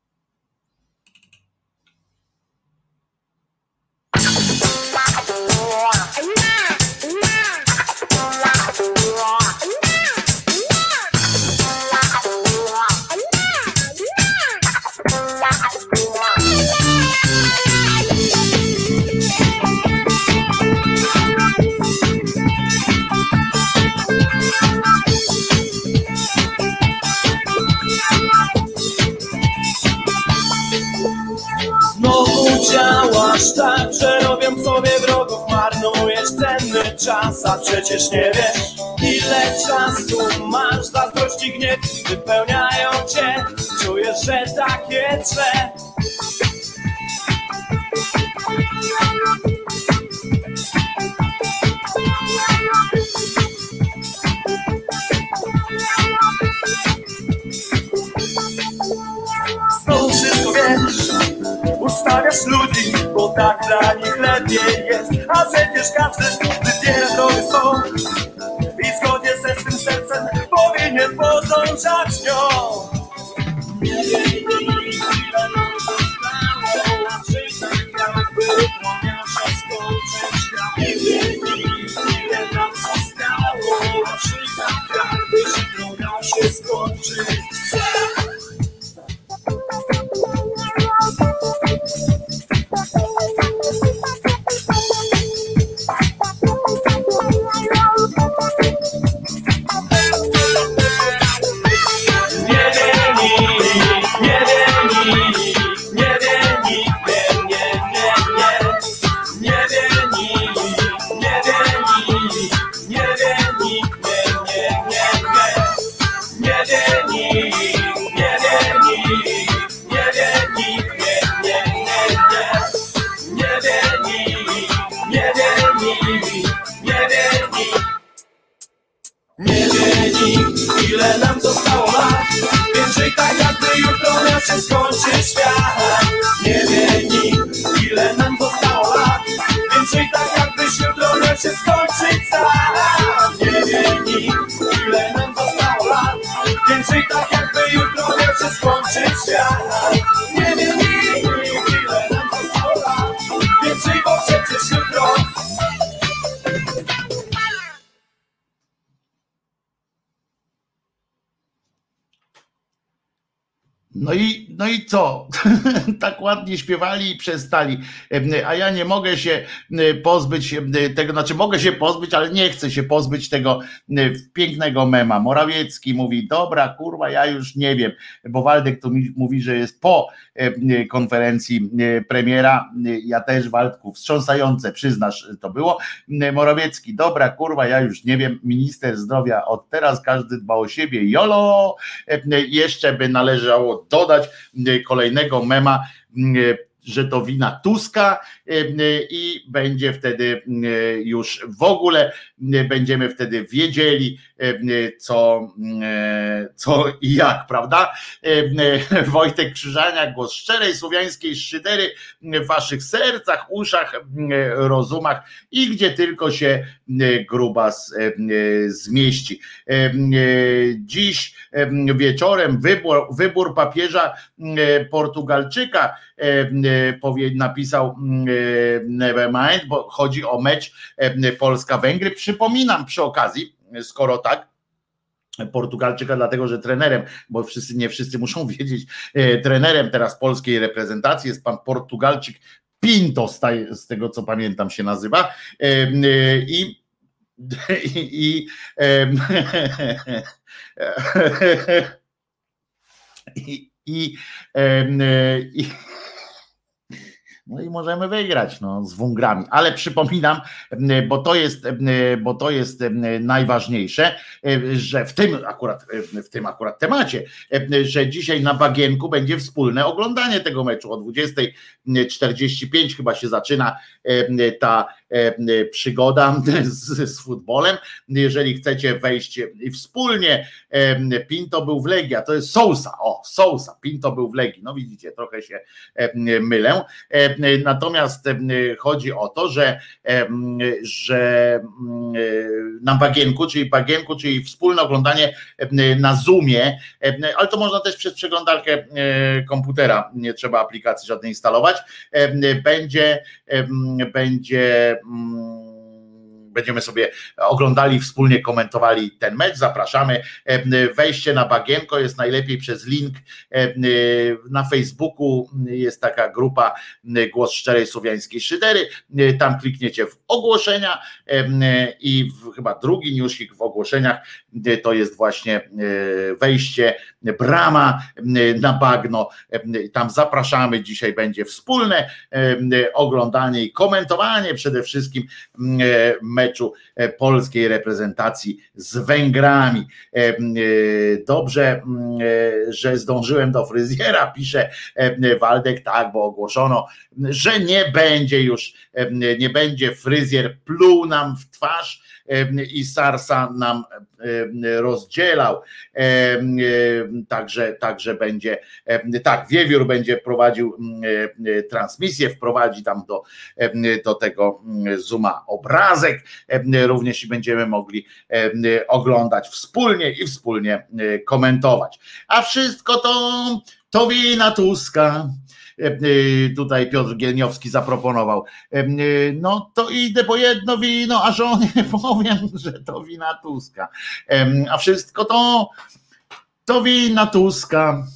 Działasz tak, że robią sobie wrogów, marnujesz cenny czas, a przecież nie wiesz, ile czasu masz. Zazdrość i gniew wypełniają cię, czujesz, że tak jest źle. Znowu wszystko wiesz, ustawiasz ludzi, bo tak dla nich lepiej jest. A przecież każdy wybiera drogę swą i zgodnie ze swym sercem powinien podążać nią. Nie wiem, ile nam zostało, czy tak jakby to miał się skończyć. Nie wiem, ile nam zostało, czy tak jakby to miał się skończyć. Nie wiem, No i, no i co? Tak ładnie śpiewali i przestali. A ja nie mogę się pozbyć tego, znaczy mogę się pozbyć, ale nie chcę się pozbyć tego pięknego mema. Morawiecki mówi, dobra, kurwa, ja już nie wiem, bo Waldek tu mi mówi, że jest po konferencji premiera. Ja też, Waldku, wstrząsające, przyznasz, to było. Morawiecki, dobra, kurwa, ja już nie wiem, minister zdrowia od teraz każdy dba o siebie, jolo. Jeszcze by należało dodać kolejnego mema, że to wina Tuska i będzie wtedy już w ogóle, będziemy wtedy wiedzieli co, co i jak, prawda? Wojtek Krzyżania, głos szczerej słowiańskiej szydery w waszych sercach, uszach, rozumach i gdzie tylko się grubas zmieści. Dziś wieczorem wybór, wybór papieża Portugalczyka napisał Nevermind, bo chodzi o mecz Polska-Węgry. Przypominam przy okazji, skoro tak, Portugalczyka, dlatego że trenerem, bo wszyscy, nie wszyscy muszą wiedzieć, trenerem teraz polskiej reprezentacji jest pan Portugalczyk Pinto, z tego co pamiętam się nazywa. I i, i, i, i no i możemy wygrać no, z Węgrami, ale przypominam, bo to jest, bo to jest najważniejsze, że w tym akurat, w tym akurat temacie, że dzisiaj na Bagienku będzie wspólne oglądanie tego meczu o dwudziesta czterdzieści pięć chyba się zaczyna ta przygoda z, z futbolem. Jeżeli chcecie wejść i wspólnie, Pinto był w Legii, a to jest Sousa, o Sousa, Pinto był w Legii, no widzicie, trochę się mylę. Natomiast chodzi o to, że, że na Bagienku, czyli Bagienku, czyli wspólne oglądanie na Zoomie, ale to można też przez przeglądarkę komputera, nie trzeba aplikacji żadnej instalować, będzie, będzie będziemy sobie oglądali, wspólnie komentowali ten mecz. Zapraszamy. Wejście na Bagienko jest najlepiej przez link na Facebooku. Jest taka grupa Głos Szczerej Słowiańskiej Szydery. Tam klikniecie w ogłoszenia i w, chyba drugi newsik w ogłoszeniach to jest właśnie wejście, brama na bagno. Tam zapraszamy. Dzisiaj będzie wspólne oglądanie i komentowanie przede wszystkim meczu polskiej reprezentacji z Węgrami. Dobrze, że zdążyłem do fryzjera, pisze Waldek, tak, bo ogłoszono, że nie będzie już, nie będzie fryzjer pluł nam w twarz i sarsa nam rozdzielał. Także, także będzie, tak, Wiewiór będzie prowadził transmisję, wprowadzi tam do, do tego Zooma obrazek, również i będziemy mogli oglądać wspólnie i wspólnie komentować. A wszystko to, to wina Tuska. Tutaj Piotr Gielniowski zaproponował, no to idę po jedno wino, a żonie powiem, że to wina Tuska, a wszystko to to wina Tuska.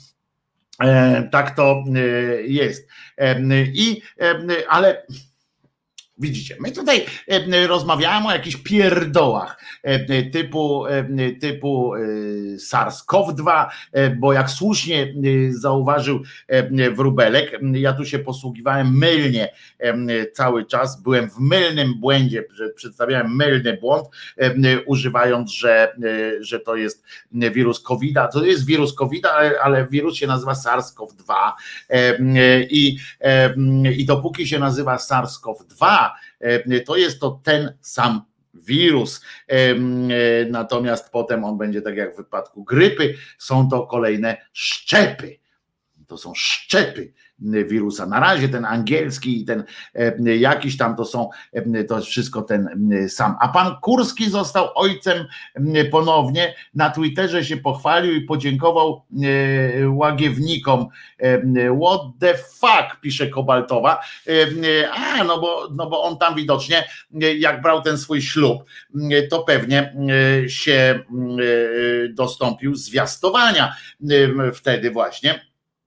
Tak to jest. I ale widzicie, my tutaj rozmawiamy o jakichś pierdołach typu, typu SARS-CoV dwa, bo jak słusznie zauważył Wróbelek, ja tu się posługiwałem mylnie cały czas, byłem w mylnym błędzie, że przedstawiałem mylny błąd, używając, że, że to jest wirus kowida. To jest wirus kowida, ale, ale wirus się nazywa SARS-CoV dwa i, i dopóki się nazywa SARS-CoV dwa, to jest to ten sam wirus, natomiast potem on będzie tak jak w wypadku grypy, są to kolejne szczepy, to są szczepy wirusa. Na razie ten angielski i ten jakiś tam to są, to jest wszystko ten sam. A pan Kurski został ojcem ponownie, na Twitterze się pochwalił i podziękował łagiewnikom. What the fuck, pisze Kobaltowa. A, no bo, no bo on tam widocznie, jak brał ten swój ślub, to pewnie się dostąpił zwiastowania wtedy właśnie.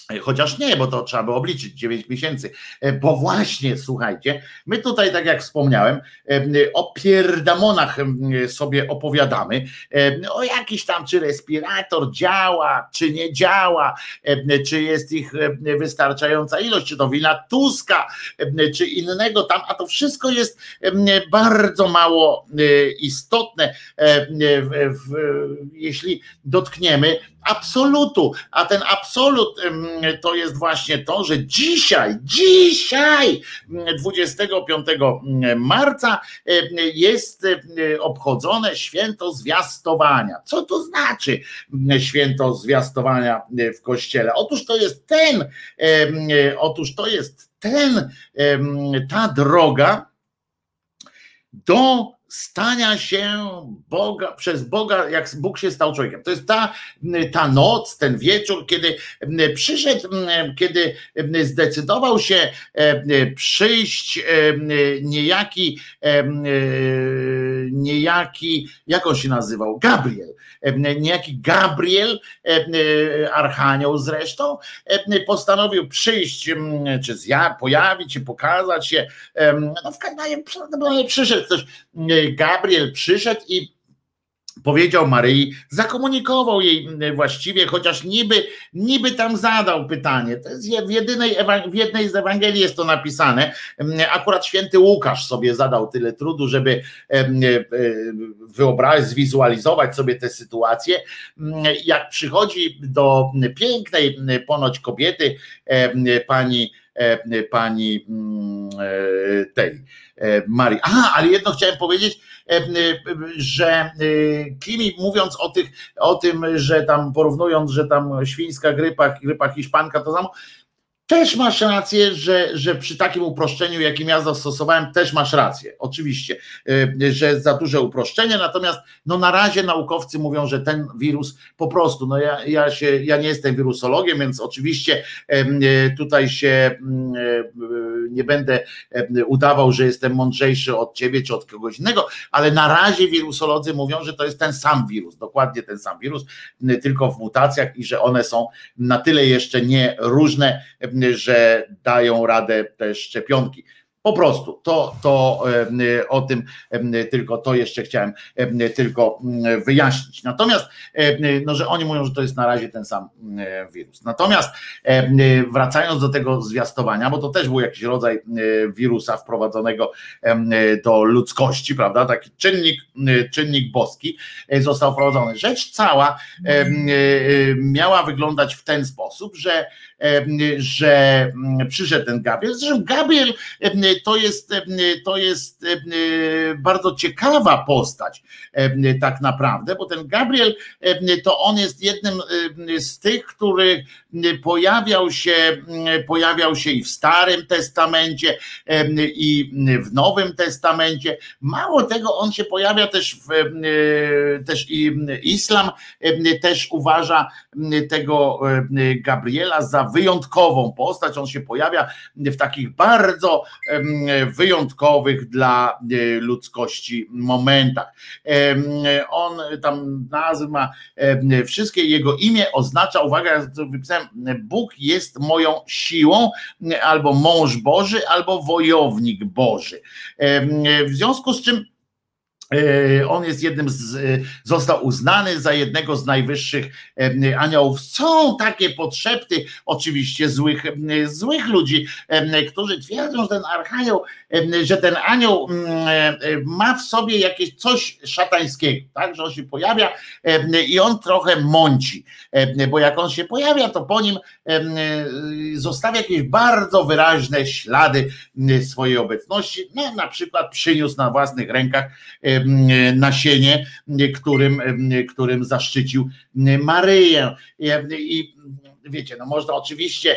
Chociaż nie, bo to trzeba by obliczyć dziewięć miesięcy, bo właśnie, słuchajcie, my tutaj, tak jak wspomniałem, o pierdamonach sobie opowiadamy, o jakiś tam, czy respirator działa, czy nie działa, czy jest ich wystarczająca ilość, czy to wina Tuska, czy innego tam, a to wszystko jest bardzo mało istotne, jeśli dotkniemy absolutu, a ten absolut to jest właśnie to, że dzisiaj, dzisiaj dwudziestego piątego marca jest obchodzone święto zwiastowania. Co to znaczy święto zwiastowania w Kościele? Otóż to jest ten, otóż to jest ten, ta droga do stania się Boga, przez Boga, jak Bóg się stał człowiekiem. To jest ta, ta noc, ten wieczór, kiedy przyszedł, kiedy zdecydował się przyjść niejaki, niejaki, jak on się nazywał? Gabriel. Niejaki Gabriel, archanioł zresztą, postanowił przyjść, czy zja, pojawić się, pokazać się. No w każdym razie przyszedł ktoś, Gabriel przyszedł i powiedział Maryi, zakomunikował jej właściwie, chociaż niby, niby tam zadał pytanie. To jest w, jedynej, w jednej z Ewangelii jest to napisane. Akurat święty Łukasz sobie zadał tyle trudu, żeby wyobrazić, zwizualizować sobie tę sytuację. Jak przychodzi do pięknej ponoć kobiety, pani pani tej Marii. Aha, ale jedno chciałem powiedzieć, że Kimi, mówiąc o tych, o tym, że tam porównując, że tam świńska grypa, grypa hiszpanka, to samo, też masz rację, że, że przy takim uproszczeniu, jakim ja zastosowałem, też masz rację, oczywiście, że za duże uproszczenie, natomiast no na razie naukowcy mówią, że ten wirus po prostu, no ja, ja się, ja nie jestem wirusologiem, więc oczywiście tutaj się nie będę udawał, że jestem mądrzejszy od ciebie czy od kogoś innego, ale na razie wirusolodzy mówią, że to jest ten sam wirus, dokładnie ten sam wirus, tylko w mutacjach i że one są na tyle jeszcze nie różne, że dają radę te szczepionki. Po prostu to, to o tym tylko to jeszcze chciałem tylko wyjaśnić. Natomiast, no, że oni mówią, że to jest na razie ten sam wirus. Natomiast wracając do tego zwiastowania, bo to też był jakiś rodzaj wirusa wprowadzonego do ludzkości, prawda? Taki czynnik, czynnik boski został wprowadzony. Rzecz cała miała wyglądać w ten sposób, że że przyszedł ten Gabriel. Zresztą Gabriel to jest, to jest bardzo ciekawa postać tak naprawdę, bo ten Gabriel to on jest jednym z tych, który pojawiał się, pojawiał się i w Starym Testamencie, i w Nowym Testamencie. Mało tego, on się pojawia też w, też i islam też uważa tego Gabriela za wyjątkową postać. On się pojawia w takich bardzo wyjątkowych dla ludzkości momentach. On tam nazwy ma, wszystkie jego imię oznacza, uwaga, ja to wypisałem, Bóg jest moją siłą, albo mąż Boży, albo wojownik Boży. W związku z czym on jest jednym z, został uznany za jednego z najwyższych aniołów. Są takie podszepty oczywiście złych, złych ludzi, którzy twierdzą, że ten archanioł, że ten anioł ma w sobie jakieś coś szatańskiego, tak, że on się pojawia i on trochę mąci, bo jak on się pojawia, to po nim zostawia jakieś bardzo wyraźne ślady swojej obecności, no na przykład przyniósł na własnych rękach nasienie, którym, którym zaszczycił Maryję. I wiecie, no można oczywiście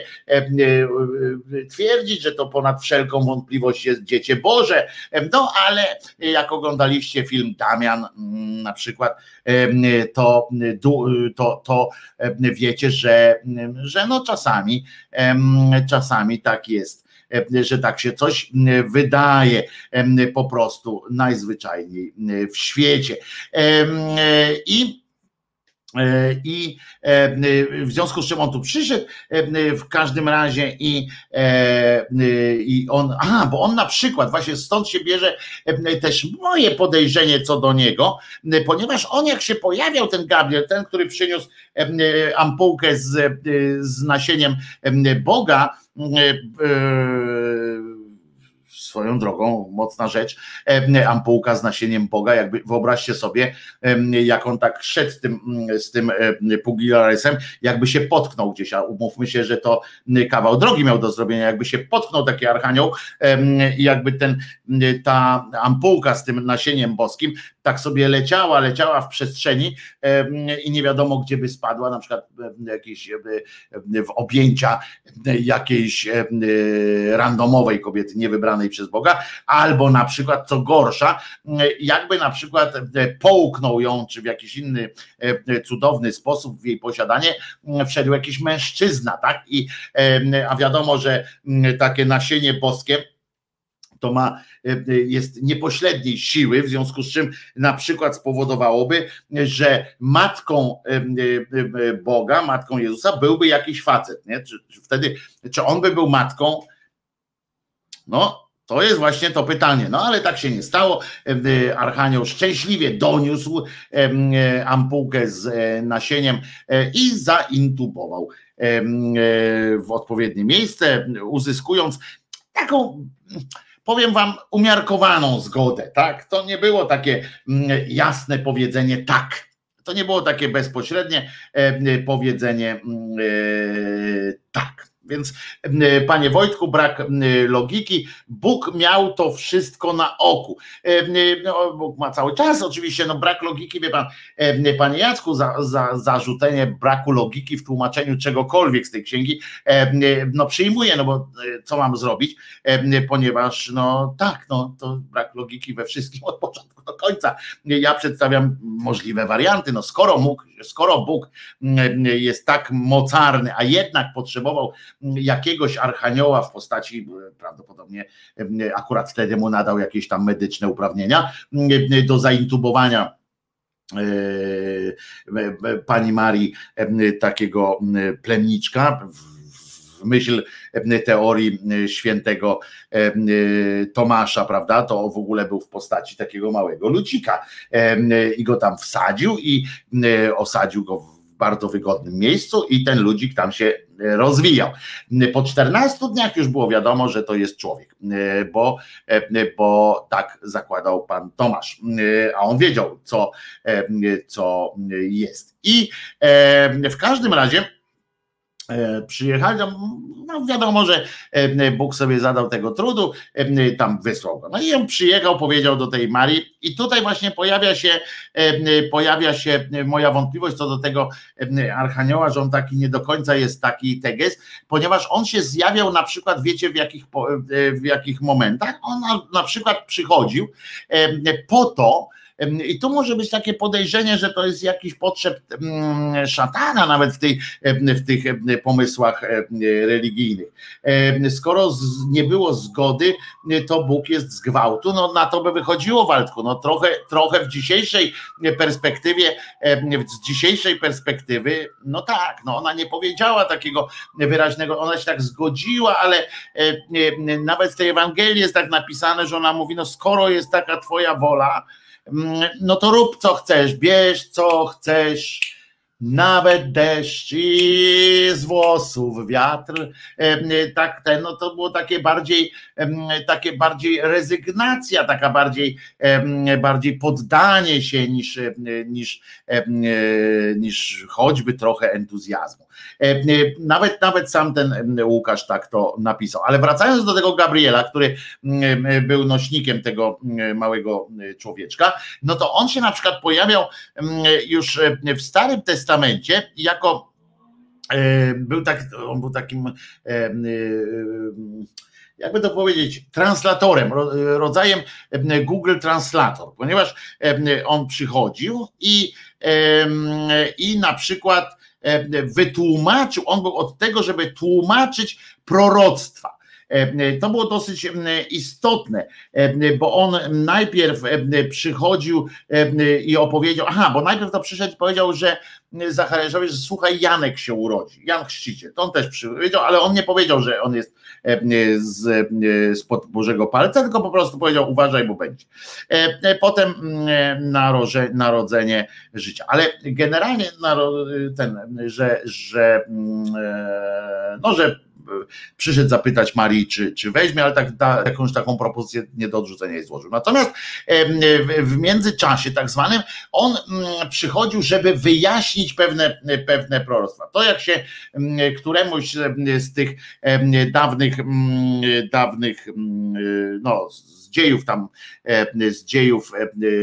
twierdzić, że to ponad wszelką wątpliwość jest Dziecię Boże, no ale jak oglądaliście film Damian na przykład, to, to, to wiecie, że, że no czasami, czasami tak jest, że tak się coś wydaje po prostu najzwyczajniej w świecie. I I w związku z czym on tu przyszedł w każdym razie i, i on, a bo on na przykład, właśnie stąd się bierze też moje podejrzenie co do niego, ponieważ on jak się pojawiał, ten Gabriel, ten, który przyniósł ampułkę z, z nasieniem Boga, swoją drogą, mocna rzecz, ampułka z nasieniem Boga, jakby wyobraźcie sobie, jak on tak szedł z tym, z tym pugilaresem, jakby się potknął gdzieś, a umówmy się, że to kawał drogi miał do zrobienia, jakby się potknął taki archanioł i jakby ten, ta ampułka z tym nasieniem boskim tak sobie leciała, leciała w przestrzeni i nie wiadomo gdzie by spadła, na przykład jakieś w objęcia jakiejś randomowej kobiety, niewybranej przez Boga, albo na przykład, co gorsza, jakby na przykład połknął ją, czy w jakiś inny cudowny sposób w jej posiadanie wszedł jakiś mężczyzna, tak? I, a wiadomo, że takie nasienie boskie to ma, jest niepośredniej siły, w związku z czym na przykład spowodowałoby, że matką Boga, matką Jezusa byłby jakiś facet, nie? Czy, czy wtedy, czy on by był matką? No, to jest właśnie to pytanie, no ale tak się nie stało. Archanioł szczęśliwie doniósł ampułkę z nasieniem i zaintubował w odpowiednie miejsce, uzyskując taką, powiem wam, umiarkowaną zgodę, tak? To nie było takie jasne powiedzenie tak. To nie było takie bezpośrednie powiedzenie tak. Więc panie Wojtku, brak logiki, Bóg miał to wszystko na oku. No, Bóg ma cały czas oczywiście, no brak logiki, wie pan, panie Jacku, za, za zarzucenie braku logiki w tłumaczeniu czegokolwiek z tej księgi, no przyjmuję, no bo co mam zrobić, ponieważ no tak, no to brak logiki we wszystkim od początku do końca. Ja przedstawiam możliwe warianty, no skoro mógł, skoro Bóg jest tak mocarny, a jednak potrzebował jakiegoś archanioła w postaci, prawdopodobnie akurat wtedy mu nadał jakieś tam medyczne uprawnienia do zaintubowania pani Marii takiego plemniczka w myśl teorii świętego Tomasza, prawda, to w ogóle był w postaci takiego małego lucika i go tam wsadził i osadził go w bardzo wygodnym miejscu i ten ludzik tam się rozwijał. Po czternastu dniach już było wiadomo, że to jest człowiek, bo, bo tak zakładał pan Tomasz, a on wiedział, co, co jest. I w każdym razie przyjechali, no wiadomo, że Bóg sobie zadał tego trudu, tam wysłał go. No i on przyjechał, powiedział do tej Marii i tutaj właśnie pojawia się, pojawia się moja wątpliwość co do tego archanioła, że on taki nie do końca jest taki teges, ponieważ on się zjawiał na przykład, wiecie w jakich, w jakich momentach, on na, na przykład przychodził po to, i tu może być takie podejrzenie, że to jest jakiś potrzeb szatana nawet w, tej, w tych pomysłach religijnych. Skoro nie było zgody, to Bóg jest z gwałtu, no na to by wychodziło, Waldku, no trochę, trochę w dzisiejszej perspektywie, z dzisiejszej perspektywy, no tak, no ona nie powiedziała takiego wyraźnego, ona się tak zgodziła, ale nawet w tej Ewangelii jest tak napisane, że ona mówi, no skoro jest taka twoja wola, no to rób co chcesz, bierz co chcesz, nawet deszcz i z włosów wiatr, tak, ten, no to było takie bardziej, takie bardziej rezygnacja, taka bardziej, bardziej poddanie się niż, niż, niż choćby trochę entuzjazmu. Nawet, nawet sam ten Łukasz tak to napisał. Ale wracając do tego Gabriela, który był nośnikiem tego małego człowieczka, no to on się na przykład pojawiał już w Starym Testamencie jako był tak, on był takim jakby to powiedzieć, translatorem, rodzajem Google Translator, ponieważ on przychodził i, i na przykład wytłumaczył, on był od tego, żeby tłumaczyć proroctwa. To było dosyć istotne, bo on najpierw przychodził i opowiedział, aha, bo najpierw to przyszedł i powiedział, że Zachariaszowi, że słuchaj, Janek się urodzi, Jan Chrzciciel, to on też powiedział, ale on nie powiedział, że on jest z, spod Bożego palca, tylko po prostu powiedział, uważaj, bo będzie. Potem narodzenie życia, ale generalnie ten, że, że no, że przyszedł zapytać Marii, czy, czy weźmie, ale tak, da, jakąś taką propozycję nie do odrzucenia jej złożył. Natomiast w, w międzyczasie tak zwanym on przychodził, żeby wyjaśnić pewne, pewne proroctwa. To jak się któremuś z tych dawnych, dawnych no, z dziejów tam, z dziejów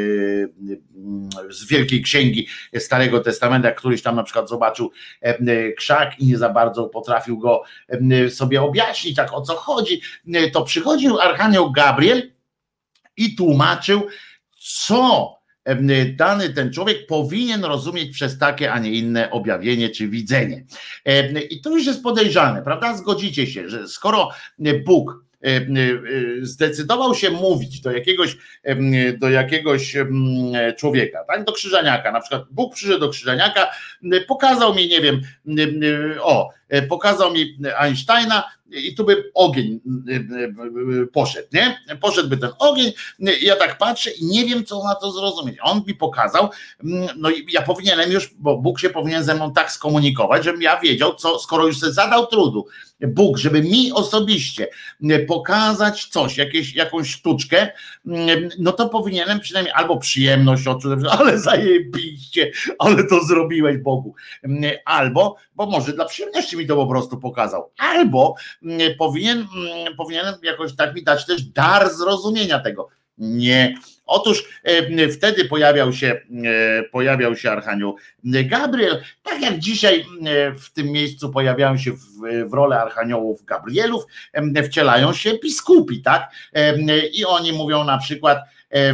z Wielkiej Księgi Starego Testamentu, jak któryś tam na przykład zobaczył krzak i nie za bardzo potrafił go sobie objaśnić, tak o co chodzi, to przychodził archanioł Gabriel i tłumaczył, co dany ten człowiek powinien rozumieć przez takie, a nie inne objawienie czy widzenie. I to już jest podejrzane, prawda? Zgodzicie się, że skoro Bóg zdecydował się mówić do jakiegoś, do jakiegoś człowieka, tak, do Krzyżaniaka, na przykład Bóg przyszedł do Krzyżaniaka, pokazał mi, nie wiem, o, pokazał mi Einsteina i tu by ogień poszedł, nie? Poszedłby ten ogień, ja tak patrzę i nie wiem, co na to zrozumieć. On mi pokazał, no i ja powinienem już, bo Bóg się powinien ze mną tak skomunikować, żebym ja wiedział, co, skoro już sobie zadał trudu, Bóg, żeby mi osobiście pokazać coś, jakieś, jakąś sztuczkę, no to powinienem przynajmniej albo przyjemność odczuć, ale zajebiście, ale to zrobiłeś, Bogu, albo, bo może dla przyjemności mi to po prostu pokazał, albo powinien, powinienem jakoś tak mi dać też dar zrozumienia tego. Nie. Otóż e, wtedy pojawiał się, e, pojawiał się archanioł Gabriel, tak jak dzisiaj e, w tym miejscu pojawiają się w, w rolę archaniołów Gabrielów, e, wcielają się biskupi, tak? E, I oni mówią na przykład, e, e,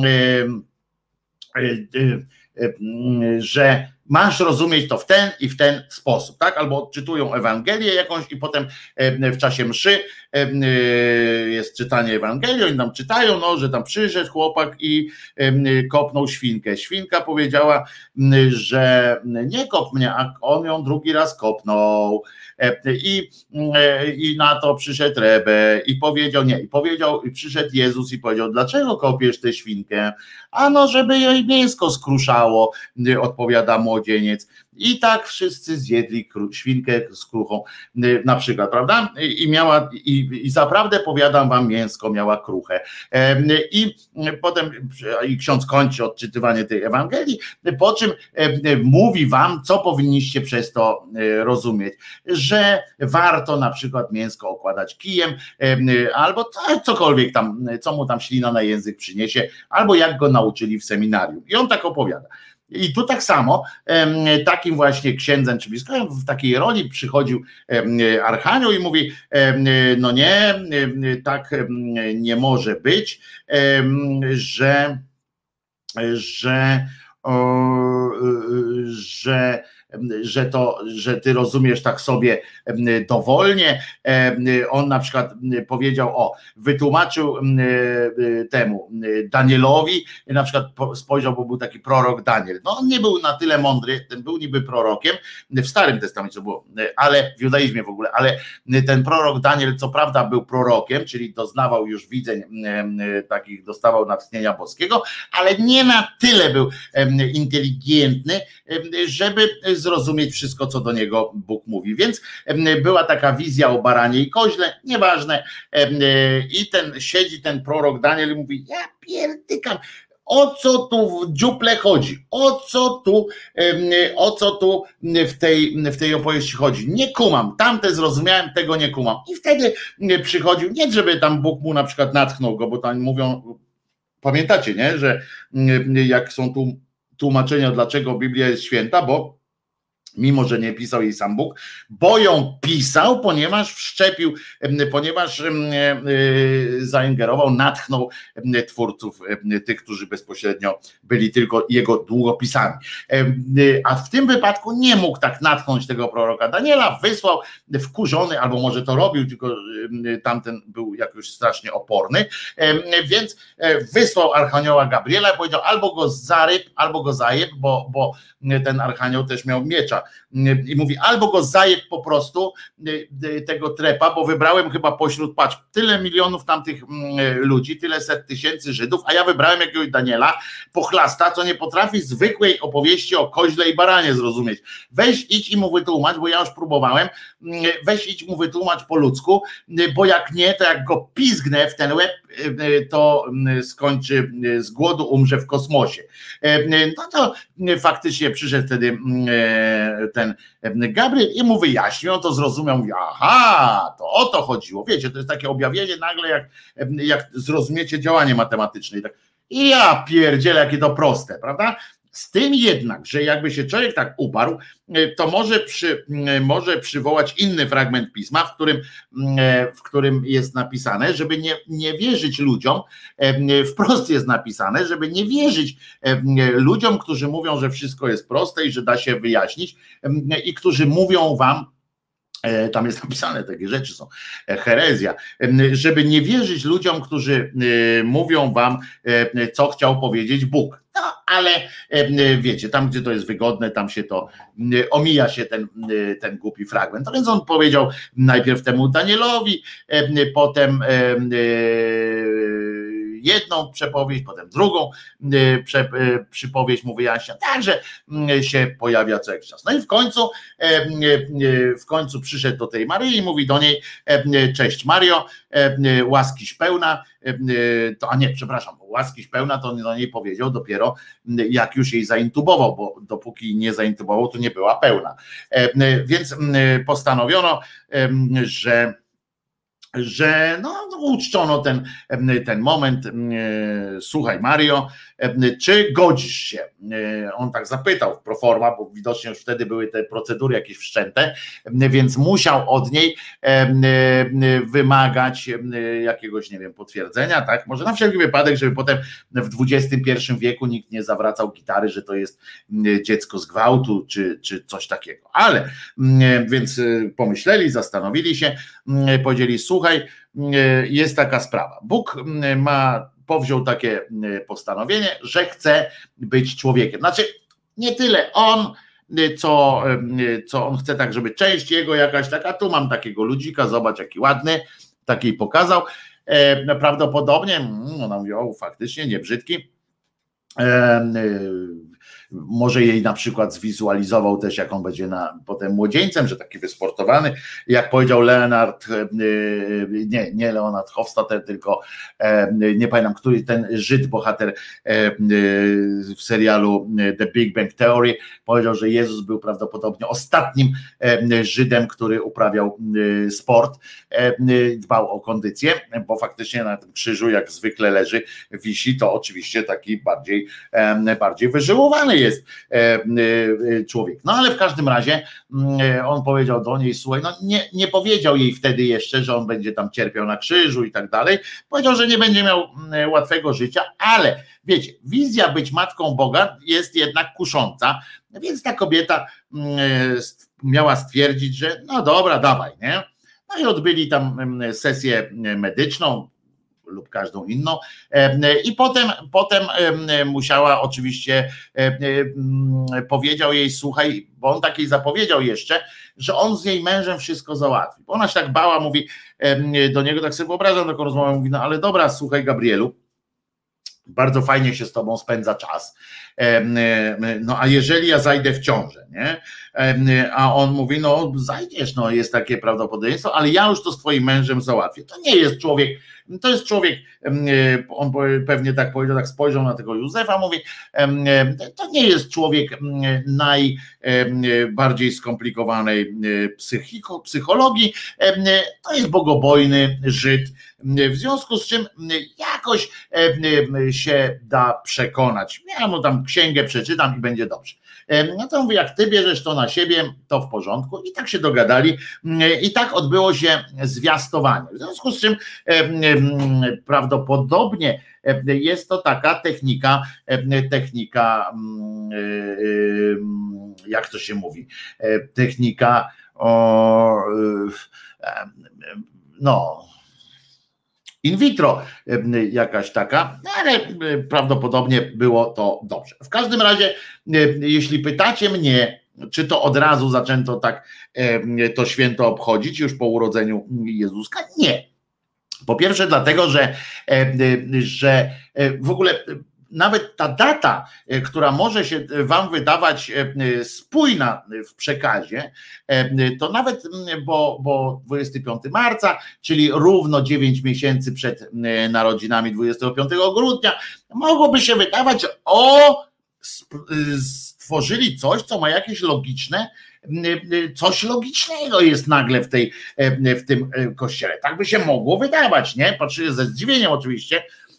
e, e, że masz rozumieć to w ten i w ten sposób, tak? Albo odczytują Ewangelię jakąś i potem w czasie mszy jest czytanie Ewangelii, oni tam czytają, no, że tam przyszedł chłopak i kopnął świnkę. Świnka powiedziała, że nie kop mnie, a on ją drugi raz kopnął. I, i na to przyszedł Rebe i powiedział, nie, i powiedział, i przyszedł Jezus i powiedział, dlaczego kopiesz tę świnkę? A no, żeby jej mięsko skruszało, odpowiada młodzieniec. I tak wszyscy zjedli świnkę z kruchą, na przykład, prawda? I miała, i, i zaprawdę powiadam wam, mięsko miała kruchę. I potem i ksiądz kończy odczytywanie tej Ewangelii, po czym mówi wam, co powinniście przez to rozumieć, że warto na przykład mięsko okładać kijem, albo cokolwiek tam, co mu tam ślina na język przyniesie, albo jak go nauczyli w seminarium. I on tak opowiada. I tu tak samo, takim właśnie księdzem czy biskupem w takiej roli przychodził archanioł i mówi, no nie, tak nie może być, że, że, że że to, że ty rozumiesz tak sobie dowolnie. On na przykład powiedział, o, wytłumaczył temu Danielowi, na przykład spojrzał, bo był taki prorok Daniel. No on nie był na tyle mądry, ten był niby prorokiem, w Starym Testamencie było, ale w judaizmie w ogóle, ale ten prorok Daniel co prawda był prorokiem, czyli doznawał już widzeń takich, dostawał natchnienia boskiego, ale nie na tyle był inteligentny, żeby zrozumieć wszystko, co do niego Bóg mówi. Więc była taka wizja o baranie i koźle, nieważne. I ten siedzi ten prorok Daniel i mówi, ja pierdykam, o co tu w dziuple chodzi? O co tu, o co tu w tej, w tej opowieści chodzi? Nie kumam, tamte zrozumiałem, tego nie kumam. I wtedy przychodził, nie żeby tam Bóg mu na przykład natchnął go, bo tam mówią, pamiętacie, nie, że jak są tu tłumaczenia, dlaczego Biblia jest święta, bo mimo że nie pisał jej sam Bóg, bo ją pisał, ponieważ wszczepił, ponieważ zaingerował, natchnął twórców, tych, którzy bezpośrednio byli tylko jego długopisami. A w tym wypadku nie mógł tak natchnąć tego proroka Daniela, wysłał wkurzony, albo może to robił, tylko tamten był jakoś strasznie oporny, więc wysłał archanioła Gabriela i powiedział, albo go zaryb, albo go zajeb, bo, bo ten archanioł też miał miecza i mówi, albo go zajeb po prostu tego trepa, bo wybrałem chyba pośród, patrz, tyle milionów tamtych ludzi, tyle set tysięcy Żydów, a ja wybrałem jakiegoś Daniela, pochlasta, co nie potrafi zwykłej opowieści o koźle i baranie zrozumieć. Weź idź i mu wytłumacz, bo ja już próbowałem, weź idź mu wytłumacz po ludzku, bo jak nie, to jak go pizgnę w ten łeb, to skończy z głodu, umrze w kosmosie. No to faktycznie przyszedł wtedy ten Gabriel i mu wyjaśnił, on to zrozumiał, mówi, aha, to o to chodziło. Wiecie, to jest takie objawienie nagle, jak, jak zrozumiecie działanie matematyczne. I ja pierdzielę, jakie to proste, prawda? Z tym jednak, że jakby się człowiek tak uparł, to może, przy, może przywołać inny fragment pisma, w którym, w którym jest napisane, żeby nie, nie wierzyć ludziom, wprost jest napisane, żeby nie wierzyć ludziom, którzy mówią, że wszystko jest proste i że da się wyjaśnić i którzy mówią wam, tam jest napisane, takie rzeczy są, herezja, żeby nie wierzyć ludziom, którzy mówią wam, co chciał powiedzieć Bóg. No, ale wiecie, tam gdzie to jest wygodne, tam się to omija się ten, ten głupi fragment. No więc on powiedział najpierw temu Danielowi, potem jedną przepowiedź, potem drugą prze, przypowieść mu wyjaśnia, także się pojawia co jakiś czas. No i w końcu w końcu przyszedł do tej Maryi i mówi do niej, cześć Mario, łaskiś pełna, to, a nie, przepraszam, łaskiś pełna to do niej powiedział dopiero jak już jej zaintubował, bo dopóki nie zaintubował, to nie była pełna. Więc postanowiono, że że no, uczczono ten, ten moment. Słuchaj Mario, czy godzisz się? On tak zapytał pro forma, bo widocznie już wtedy były te procedury jakieś wszczęte, więc musiał od niej wymagać jakiegoś, nie wiem, potwierdzenia, tak? Może na wszelki wypadek, żeby potem w dwudziestym pierwszym wieku nikt nie zawracał gitary, że to jest dziecko z gwałtu, czy, czy coś takiego. Ale więc pomyśleli, zastanowili się, powiedzieli, słuchaj, jest taka sprawa. Bóg ma, powziął takie postanowienie, że chce być człowiekiem. Znaczy, nie tyle on, co, co on chce tak, żeby część jego jakaś taka, tu mam takiego ludzika, zobacz jaki ładny, taki pokazał. Prawdopodobnie, ona mówi, o faktycznie, nie brzydki. Może jej na przykład zwizualizował też, jak on będzie na, potem młodzieńcem, że taki wysportowany, jak powiedział Leonard, nie, nie Leonard Hofstadter, tylko nie pamiętam, który ten Żyd bohater w serialu The Big Bang Theory powiedział, że Jezus był prawdopodobnie ostatnim Żydem, który uprawiał sport, dbał o kondycję, bo faktycznie na tym krzyżu jak zwykle leży, wisi, to oczywiście taki bardziej, bardziej wyżyłowany jest człowiek. No ale w każdym razie on powiedział do niej, słuchaj, no nie, nie powiedział jej wtedy jeszcze, że on będzie tam cierpiał na krzyżu i tak dalej. Powiedział, że nie będzie miał łatwego życia, ale wiecie, wizja być matką Boga jest jednak kusząca, więc ta kobieta miała stwierdzić, że no dobra, dawaj, nie? No i odbyli tam sesję medyczną lub każdą inną i potem, potem musiała oczywiście, powiedział jej, słuchaj, bo on takiej zapowiedział jeszcze, że on z jej mężem wszystko załatwi. Bo ona się tak bała, mówi do niego, tak sobie wyobrażam taką rozmowę, mówi, no ale dobra, słuchaj Gabrielu, bardzo fajnie się z tobą spędza czas, no a jeżeli ja zajdę w ciążę, nie? A on mówi, no zajdziesz, no jest takie prawdopodobieństwo, ale ja już to z twoim mężem załatwię. To nie jest człowiek, to jest człowiek, on pewnie tak powiedział, tak spojrzał na tego Józefa, mówi, to nie jest człowiek najbardziej skomplikowanej psychiko, psychologii, to jest bogobojny Żyd, w związku z czym jak jakoś się da przekonać. Ja mu tam księgę przeczytam i będzie dobrze. No to mówię, jak ty bierzesz to na siebie, to w porządku. I tak się dogadali i tak odbyło się zwiastowanie. W związku z czym prawdopodobnie jest to taka technika, technika, jak to się mówi, technika o, no, in vitro jakaś taka, ale prawdopodobnie było to dobrze. W każdym razie, jeśli pytacie mnie, czy to od razu zaczęto tak to święto obchodzić już po urodzeniu Jezuska? Nie. Po pierwsze dlatego, że, że w ogóle nawet ta data, która może się wam wydawać spójna w przekazie, to nawet, bo, bo dwudziestego piątego marca, czyli równo dziewięć miesięcy przed narodzinami dwudziestego piątego grudnia, mogłoby się wydawać, że o, stworzyli coś, co ma jakieś logiczne, coś logicznego jest nagle w, tej, w tym kościele. Tak by się mogło wydawać, nie? Patrzcie ze zdziwieniem oczywiście.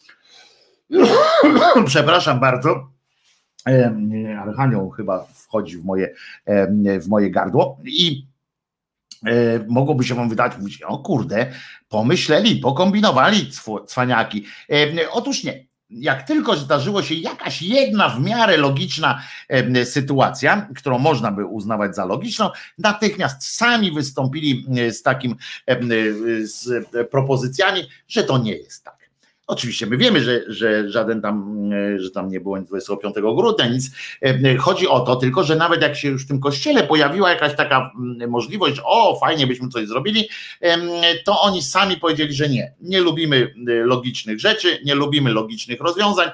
Przepraszam bardzo, Archanioł chyba wchodzi w moje, w moje gardło i mogłoby się wam wydać, mówić, o kurde, pomyśleli, pokombinowali cwaniaki. Otóż nie. Jak tylko zdarzyło się jakaś jedna w miarę logiczna sytuacja, którą można by uznawać za logiczną, natychmiast sami wystąpili z takim, z propozycjami, że to nie jest tak. Oczywiście my wiemy, że, że żaden tam, że tam nie było dwudziestego piątego grudnia, nic. Chodzi o to tylko, że nawet jak się już w tym kościele pojawiła jakaś taka możliwość, że o, fajnie byśmy coś zrobili, to oni sami powiedzieli, że nie. Nie lubimy logicznych rzeczy, nie lubimy logicznych rozwiązań,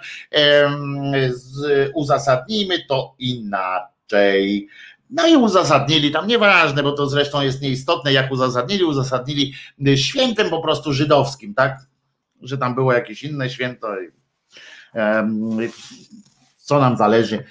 uzasadnijmy to inaczej. No i uzasadnili tam, nieważne, bo to zresztą jest nieistotne, jak uzasadnili, uzasadnili świętem po prostu żydowskim, tak? Że tam było jakieś inne święto, co nam zależy,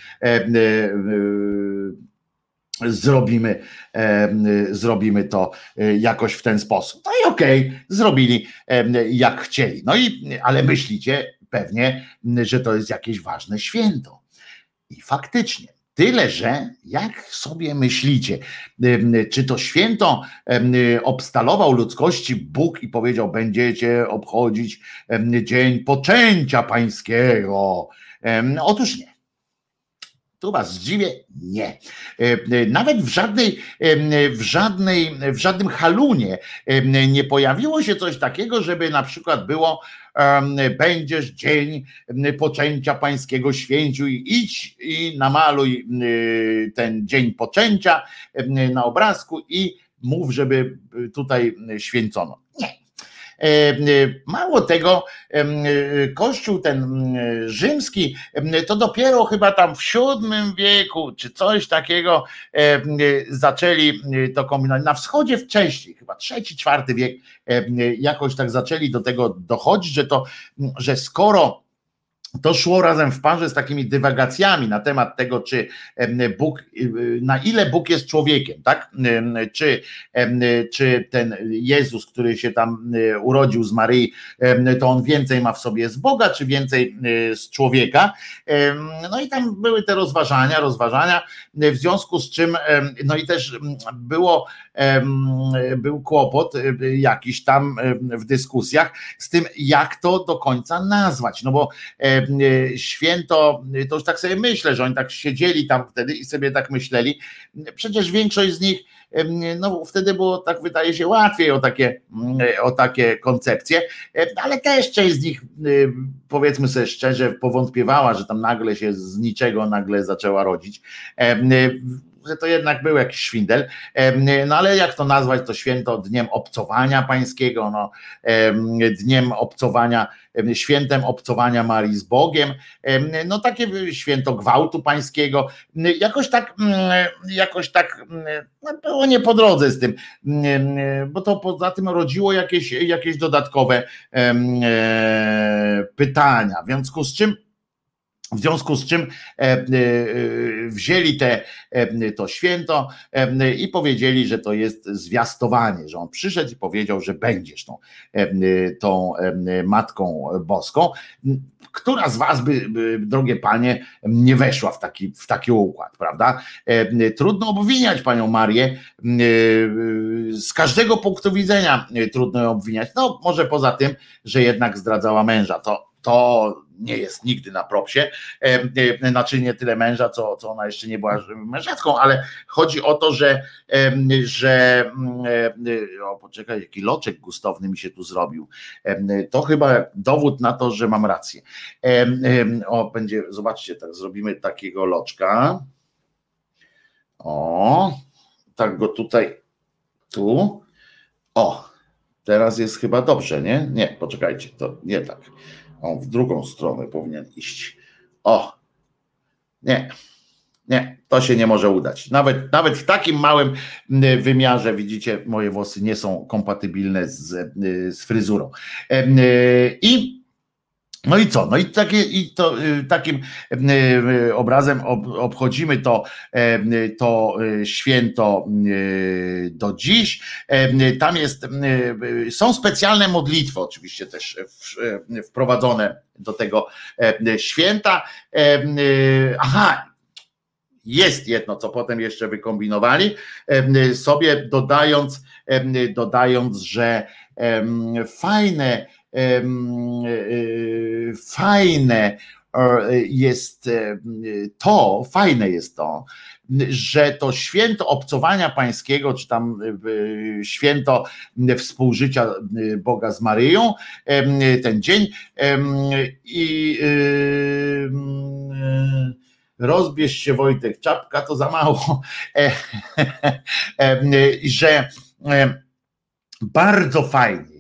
zrobimy, zrobimy to jakoś w ten sposób. No i okej, okay, zrobili jak chcieli. No i, ale myślicie pewnie, że to jest jakieś ważne święto. I faktycznie. Tyle, że jak sobie myślicie, czy to święto obstalował ludzkości Bóg i powiedział, będziecie obchodzić dzień poczęcia pańskiego? Otóż nie. Tu was zdziwię, nie. Nawet w żadnej, w żadnej, w żadnym halunie nie pojawiło się coś takiego, żeby na przykład było będziesz dzień poczęcia pańskiego święciu i idź i namaluj ten dzień poczęcia na obrazku i mów, żeby tutaj święcono. Nie. Mało tego, kościół ten rzymski to dopiero chyba tam w siódmym wieku czy coś takiego zaczęli to kombinować. Na wschodzie wcześniej, chyba trzeci, czwarty wiek jakoś tak zaczęli do tego dochodzić, że to, że skoro to szło razem w parze z takimi dywagacjami na temat tego, czy Bóg, na ile Bóg jest człowiekiem, tak? Czy, czy ten Jezus, który się tam urodził z Maryi, to on więcej ma w sobie z Boga, czy więcej z człowieka. No i tam były te rozważania, rozważania, w związku z czym, no i też było, był kłopot jakiś tam w dyskusjach z tym, jak to do końca nazwać, no bo święto, to już tak sobie myślę, że oni tak siedzieli tam wtedy i sobie tak myśleli, przecież większość z nich, no wtedy było tak, wydaje się, łatwiej o takie, o takie koncepcje, ale też część z nich, powiedzmy sobie szczerze, powątpiewała, że tam nagle się z niczego nagle zaczęła rodzić, że to jednak był jakiś szwindel, no ale jak to nazwać, to święto dniem obcowania pańskiego, no, dniem obcowania, świętem obcowania Marii z Bogiem, no takie święto gwałtu pańskiego, jakoś tak, jakoś tak no, było nie po drodze z tym, bo to poza tym rodziło jakieś, jakieś dodatkowe pytania, w związku z czym W związku z czym wzięli te, to święto i powiedzieli, że to jest zwiastowanie, że on przyszedł i powiedział, że będziesz tą, tą Matką Boską. Która z was by, drogie panie, nie weszła w taki, w taki układ, prawda? Trudno obwiniać panią Marię, z każdego punktu widzenia trudno ją obwiniać, no może poza tym, że jednak zdradzała męża, to, to nie jest nigdy na propsie, znaczy nie tyle męża, co, co ona jeszcze nie była mężatką, ale chodzi o to, że, że o poczekaj, jaki loczek gustowny mi się tu zrobił, to chyba dowód na to, że mam rację. O, będzie, zobaczcie, tak zrobimy takiego loczka, o, tak go tutaj, tu, o, teraz jest chyba dobrze, nie? Nie, poczekajcie, to nie tak. O, w drugą stronę powinien iść. O, nie, nie, to się nie może udać. Nawet, nawet w takim małym wymiarze, widzicie, moje włosy nie są kompatybilne z, z fryzurą. I no i co? No i, takie, i to, takim obrazem obchodzimy to, to święto do dziś. Tam jest, są specjalne modlitwy oczywiście też wprowadzone do tego święta. Aha, jest jedno, co potem jeszcze wykombinowali, sobie dodając, dodając, że fajne fajne jest to, fajne jest to, że to święto obcowania pańskiego, czy tam święto współżycia Boga z Maryją, ten dzień i rozbierz się Wojtek, czapka to za mało, że bardzo fajnie,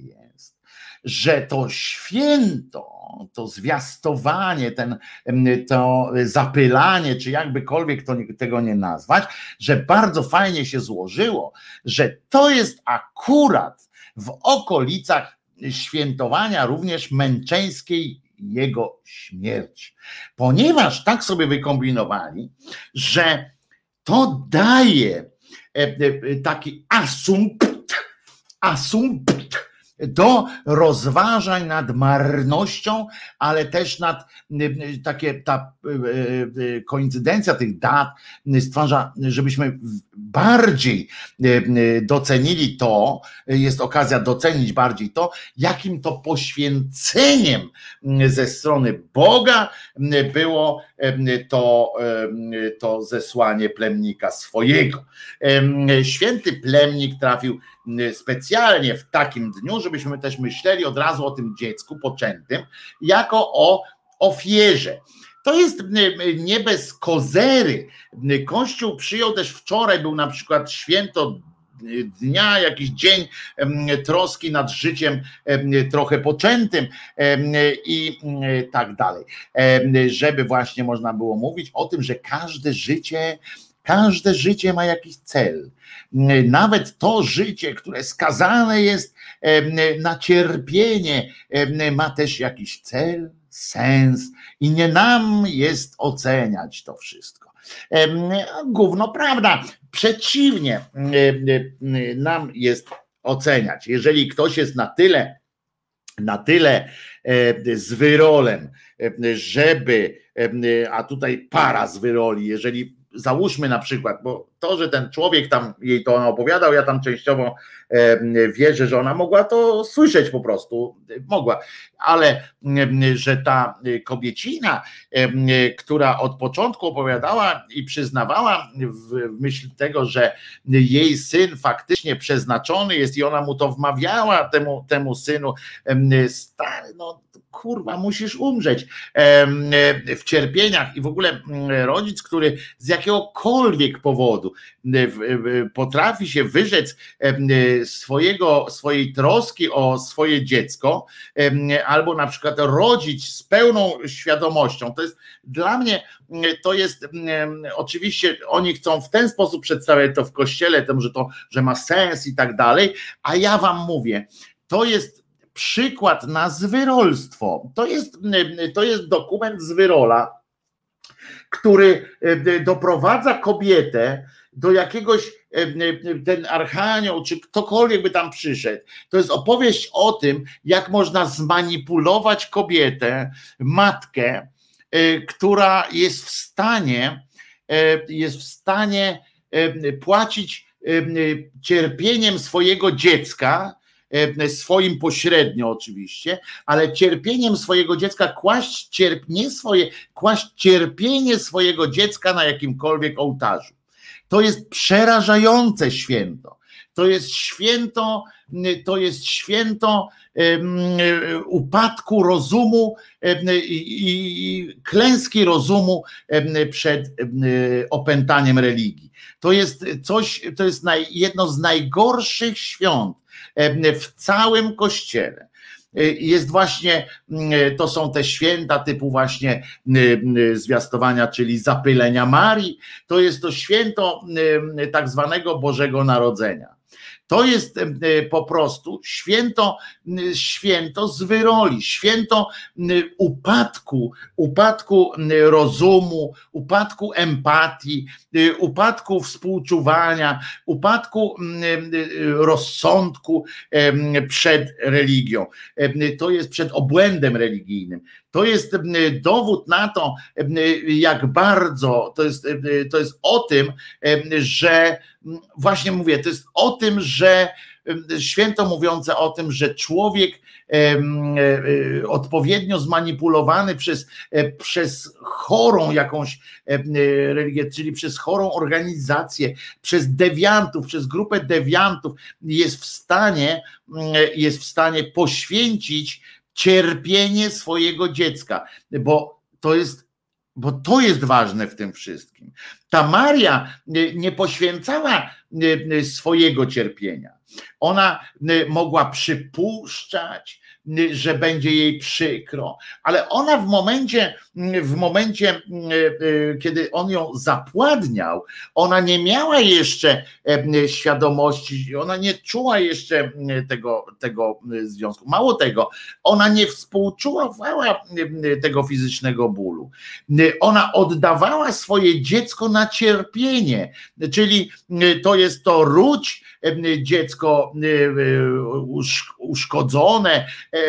że to święto, to zwiastowanie, ten, to zapylanie, czy jakbykolwiek to, tego nie nazwać, że bardzo fajnie się złożyło, że to jest akurat w okolicach świętowania również męczeńskiej jego śmierci. Ponieważ tak sobie wykombinowali, że to daje taki asumpt, asumpt, do rozważań nad marnością, ale też nad takie, ta koincydencja tych dat stwarza, żebyśmy bardziej docenili to, jest okazja docenić bardziej to, jakim to poświęceniem ze strony Boga było to, to zesłanie plemnika swojego. Święty plemnik trafił specjalnie w takim dniu, żebyśmy też myśleli od razu o tym dziecku poczętym jako o ofierze. To jest nie bez kozery. Kościół przyjął też wczoraj, był na przykład święto dnia, jakiś dzień troski nad życiem trochę poczętym i tak dalej. Żeby właśnie można było mówić o tym, że każde życie Każde życie ma jakiś cel. Nawet to życie, które skazane jest na cierpienie, ma też jakiś cel, sens i nie nam jest oceniać to wszystko. Gówno prawda. Przeciwnie, nam jest oceniać. Jeżeli ktoś jest na tyle, na tyle z wyrolem, żeby, a tutaj para z wyroli, jeżeli załóżmy na przykład, bo to, że ten człowiek tam jej to opowiadał, ja tam częściowo wierzę, że ona mogła to słyszeć po prostu, mogła, ale że ta kobiecina, która od początku opowiadała i przyznawała w myśl tego, że jej syn faktycznie przeznaczony jest i ona mu to wmawiała temu, temu synu, stary, no kurwa, musisz umrzeć w cierpieniach i w ogóle rodzic, który z jakiegokolwiek powodu potrafi się wyrzec swojego, swojej troski o swoje dziecko, albo na przykład rodzić z pełną świadomością. To jest dla mnie, to jest oczywiście, oni chcą w ten sposób przedstawiać to w kościele, tym, że to, że ma sens i tak dalej, a ja wam mówię, to jest przykład na zwyrolstwo. To jest, to jest dokument z wyrola, który doprowadza kobietę do jakiegoś, ten archanioł, czy ktokolwiek by tam przyszedł, to jest opowieść o tym, jak można zmanipulować kobietę, matkę, która jest w stanie, jest w stanie płacić cierpieniem swojego dziecka, swoim pośrednio oczywiście, ale cierpieniem swojego dziecka kłaść cierp, nie swoje, kłaść cierpienie swojego dziecka na jakimkolwiek ołtarzu. To jest przerażające święto. To jest święto, to jest święto um, upadku rozumu um, i, i klęski rozumu um, przed um, opętaniem religii. To jest coś, to jest naj, jedno z najgorszych świąt um, w całym Kościele. Jest właśnie, to są te święta typu właśnie zwiastowania, czyli zapylenia Marii, to jest to święto tak zwanego Bożego Narodzenia. To jest po prostu święto, święto zwyroli, święto upadku, upadku rozumu, upadku empatii, upadku współczuwania, upadku rozsądku przed religią. To jest przed obłędem religijnym. To jest dowód na to, jak bardzo, to jest, to jest o tym, że właśnie mówię, to jest o tym, że święto mówiące o tym, że człowiek odpowiednio zmanipulowany przez, przez chorą jakąś religię, czyli przez chorą organizację, przez dewiantów, przez grupę dewiantów jest w stanie, jest w stanie poświęcić cierpienie swojego dziecka, bo to jest Bo to jest ważne w tym wszystkim. Ta Maria nie poświęcała swojego cierpienia. Ona mogła przypuszczać, że będzie jej przykro, ale ona w momencie, w momencie, kiedy on ją zapładniał, ona nie miała jeszcze świadomości, ona nie czuła jeszcze tego, tego związku. Mało tego, ona nie współczuwała tego fizycznego bólu. Ona oddawała swoje dziecko na cierpienie, czyli to jest to ródź, dziecko uszkodzone,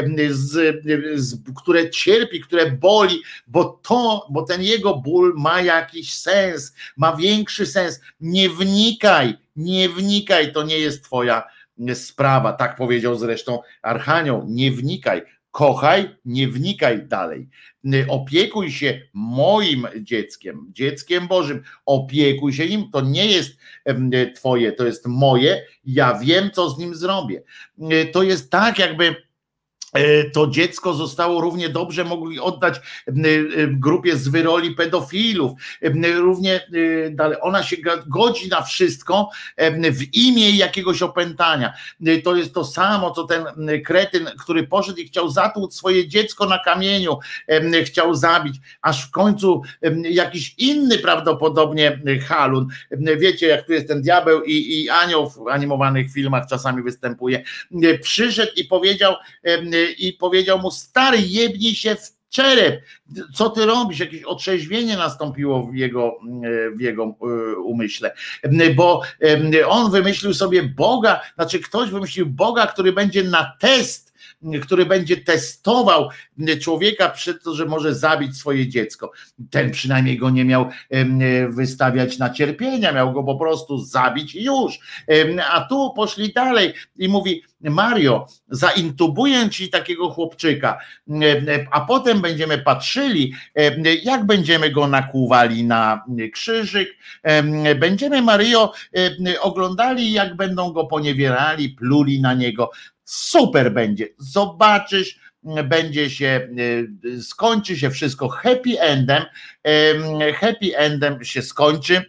z, z, które cierpi, które boli, bo to, bo ten jego ból ma jakiś sens, ma większy sens. Nie wnikaj, nie wnikaj, to nie jest twoja sprawa, tak powiedział zresztą archanioł, nie wnikaj. Kochaj, nie wnikaj dalej. Opiekuj się moim dzieckiem, dzieckiem Bożym. Opiekuj się nim. To nie jest twoje, to jest moje. Ja wiem, co z nim zrobię. To jest tak, jakby to dziecko zostało równie dobrze mogli oddać grupie zwyroli pedofilów. Równie dalej. Ona się godzi na wszystko w imię jakiegoś opętania. To jest to samo, co ten kretyn, który poszedł i chciał zatłuc swoje dziecko na kamieniu, chciał zabić, aż w końcu jakiś inny prawdopodobnie halun. Wiecie, jak tu jest ten diabeł i, i anioł w animowanych filmach czasami występuje. Przyszedł i powiedział i powiedział mu: stary, jebnij się w czerep, co ty robisz? Jakieś otrzeźwienie nastąpiło w jego, w jego umyśle, bo on wymyślił sobie Boga, znaczy ktoś wymyślił Boga, który będzie na test, który będzie testował człowieka przed to, że może zabić swoje dziecko. Ten przynajmniej go nie miał wystawiać na cierpienia, miał go po prostu zabić i już. A tu poszli dalej i mówi: Mario, zaintubuję ci takiego chłopczyka, a potem będziemy patrzyli, jak będziemy go nakłuwali na krzyżyk, będziemy, Mario, oglądali, jak będą go poniewierali, pluli na niego. Super będzie, zobaczysz, będzie się, skończy się wszystko happy endem, happy endem się skończy,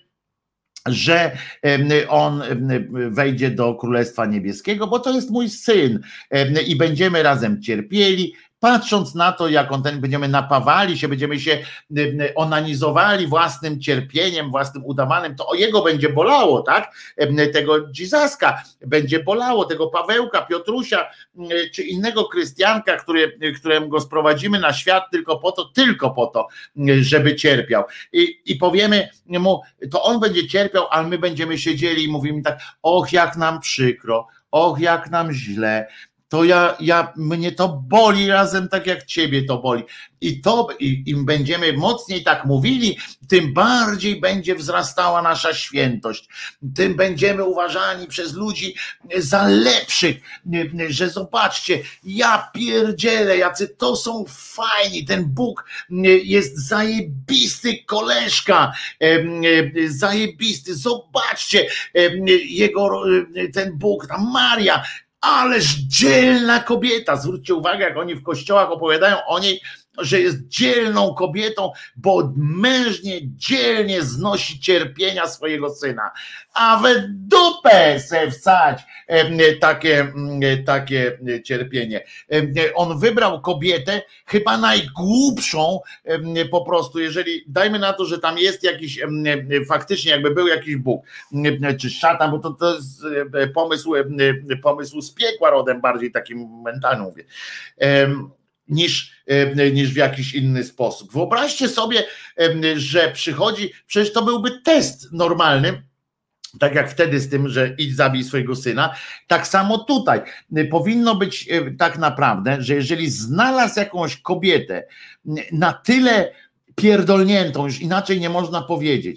że on wejdzie do Królestwa Niebieskiego, bo to jest mój syn i będziemy razem cierpieli, patrząc na to, jak on ten, będziemy napawali się, będziemy się onanizowali własnym cierpieniem, własnym udawanym, to o jego będzie bolało, tak? Tego Dzizaska będzie bolało, tego Pawełka, Piotrusia, czy innego Krystianka, który, którym go sprowadzimy na świat tylko po to, tylko po to, żeby cierpiał. I, i powiemy mu, to on będzie cierpiał, a my będziemy siedzieli i mówimy tak, och, jak nam przykro, och, jak nam źle, to ja, ja, mnie to boli razem tak jak ciebie to boli. I to i, im będziemy mocniej tak mówili, tym bardziej będzie wzrastała nasza świętość. Tym będziemy uważani przez ludzi za lepszych, że zobaczcie, ja pierdzielę, jacy to są fajni, ten Bóg jest zajebisty koleżka, zajebisty, zobaczcie, jego, ten Bóg, ta Maria, ależ dzielna kobieta. Zwróćcie uwagę, jak oni w kościołach opowiadają o niej, że jest dzielną kobietą, bo mężnie, dzielnie znosi cierpienia swojego syna. A we dupę se wsać takie, takie cierpienie. On wybrał kobietę, chyba najgłupszą po prostu, jeżeli, dajmy na to, że tam jest jakiś, faktycznie jakby był jakiś Bóg, czy szatan, bo to, to jest pomysł, pomysł z piekła rodem, bardziej takim mentalnym mówię. Niż, niż w jakiś inny sposób. Wyobraźcie sobie, że przychodzi, przecież to byłby test normalny, tak jak wtedy z tym, że idź zabij swojego syna, tak samo tutaj powinno być tak naprawdę, że jeżeli znalazł jakąś kobietę na tyle pierdolniętą, już inaczej nie można powiedzieć,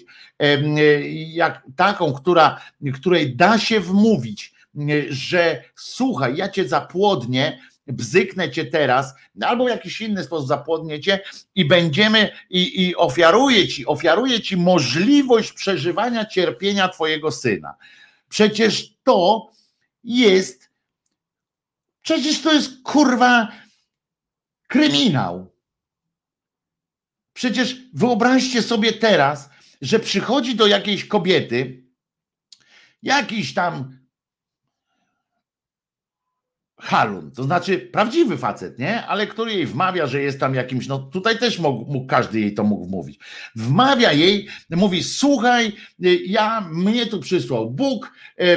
jak taką, która, której da się wmówić, że słuchaj, ja cię zapłodnię, bzyknę cię teraz, albo w jakiś inny sposób zapłodnię cię i będziemy, i, i ofiaruję ci, ofiaruję ci możliwość przeżywania cierpienia twojego syna. Przecież to jest, przecież to jest kurwa kryminał. Przecież wyobraźcie sobie teraz, że przychodzi do jakiejś kobiety, jakiś tam halun, to znaczy prawdziwy facet, nie? Ale który jej wmawia, że jest tam jakimś, no tutaj też mógł, mógł każdy jej to mógł mówić. Wmawia jej, mówi, słuchaj, ja, mnie tu przysłał Bóg,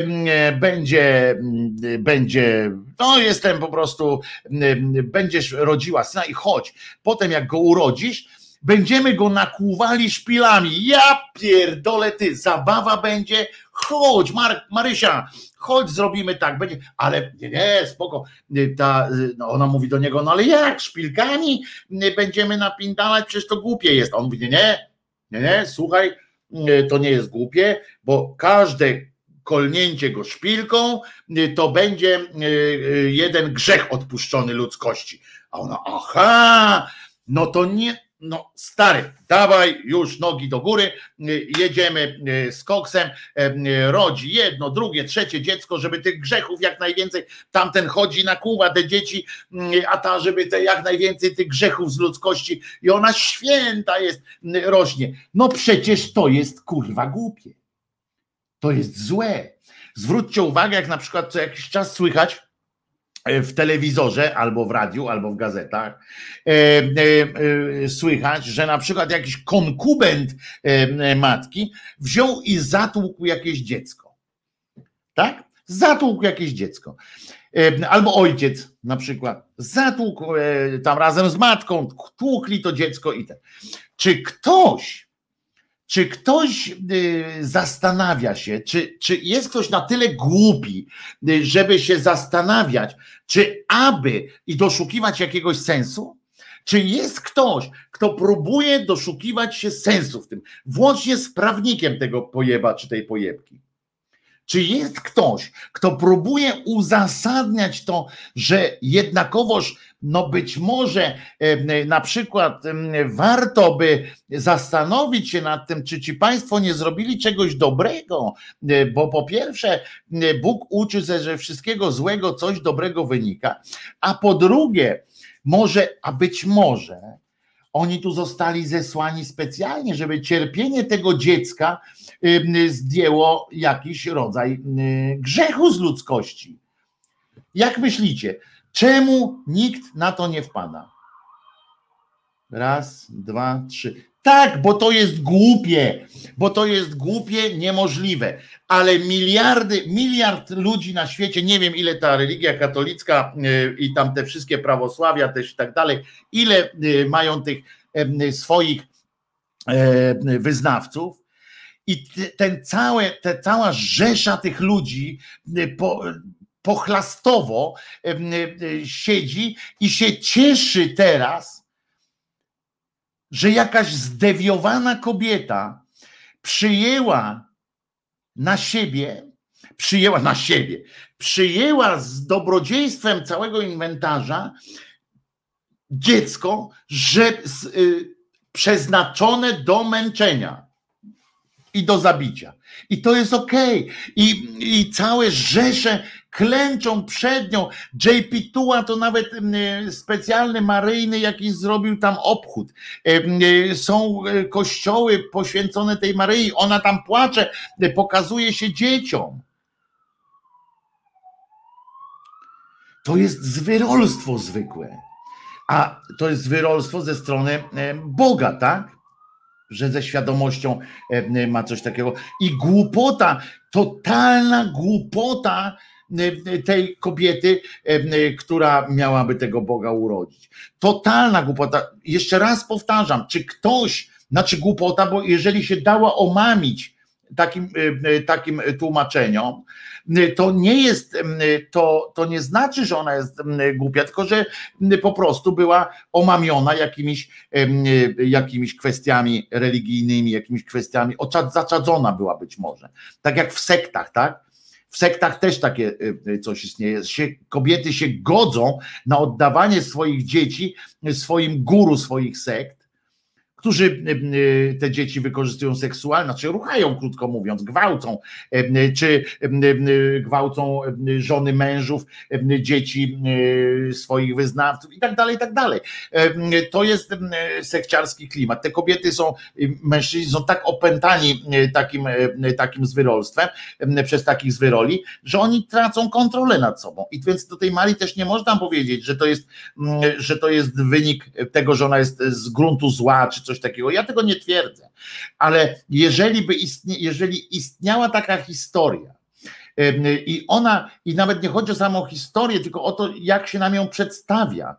będzie, będzie, no jestem po prostu, będziesz rodziła syna i chodź. Potem jak go urodzisz, będziemy go nakłuwali szpilami. Ja pierdolę ty, zabawa będzie, chodź Mar- Marysia, chodź zrobimy tak, będzie, ale nie, nie, spoko, ta, no ona mówi do niego, no ale jak, szpilkami będziemy napindalać, przecież to głupie jest. A on mówi, nie, nie, nie, nie, słuchaj, to nie jest głupie, bo każde kolnięcie go szpilką to będzie jeden grzech odpuszczony ludzkości. A ona, aha, no to nie, no stary, dawaj już nogi do góry, jedziemy z koksem, rodzi jedno, drugie, trzecie dziecko, żeby tych grzechów jak najwięcej, tamten chodzi, nakłuwa te dzieci, a ta, żeby te jak najwięcej tych grzechów z ludzkości i ona święta jest, rośnie. No przecież to jest kurwa głupie. To jest złe. Zwróćcie uwagę, jak na przykład co jakiś czas słychać w telewizorze, albo w radiu, albo w gazetach e, e, e, słychać, że na przykład jakiś konkubent e, matki wziął i zatłukł jakieś dziecko. Tak? Zatłukł jakieś dziecko. E, albo ojciec na przykład zatłukł e, tam razem z matką, tłukli to dziecko i tak. Czy ktoś Czy ktoś zastanawia się, czy, czy jest ktoś na tyle głupi, żeby się zastanawiać, czy aby i doszukiwać jakiegoś sensu? Czy jest ktoś, kto próbuje doszukiwać się sensu w tym, włącznie z prawnikiem tego pojeba czy tej pojebki? Czy jest ktoś, kto próbuje uzasadniać to, że jednakowoż, no być może e, na przykład e, warto by zastanowić się nad tym, czy ci państwo nie zrobili czegoś dobrego, e, bo po pierwsze e, Bóg uczy, że ze wszystkiego złego coś dobrego wynika, a po drugie, może, a być może oni tu zostali zesłani specjalnie, żeby cierpienie tego dziecka zdjęło jakiś rodzaj grzechu z ludzkości. Jak myślicie, Czemu nikt na to nie wpada? Raz, dwa, trzy. Tak, bo to jest głupie, bo to jest głupie, niemożliwe, ale miliardy, miliard ludzi na świecie, nie wiem ile ta religia katolicka i tam te wszystkie prawosławia też i tak dalej, ile mają tych swoich wyznawców i ten całe, te cała rzesza tych ludzi po, pochlastowo siedzi i się cieszy teraz, że jakaś zdewiowana kobieta przyjęła na siebie, przyjęła na siebie, przyjęła z dobrodziejstwem całego inwentarza dziecko, że y, przeznaczone do męczenia i do zabicia. I to jest okej. Okay. I, I całe rzesze klęczą przed nią. J P Tuła to nawet specjalny maryjny jakiś zrobił tam obchód. Są kościoły poświęcone tej Maryi. Ona tam płacze, pokazuje się dzieciom. To jest zwyrolstwo zwykłe. A to jest zwyrolstwo ze strony Boga, tak? Że ze świadomością ma coś takiego. I głupota, totalna głupota tej kobiety, która miałaby tego Boga urodzić. Totalna głupota. Jeszcze raz powtarzam, czy ktoś, znaczy głupota, bo jeżeli się dała omamić takim, takim tłumaczeniom, to nie jest, to, to nie znaczy, że ona jest głupia, tylko że po prostu była omamiona jakimiś, jakimiś kwestiami religijnymi, jakimiś kwestiami, zaczadzona była być może. Tak jak w sektach, tak? W sektach też takie coś istnieje. Kobiety się godzą na oddawanie swoich dzieci swoim guru swoich sekt, którzy te dzieci wykorzystują seksualnie, znaczy ruchają, krótko mówiąc, gwałcą, czy gwałcą żony mężów, dzieci swoich wyznawców i tak dalej, i tak dalej. To jest sekciarski klimat. Te kobiety są, mężczyźni są tak opętani takim, takim zwyrolstwem, przez takich zwyroli, że oni tracą kontrolę nad sobą. I więc do tej Marii też nie można powiedzieć, że to jest, że to jest wynik tego, że ona jest z gruntu zła, czy coś takiego. Ja tego nie twierdzę, ale jeżeli by istnie, jeżeli istniała taka historia i ona, i nawet nie chodzi o samą historię, tylko o to, jak się nam ją przedstawia.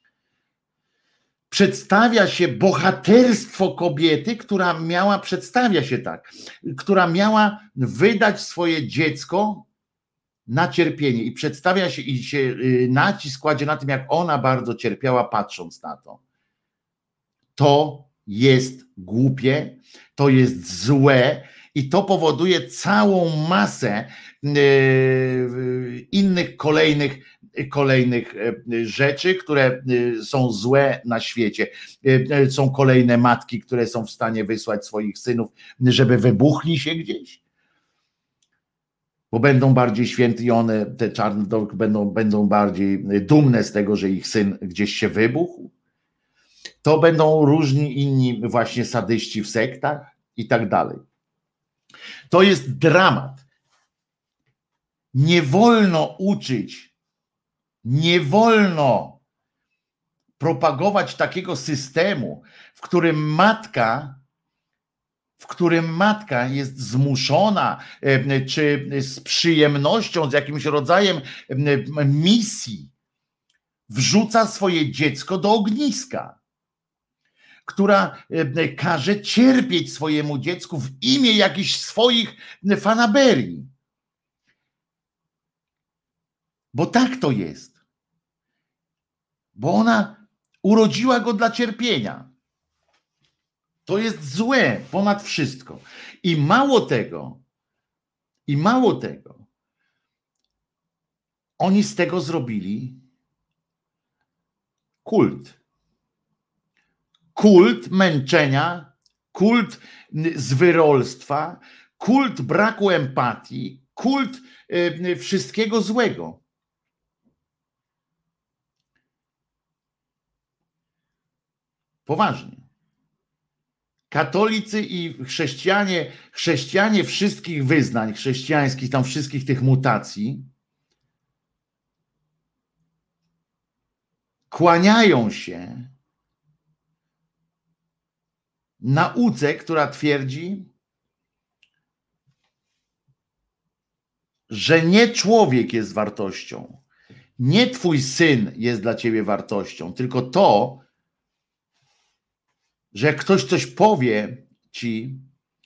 Przedstawia się bohaterstwo kobiety, która miała, przedstawia się tak, która miała wydać swoje dziecko na cierpienie i przedstawia się i się nacisk kładzie na tym, jak ona bardzo cierpiała, patrząc na to. To jest głupie, to jest złe i to powoduje całą masę innych kolejnych, kolejnych rzeczy, które są złe na świecie. Są kolejne matki, które są w stanie wysłać swoich synów, żeby wybuchli się gdzieś, bo będą bardziej święte i one, te czarne będą, będą bardziej dumne z tego, że ich syn gdzieś się wybuchł. To będą różni inni właśnie sadyści w sektach i tak dalej. To jest dramat. Nie wolno uczyć, nie wolno propagować takiego systemu, w którym matka, w którym matka jest zmuszona, czy z przyjemnością, z jakimś rodzajem misji, wrzuca swoje dziecko do ogniska, która każe cierpieć swojemu dziecku w imię jakichś swoich fanaberii. Bo tak to jest. Bo ona urodziła go dla cierpienia. To jest złe ponad wszystko. I mało tego, i mało tego, oni z tego zrobili kult. Kult męczenia, kult zwyrolstwa, kult braku empatii, kult wszystkiego złego. Poważnie. Katolicy i chrześcijanie, chrześcijanie wszystkich wyznań chrześcijańskich, tam wszystkich tych mutacji, kłaniają się nauce, która twierdzi, że nie człowiek jest wartością, nie twój syn jest dla ciebie wartością, tylko to, że jak ktoś coś powie ci,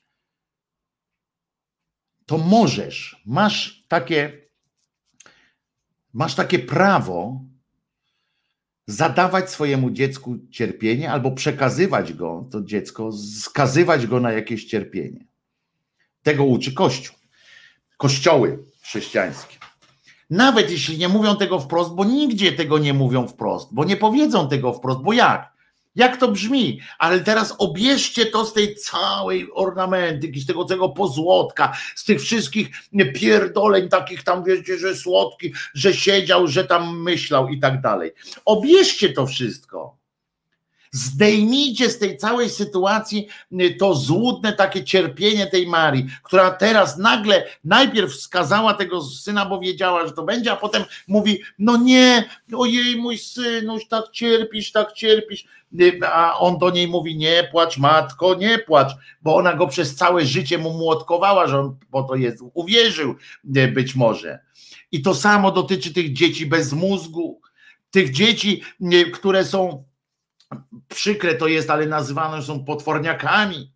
to możesz, masz takie, masz takie prawo zadawać swojemu dziecku cierpienie albo przekazywać go, to dziecko, skazywać go na jakieś cierpienie. Tego uczy Kościół. Kościoły chrześcijańskie. Nawet jeśli nie mówią tego wprost, bo nigdzie tego nie mówią wprost, bo nie powiedzą tego wprost, bo jak? Jak to brzmi? Ale teraz obierzcie to z tej całej ornamentyki, z tego całego pozłotka, z tych wszystkich pierdoleń takich tam, wiecie, że słodki, że siedział, że tam myślał i tak dalej. Obierzcie to wszystko. Zdejmijcie z tej całej sytuacji to złudne takie cierpienie tej Marii, która teraz nagle najpierw wskazała tego syna, bo wiedziała, że to będzie, a potem mówi, no nie, ojej mój synuś, tak cierpisz, tak cierpisz, a on do niej mówi, nie płacz matko, nie płacz, bo ona go przez całe życie mu młotkowała, że on po to jest, uwierzył być może. I to samo dotyczy tych dzieci bez mózgu, tych dzieci, które są, przykre to jest, ale nazywane są potworniakami.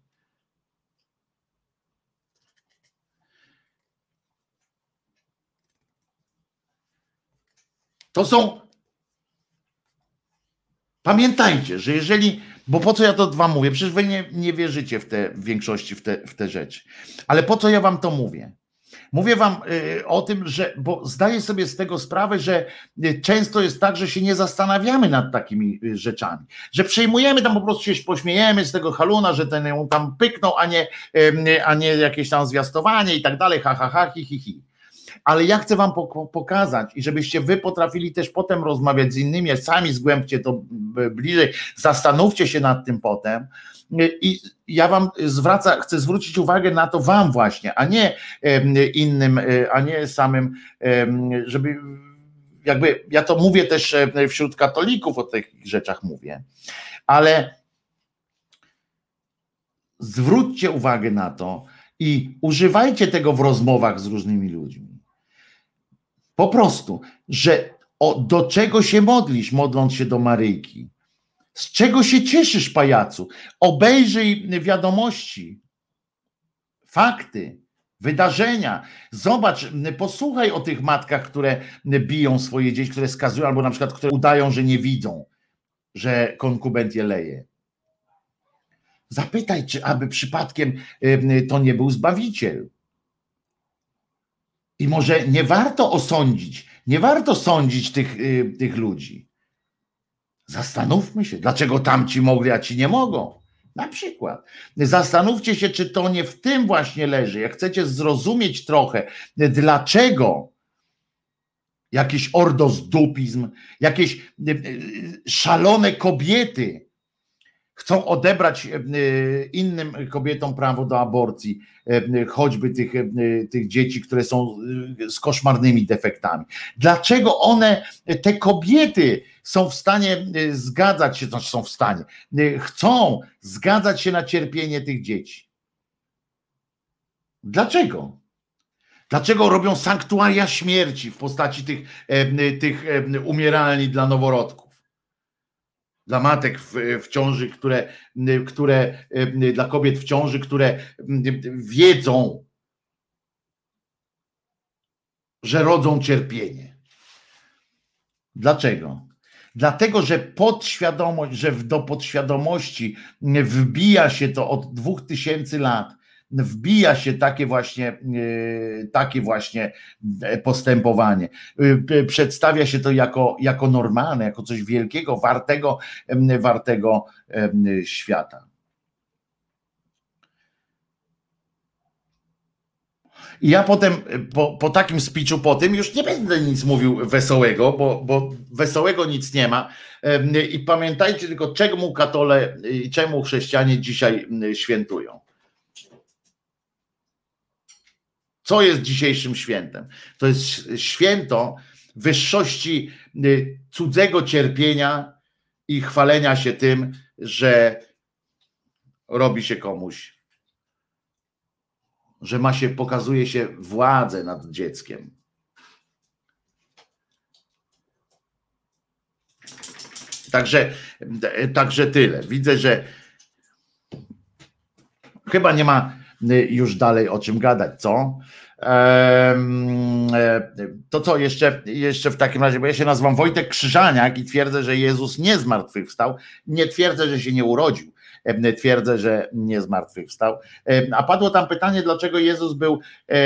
To są, pamiętajcie, że jeżeli, bo po co ja to wam mówię, przecież wy nie, nie wierzycie w te, w większości w te, w te rzeczy, ale po co ja wam to mówię? Mówię wam y, o tym, że, bo zdaję sobie z tego sprawę, że y, często jest tak, że się nie zastanawiamy nad takimi y, rzeczami, że przejmujemy tam, po prostu się pośmiejemy z tego haluna, że ten ją tam pyknął, a nie, y, a nie jakieś tam zwiastowanie i tak dalej, ha, ha, ha, hi, hi, hi. Ale ja chcę wam pokazać i żebyście wy potrafili też potem rozmawiać z innymi, sami zgłębcie to bliżej, zastanówcie się nad tym potem. I ja wam zwraca, chcę zwrócić uwagę na to wam właśnie, a nie innym, a nie samym, żeby jakby, ja to mówię też wśród katolików, o tych rzeczach mówię, ale zwróćcie uwagę na to i używajcie tego w rozmowach z różnymi ludźmi. Po prostu, że o, do czego się modlisz, modląc się do Maryjki? Z czego się cieszysz, pajacu? Obejrzyj wiadomości, fakty, wydarzenia. Zobacz, posłuchaj o tych matkach, które biją swoje dzieci, które skazują, albo na przykład, które udają, że nie widzą, że konkubent je leje. Zapytaj, czy aby przypadkiem to nie był Zbawiciel. I może nie warto osądzić, nie warto sądzić tych, tych ludzi. Zastanówmy się, dlaczego tamci mogli, a ci nie mogą. Na przykład. Zastanówcie się, czy to nie w tym właśnie leży. Jak chcecie zrozumieć trochę, dlaczego jakiś ordozdupizm, jakieś szalone kobiety chcą odebrać innym kobietom prawo do aborcji, choćby tych, tych dzieci, które są z koszmarnymi defektami. Dlaczego one, te kobiety są w stanie zgadzać się, znaczy są w stanie, chcą zgadzać się na cierpienie tych dzieci? Dlaczego? Dlaczego robią sanktuaria śmierci w postaci tych, tych umieralni dla noworodków? Dla matek w, w ciąży, które, które, dla kobiet w ciąży, które wiedzą, że rodzą cierpienie. Dlaczego? Dlatego, że podświadomość, że do podświadomości wbija się to od dwóch tysięcy lat, wbija się takie właśnie, takie właśnie postępowanie. Przedstawia się to jako, jako normalne, jako coś wielkiego, wartego, wartego świata. I ja potem po, po takim speechu po tym już nie będę nic mówił wesołego, bo, bo wesołego nic nie ma. I pamiętajcie tylko, czemu katole i czemu chrześcijanie dzisiaj świętują. Co jest dzisiejszym świętem? To jest święto wyższości cudzego cierpienia i chwalenia się tym, że robi się komuś, że ma się, pokazuje się władzę nad dzieckiem. Także, także tyle. Widzę, że chyba nie ma już dalej o czym gadać, co? To co jeszcze, jeszcze w takim razie, bo ja się nazywam Wojtek Krzyżaniak i twierdzę, że Jezus nie zmartwychwstał. Nie twierdzę, że się nie urodził. Twierdzę, że nie zmartwychwstał. A padło tam pytanie, dlaczego Jezus był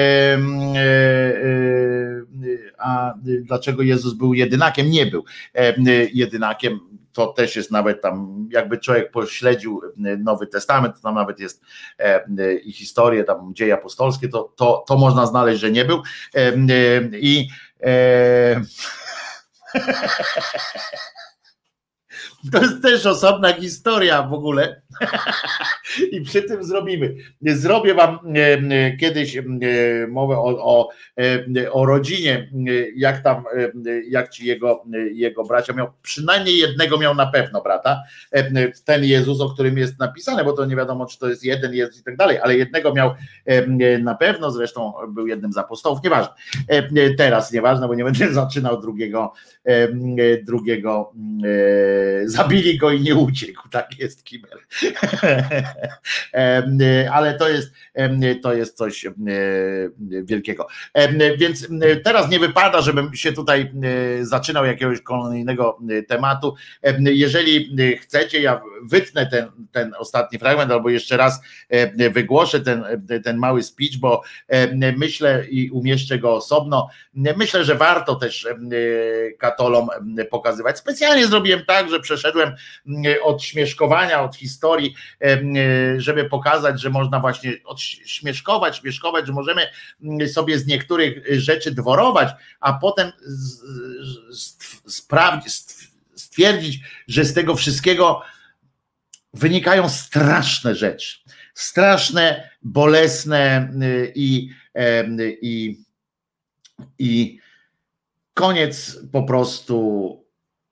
a dlaczego Jezus był jedynakiem? Nie był jedynakiem. To też jest nawet tam, jakby człowiek pośledził Nowy Testament, to tam nawet jest i historię, tam dzieje apostolskie, to, to, to można znaleźć, że nie był. I e, to jest też osobna historia w ogóle i przy tym zrobimy. Zrobię wam kiedyś mowę o, o, o rodzinie, jak tam, jak ci jego, jego bracia miał, przynajmniej jednego miał na pewno brata, ten Jezus, o którym jest napisane, bo to nie wiadomo, czy to jest jeden Jezus i tak dalej, ale jednego miał na pewno, zresztą był jednym z apostołów, nieważne, teraz nieważne, bo nie będę zaczynał drugiego, drugiego zabili go i nie uciekł, tak jest Kibel. Ale to jest, to jest coś wielkiego. Więc teraz nie wypada, żebym się tutaj zaczynał jakiegoś kolejnego tematu. Jeżeli chcecie, ja wytnę ten, ten ostatni fragment, albo jeszcze raz wygłoszę ten, ten mały speech, bo myślę i umieszczę go osobno. Myślę, że warto też katolom pokazywać. Specjalnie zrobiłem tak, że przeszedłem od śmieszkowania, od historii, żeby pokazać, że można właśnie śmieszkować, śmieszkować, że możemy sobie z niektórych rzeczy dworować, a potem sprawdzić, stwierdzić, że z tego wszystkiego wynikają straszne rzeczy. Straszne, bolesne i, i, i koniec po prostu,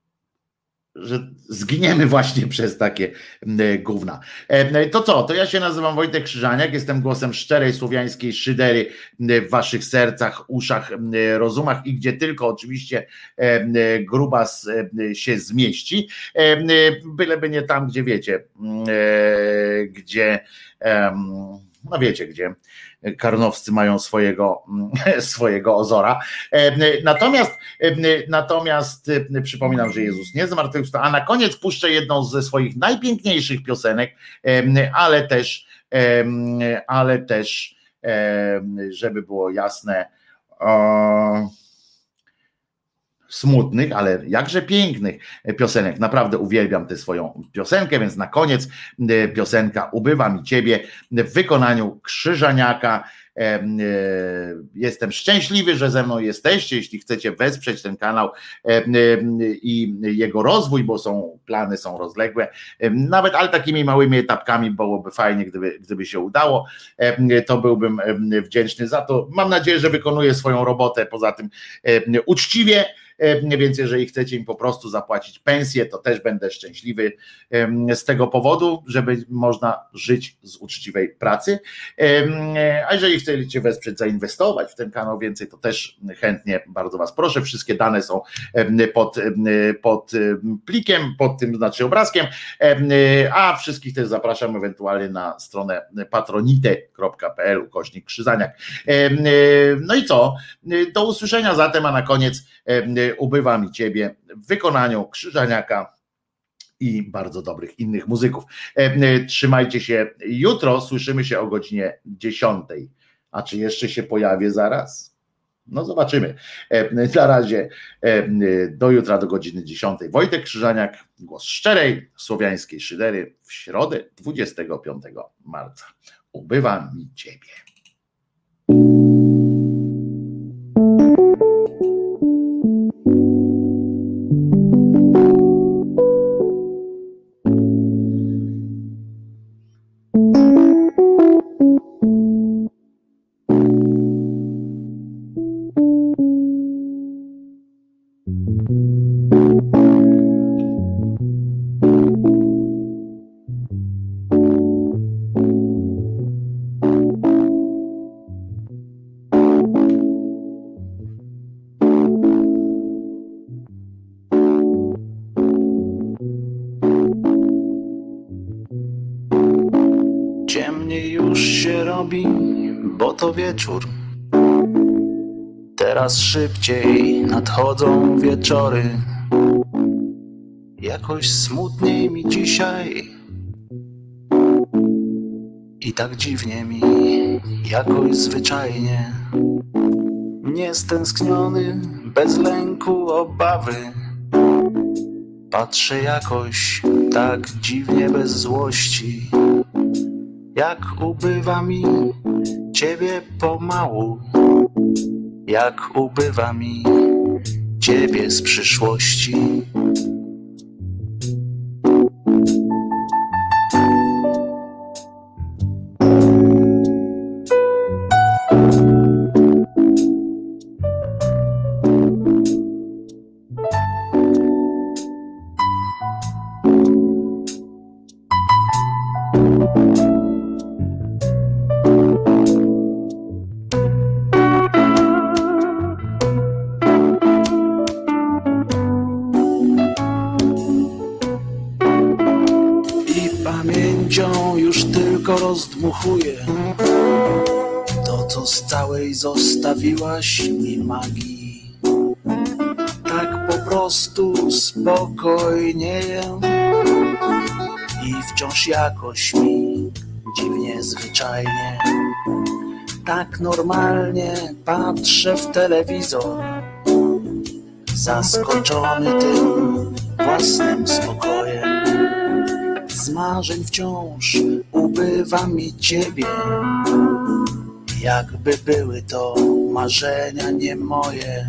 że zginiemy właśnie przez takie gówna. To co? To ja się nazywam Wojtek Krzyżaniak, jestem głosem szczerej słowiańskiej szydery w waszych sercach, uszach, rozumach i gdzie tylko oczywiście grubas się zmieści, byleby nie tam, gdzie wiecie, gdzie no wiecie gdzie, karnowscy mają swojego, swojego ozora. Natomiast, natomiast przypominam, że Jezus nie zmartwychwstał, a na koniec puszczę jedną ze swoich najpiękniejszych piosenek, ale też, ale też, żeby było jasne, o, smutnych, ale jakże pięknych piosenek. Naprawdę uwielbiam tę swoją piosenkę, więc na koniec piosenka Ubywa mi ciebie w wykonaniu Krzyżaniaka. Jestem szczęśliwy, że ze mną jesteście. Jeśli chcecie wesprzeć ten kanał i jego rozwój, bo są plany, są rozległe, nawet ale takimi małymi etapkami byłoby fajnie, gdyby, gdyby się udało, to byłbym wdzięczny za to. Mam nadzieję, że wykonuję swoją robotę poza tym uczciwie, więc jeżeli chcecie im po prostu zapłacić pensję, to też będę szczęśliwy z tego powodu, żeby można żyć z uczciwej pracy. A jeżeli chcecie wesprzeć, zainwestować w ten kanał więcej, to też chętnie bardzo was proszę. Wszystkie dane są pod, pod plikiem, pod tym znaczy obrazkiem, a wszystkich też zapraszam ewentualnie na stronę patronite kropka p l ukośnik Krzyżaniak. No i co? Do usłyszenia zatem, a na koniec Ubywa mi ciebie w wykonaniu Krzyżaniaka i bardzo dobrych innych muzyków. Trzymajcie się. Jutro słyszymy się o godzinie dziesiątej. A czy jeszcze się pojawię zaraz? No zobaczymy. Na razie do jutra do godziny dziesiątej. Wojtek Krzyżaniak, głos szczerej słowiańskiej szydery w środę dwudziestego piątego marca. Ubywa mi ciebie. ciemniej już się robi, bo to wieczór. Teraz szybciej nadchodzą wieczory. Jakoś smutniej mi dzisiaj i tak dziwnie mi, jakoś zwyczajnie. Niestęskniony, bez lęku, obawy, patrzę jakoś tak dziwnie bez złości, jak ubywa mi ciebie pomału, jak ubywa mi ciebie z przyszłości. Rozdmuchuję to, co z całej zostawiłaś mi magii. Tak po prostu spokojnieję i wciąż jakoś mi dziwnie zwyczajnie. Tak normalnie patrzę w telewizor, zaskoczony tym własnym spokojem. Z marzeń wciąż ubywa mi ciebie, jakby były to marzenia nie moje.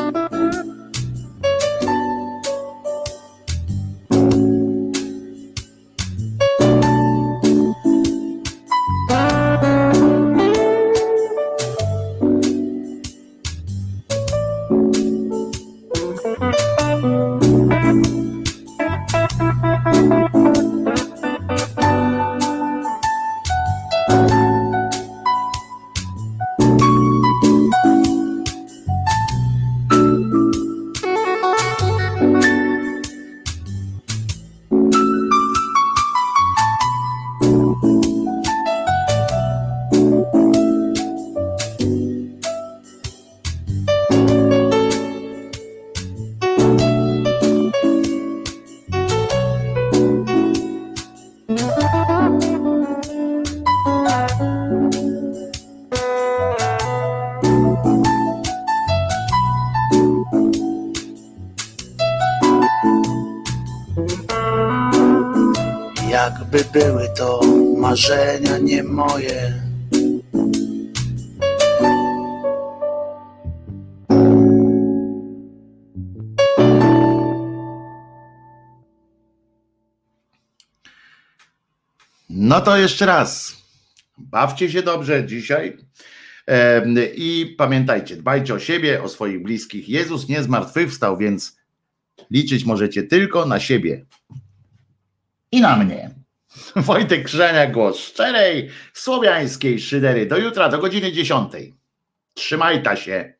Jakby były to marzenia nie moje. No to jeszcze raz. Bawcie się dobrze dzisiaj i pamiętajcie, dbajcie o siebie, o swoich bliskich. Jezus nie zmartwychwstał, więc liczyć możecie tylko na siebie i na mnie. Wojtek Krzeniak, głos szczerej, słowiańskiej szydery. Do jutra, do godziny dziesiątej. Trzymajta się.